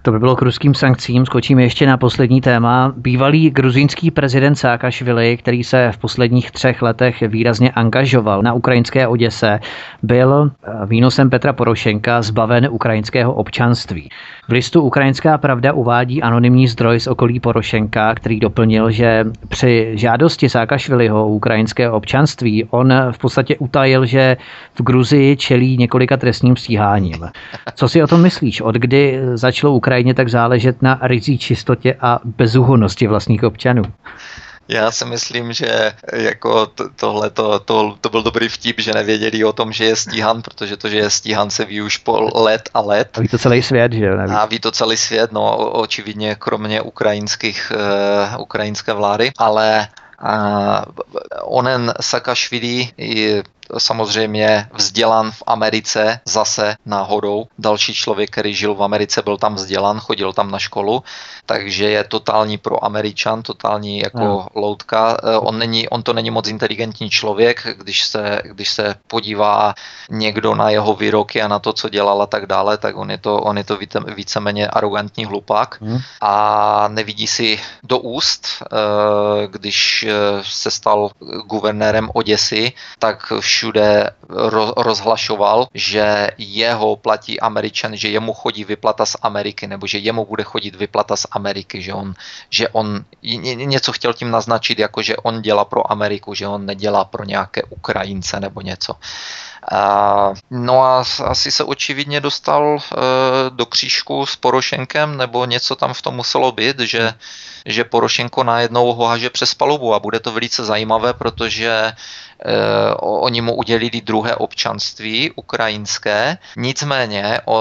To by bylo k ruským sankcím. Skočíme ještě na poslední téma. Bývalý gruzínský prezident Saakašvili, který se v posledních třech letech výrazně angažoval na ukrajinské Oděse, byl výnosem Petra Porošenka zbaven ukrajinského občanství. V listu Ukrajinská pravda uvádí anonymní zdroj z okolí Porošenka, který doplnil, že při žádosti Saakašviliho o ukrajinské občanství on v podstatě utajil, že v Gruzii čelí několika trestním stíháním. Co si o tom myslíš? Od kdy začalo Ukrajině tak záležet na ryzí čistotě a bezúhonnosti vlastních občanů? Já si myslím, že jako tohle to, to, to byl dobrý vtip, že nevěděli o tom, že je stíhan, protože to, že je stíhan, se ví už po let a let. A ví to celý svět, že jo? Neví. A ví to celý svět, no očividně kromě ukrajinských, uh, ukrajinské vlády, ale uh, onen Saakašvili je samozřejmě vzdělan v Americe zase náhodou. Další člověk, který žil v Americe, byl tam vzdělan, chodil tam na školu, takže je totální proameričan, totální jako no. loutka. On, není, on to není moc inteligentní člověk, když se, když se podívá někdo na jeho výroky a na to, co dělal a tak dále, tak on je to, on je to více, víceméně arrogantní hlupák hmm. a nevidí si do úst, když se stal guvernérem Oděsy, tak všude rozhlašoval, že jeho platí Američan, že jemu chodí vyplata z Ameriky, nebo že jemu bude chodit vyplata z Ameriky, že on, že on něco chtěl tím naznačit, jako že on dělá pro Ameriku, že on nedělá pro nějaké Ukrajince nebo něco. Uh, no a asi se očividně dostal uh, do křížku s Porošenkem, nebo něco tam v tom muselo být, že, že Porošenko najednou ho haže přes palubu a bude to velice zajímavé, protože Uh, oni mu udělili druhé občanství ukrajinské, nicméně uh,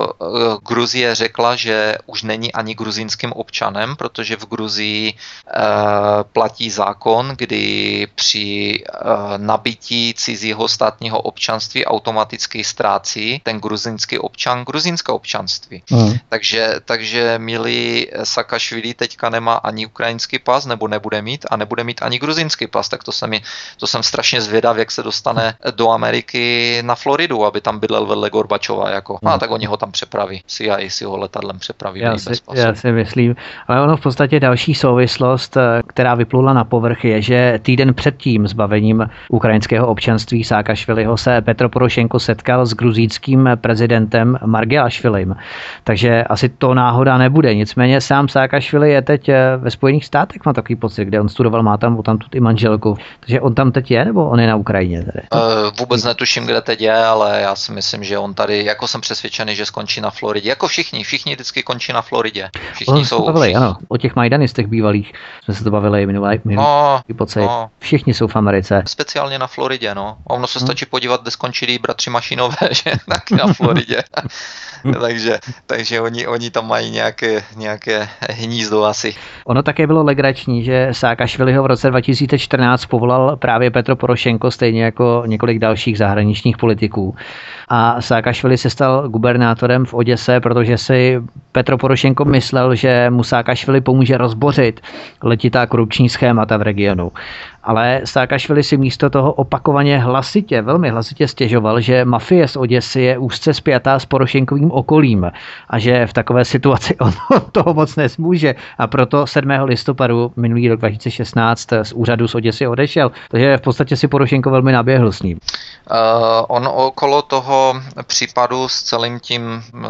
Gruzie řekla, že už není ani gruzínským občanem, protože v Gruzii uh, platí zákon, kdy při uh, nabití cizího státního občanství automaticky ztrácí ten gruzínský občan gruzínské občanství. Mm. Takže, takže milý Saakašvili teďka nemá ani ukrajinský pas, nebo nebude mít, a nebude mít ani gruzínský pas, tak to, se mi, to jsem strašně zvědav, jak se dostane do Ameriky na Floridu, aby tam bydlel vedle Gorbačova. Jako. No, a tak oni ho tam přepraví. C I A si ho letadlem přepraví. Já si, já si myslím. Ale ono v podstatě další souvislost, která vyplula na povrch, je, že týden před tím zbavením ukrajinského občanství Saakašviliho se Petro Porošenko setkal s gruzínským prezidentem Margelašvilim. Takže asi to náhoda nebude. Nicméně sám Saakašvili je teď ve Spojených státech, má takový pocit, kde on studoval, má tam tamtud i manželku. Takže on tam teď je, nebo on je na Ukrajině tady? Uh, vůbec netuším, kde teď je, ale já si myslím, že on tady, jako jsem přesvědčený, že skončí na Floridě. Jako všichni, všichni vždycky končí na Floridě. Všichni jsou... Bavili, všichni... ano, o těch majdanistech bývalých jsme se to bavili minulý no, pocit. No. Všichni jsou v Americe. Speciálně na Floridě, no. A ono se hmm. stačí podívat, kde skončili bratři Mašinové, že? Tak na Floridě. takže takže oni, oni tam mají nějaké, nějaké hnízdo asi. Ono také bylo legrační, že Saakašviliho v roce dva tisíce čtrnáct povolal právě Petro Porošenko, stejně jako několik dalších zahraničních politiků. A Saakašvili se stal gubernátorem v Oděse, protože si Petro Porošenko myslel, že mu Saakašvili pomůže rozbořit letitá korupční schémata v regionu. Ale Saakašvili si místo toho opakovaně hlasitě, velmi hlasitě stěžoval, že mafie z Oděsy je úzce spjatá s Porošenkovým okolím a že v takové situaci on toho moc nezmůže. A proto sedmého listopadu minulý rok dva tisíce šestnáct z úřadu z Oděsy odešel. Takže v podstatě si Porošenko velmi naběhl s ním. Uh, on okolo toho případu s celým tím uh,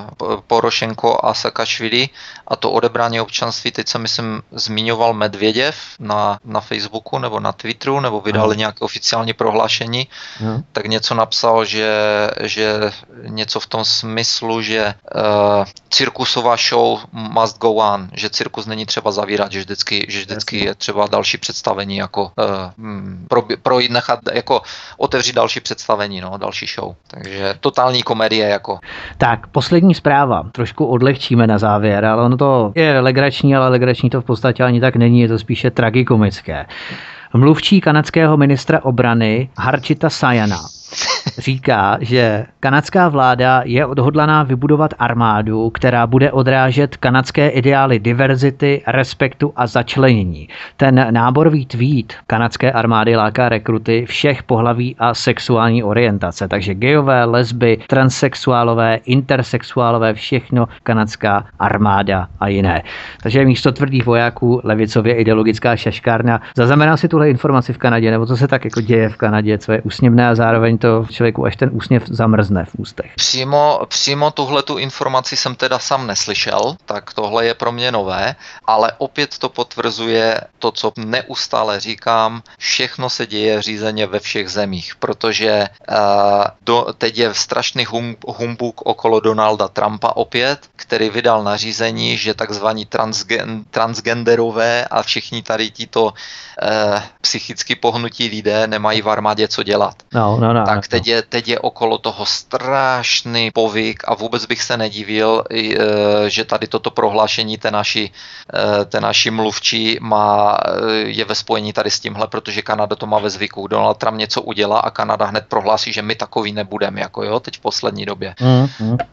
Porošenko a Saakašvili a to odebrání občanství, teď jsem myslím zmiňoval Medvěděv na, na Facebooku nebo na Twitteru, nebo vydali Aha. nějaké oficiální prohlášení, Aha. tak něco napsal, že, že něco v tom smyslu, že uh, cirkusová show must go on, že cirkus není třeba zavírat, že vždycky, že vždycky je třeba další představení, jako uh, pro, pro nechat, jako otevřít další představení, no, další show. Takže totální komedie, jako. Tak, poslední zpráva. Trošku odlehčíme na závěr, ale ono to je legrační, ale legrační to v podstatě ani tak není, je to spíše tragikomické. Mluvčí kanadského ministra obrany Harchita Sayana říká, že kanadská vláda je odhodlaná vybudovat armádu, která bude odrážet kanadské ideály diverzity, respektu a začlenění. Ten náborový tweet kanadské armády láká rekruty všech pohlaví a sexuální orientace, takže gejové, lesby, transsexuálové, intersexuálové, všechno kanadská armáda a jiné. Takže místo tvrdých vojáků levicově ideologická šaškárna. Zaznamenal si tuhle informaci v Kanadě, nebo co se tak jako děje v Kanadě, co je úsměvné a zároveň to člověku až ten úsměv zamrzne v ústech? Přímo, přímo tuhletu informaci jsem teda sám neslyšel, tak tohle je pro mě nové, ale opět to potvrzuje to, co neustále říkám, všechno se děje řízeně ve všech zemích, protože uh, do, teď je strašný hum, humbuk okolo Donalda Trumpa opět, který vydal nařízení, že takzvaní transgen, transgenderové a všichni tady tito uh, psychicky pohnutí lidé nemají v armádě co dělat. No, no, no, tak teď je, teď je okolo toho strašný povyk a vůbec bych se nedivil, že tady toto prohlášení té naší, té naší mluvčí má, je ve spojení tady s tímhle, protože Kanada to má ve zvyku. Donald Trump něco udělá a Kanada hned prohlásí, že my takový nebudeme, jako jo, teď v poslední době. Mm, mm.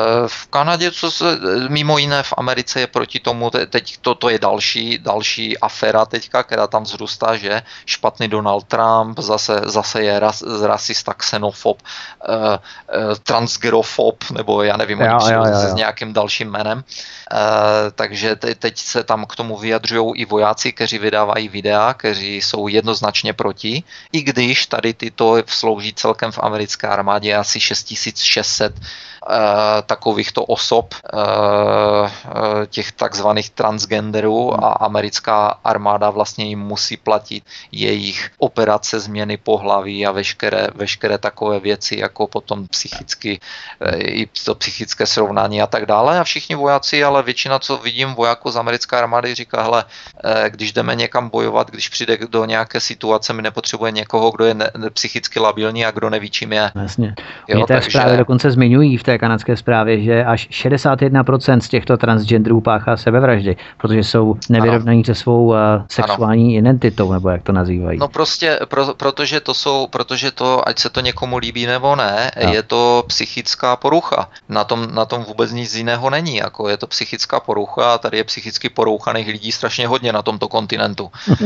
V Kanadě, co se, mimo jiné v Americe je proti tomu, teď toto to je další, další aféra teďka, která tam vzrůstá, že špatný Donald Trump, zase, zase je ras, rasista, xenofob, uh, uh, transgerofob, nebo já nevím, jo, jo, jo, s nějakým dalším jménem. Uh, takže te, teď se tam k tomu vyjadřují i vojáci, kteří vydávají videa, kteří jsou jednoznačně proti, i když tady tyto slouží celkem v americké armádě asi šest tisíc šest set Uh, takovýchto osob, uh, uh, těch takzvaných transgenderů, a americká armáda vlastně jim musí platit jejich operace změny pohlaví a veškeré, veškeré takové věci, jako potom psychicky, uh, i to psychické srovnání a tak dále. A všichni vojáci, ale většina, co vidím vojáků z americké armády, říká, hele, uh, když jdeme někam bojovat, když přijde do nějaké situace, my nepotřebujeme někoho, kdo je ne, psychicky labilní a kdo neví, čím je. Jasně. Mě té zprávy dokonce zmiňují v té kanadské zprávě, že až šedesát jedna procent z těchto transgenderů páchá sebevraždy, protože jsou nevyrovnaní se svou uh, sexuální ano. identitou, nebo jak to nazývají. No prostě, pro, protože to jsou, protože to, ať se to někomu líbí nebo ne, no. je to psychická porucha. Na tom, na tom vůbec nic jiného není, jako je to psychická porucha a tady je psychicky porouchaných lidí strašně hodně na tomto kontinentu.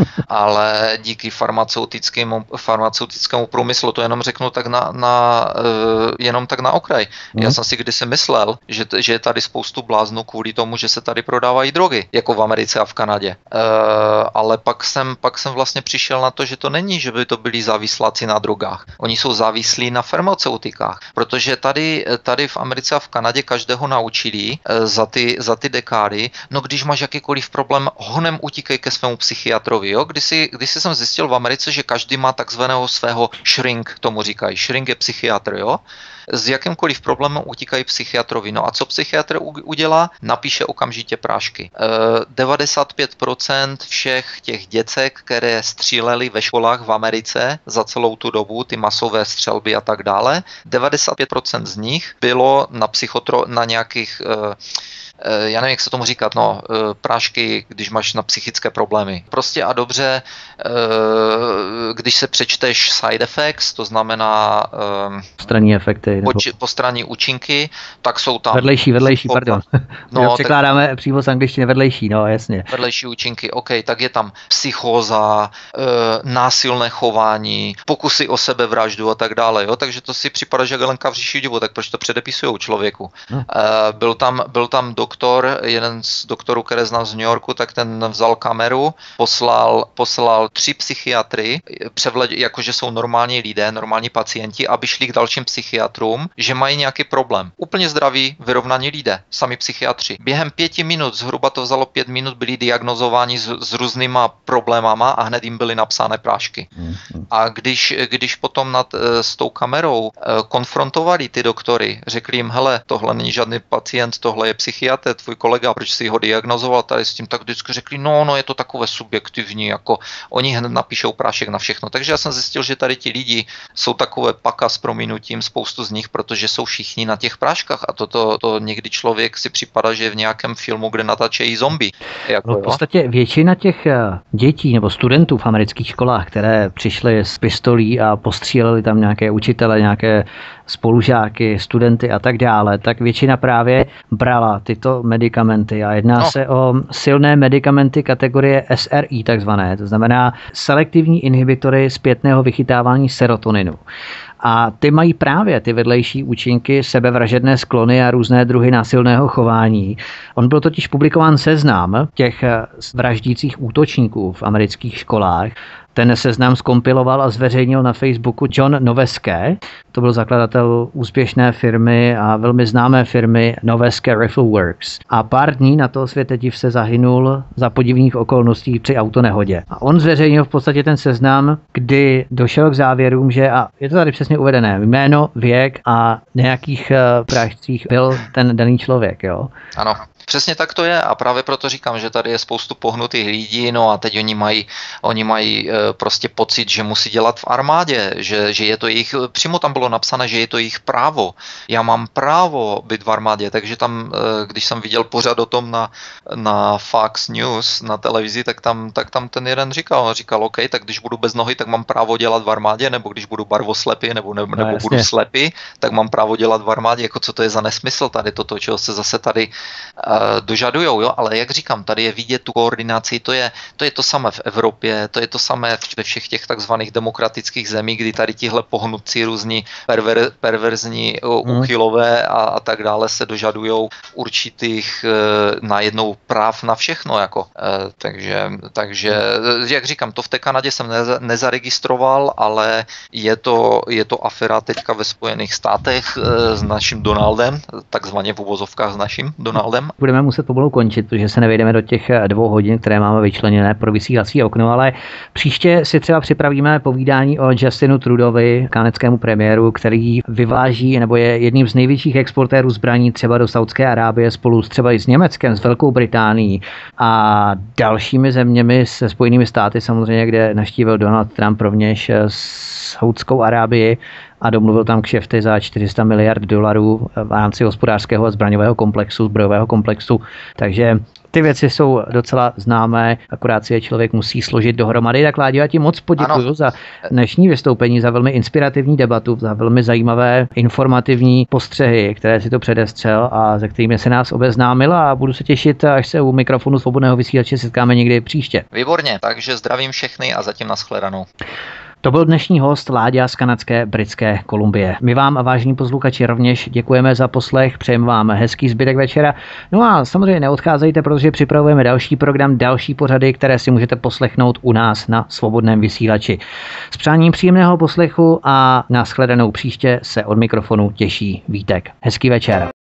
Ale díky farmaceutickému, farmaceutickému průmyslu, to jenom řeknu tak na, na uh, jenom tak na okraj. Mm. Já jsem si když jsem myslel, že, že je tady spoustu bláznů kvůli tomu, že se tady prodávají drogy, jako v Americe a v Kanadě. E, ale pak jsem, pak jsem vlastně přišel na to, že to není, že by to byli závisláci na drogách. Oni jsou závislí na farmaceutikách, protože tady, tady v Americe a v Kanadě každého naučili e, za, ty, za ty dekády, no když máš jakýkoliv problém, honem utíkej ke svému psychiatrovi. Jo? Když, si, když si jsem zjistil v Americe, že každý má takzvaného svého shrink, tomu říkají. Shrink je psychiatr, jo? S jakýmkoliv problémem utíkají psychiatrovi. No a co psychiatr udělá? Napíše okamžitě prášky. E, devadesát pět procent všech těch děcek, které střílely ve školách v Americe za celou tu dobu, ty masové střelby a tak dále, devadesát pět procent z nich bylo na psychotro, na nějakých e, já nevím, jak se tomu říkat, no, prášky, když máš na psychické problémy. Prostě a dobře, když se přečteš side effects, to znamená postranní efekty, nebo postranní účinky, tak jsou tam vedlejší, vedlejší, pardon. No, překládáme tak, přímo z angličtiny vedlejší, no jasně. Vedlejší účinky, ok, tak je tam psychóza, násilné chování, pokusy o sebevraždu a tak dále, jo, takže to si připadá, že Gelenka v říši divu, tak proč to předepisujou člověku. Hmm. Byl tam, byl tam do doktor, jeden z doktorů, které znám z New Yorku, tak ten vzal kameru, poslal, poslal tři psychiatry, převled, jakože jsou normální lidé, normální pacienti, aby šli k dalším psychiatrům, že mají nějaký problém. Úplně zdraví, vyrovnaní lidé, sami psychiatři. Během pěti minut, zhruba to vzalo pět minut, byli diagnozováni s, s různýma problémama a hned jim byly napsány prášky. Mm-hmm. A když, když potom nad, s tou kamerou konfrontovali ty doktory, řekli jim, hele, tohle není žádný pacient, tohle je psychiatr, a to je tvůj kolega, proč si ho diagnozoval tady s tím, tak vždycky řekli, no, no je to takové subjektivní, jako oni hned napíšou prášek na všechno. Takže já jsem zjistil, že tady ti lidi jsou takové paka s prominutím, spoustu z nich, protože jsou všichni na těch práškách a toto to někdy člověk si připadá, že je v nějakém filmu, kde natáčejí zombie. Jako, no, v podstatě většina těch dětí nebo studentů v amerických školách, které přišly s pistolí a postříleli tam nějaké učitele, nějaké spolužáky, studenty a tak dále, tak většina právě brala tyto medikamenty a jedná no. se o silné medikamenty kategorie S R I takzvané, to znamená selektivní inhibitory zpětného vychytávání serotoninu. A ty mají právě ty vedlejší účinky, sebevražedné sklony a různé druhy násilného chování. On byl totiž publikován seznam těch vraždících útočníků v amerických školách. Ten seznam zkompiloval a zveřejnil na Facebooku John Noveske. To byl zakladatel úspěšné firmy a velmi známé firmy Noveske Rifle Works. A pár dní na to světediv se zahynul za podivných okolností při autonehodě. A on zveřejnil v podstatě ten seznam, kdy došel k závěrům, že, a je to tady přesně uvedené, jméno, věk a nějakých uh, prášcích byl ten daný člověk, jo? Ano. Přesně tak to je a právě proto říkám, že tady je spoustu pohnutých lidí, no a teď oni mají, oni mají prostě pocit, že musí dělat v armádě, že, že je to jejich, přímo tam bylo napsané, že je to jejich právo. Já mám právo být v armádě, takže tam, když jsem viděl pořad o tom na, na Fox News, na televizi, tak tam, tak tam ten jeden říkal, on říkal, OK, tak když budu bez nohy, tak mám právo dělat v armádě, nebo když budu barvoslepý, nebo, nebo, nebo no, budu slepý, tak mám právo dělat v armádě, jako co to je za nesmysl tady toto, čeho se zase tady dožadujou, jo, ale jak říkám, tady je vidět tu koordinaci, to je, to je to samé v Evropě, to je to samé ve všech těch takzvaných demokratických zemích, kdy tady tihle pohnutci různí perver, perverzní hmm. uchylové a, a tak dále se dožadujou určitých e, najednou práv na všechno, jako. E, takže, takže, jak říkám, to v té Kanadě jsem neza, nezaregistroval, ale je to, je to aféra teďka ve Spojených státech e, s naším Donaldem, takzvaně v uvozovkách s naším Donaldem. Budeme muset pomalu končit, protože se nevejdeme do těch dvou hodin, které máme vyčleněné pro vysílací okno, ale příště si třeba připravíme povídání o Justinu Trudeauovi, kanadském premiéru, který vyváží nebo je jedním z největších exportérů zbraní třeba do Saúdské Arábie spolu s třeba i s Německem, s Velkou Británií a dalšími zeměmi se Spojenými státy samozřejmě, kde navštívil Donald Trump rovněž Saúdskou Arábii a domluvil tam kšefty za čtyři sta miliard dolarů v rámci hospodářského a zbraňového komplexu, zbrojového komplexu. Takže ty věci jsou docela známé, akorát si je člověk musí složit dohromady. Tak Láďo, já ti moc poděkuju za dnešní vystoupení, za velmi inspirativní debatu, za velmi zajímavé informativní postřehy, které si to předestřel a ze kterými se nás obeznámil a budu se těšit, až se u mikrofonu Svobodného vysílače setkáme někdy příště. Výborně, takže zdravím všechny a zatím nashledanou. To byl dnešní host Láďa z kanadské Britské Kolumbie. My vám, vážení posluchači, rovněž děkujeme za poslech, přejeme vám hezký zbytek večera. No a samozřejmě neodcházejte, protože připravujeme další program, další pořady, které si můžete poslechnout u nás na Svobodném vysílači. S přáním příjemného poslechu a nashledanou příště se od mikrofonu těší Vítek. Hezký večer.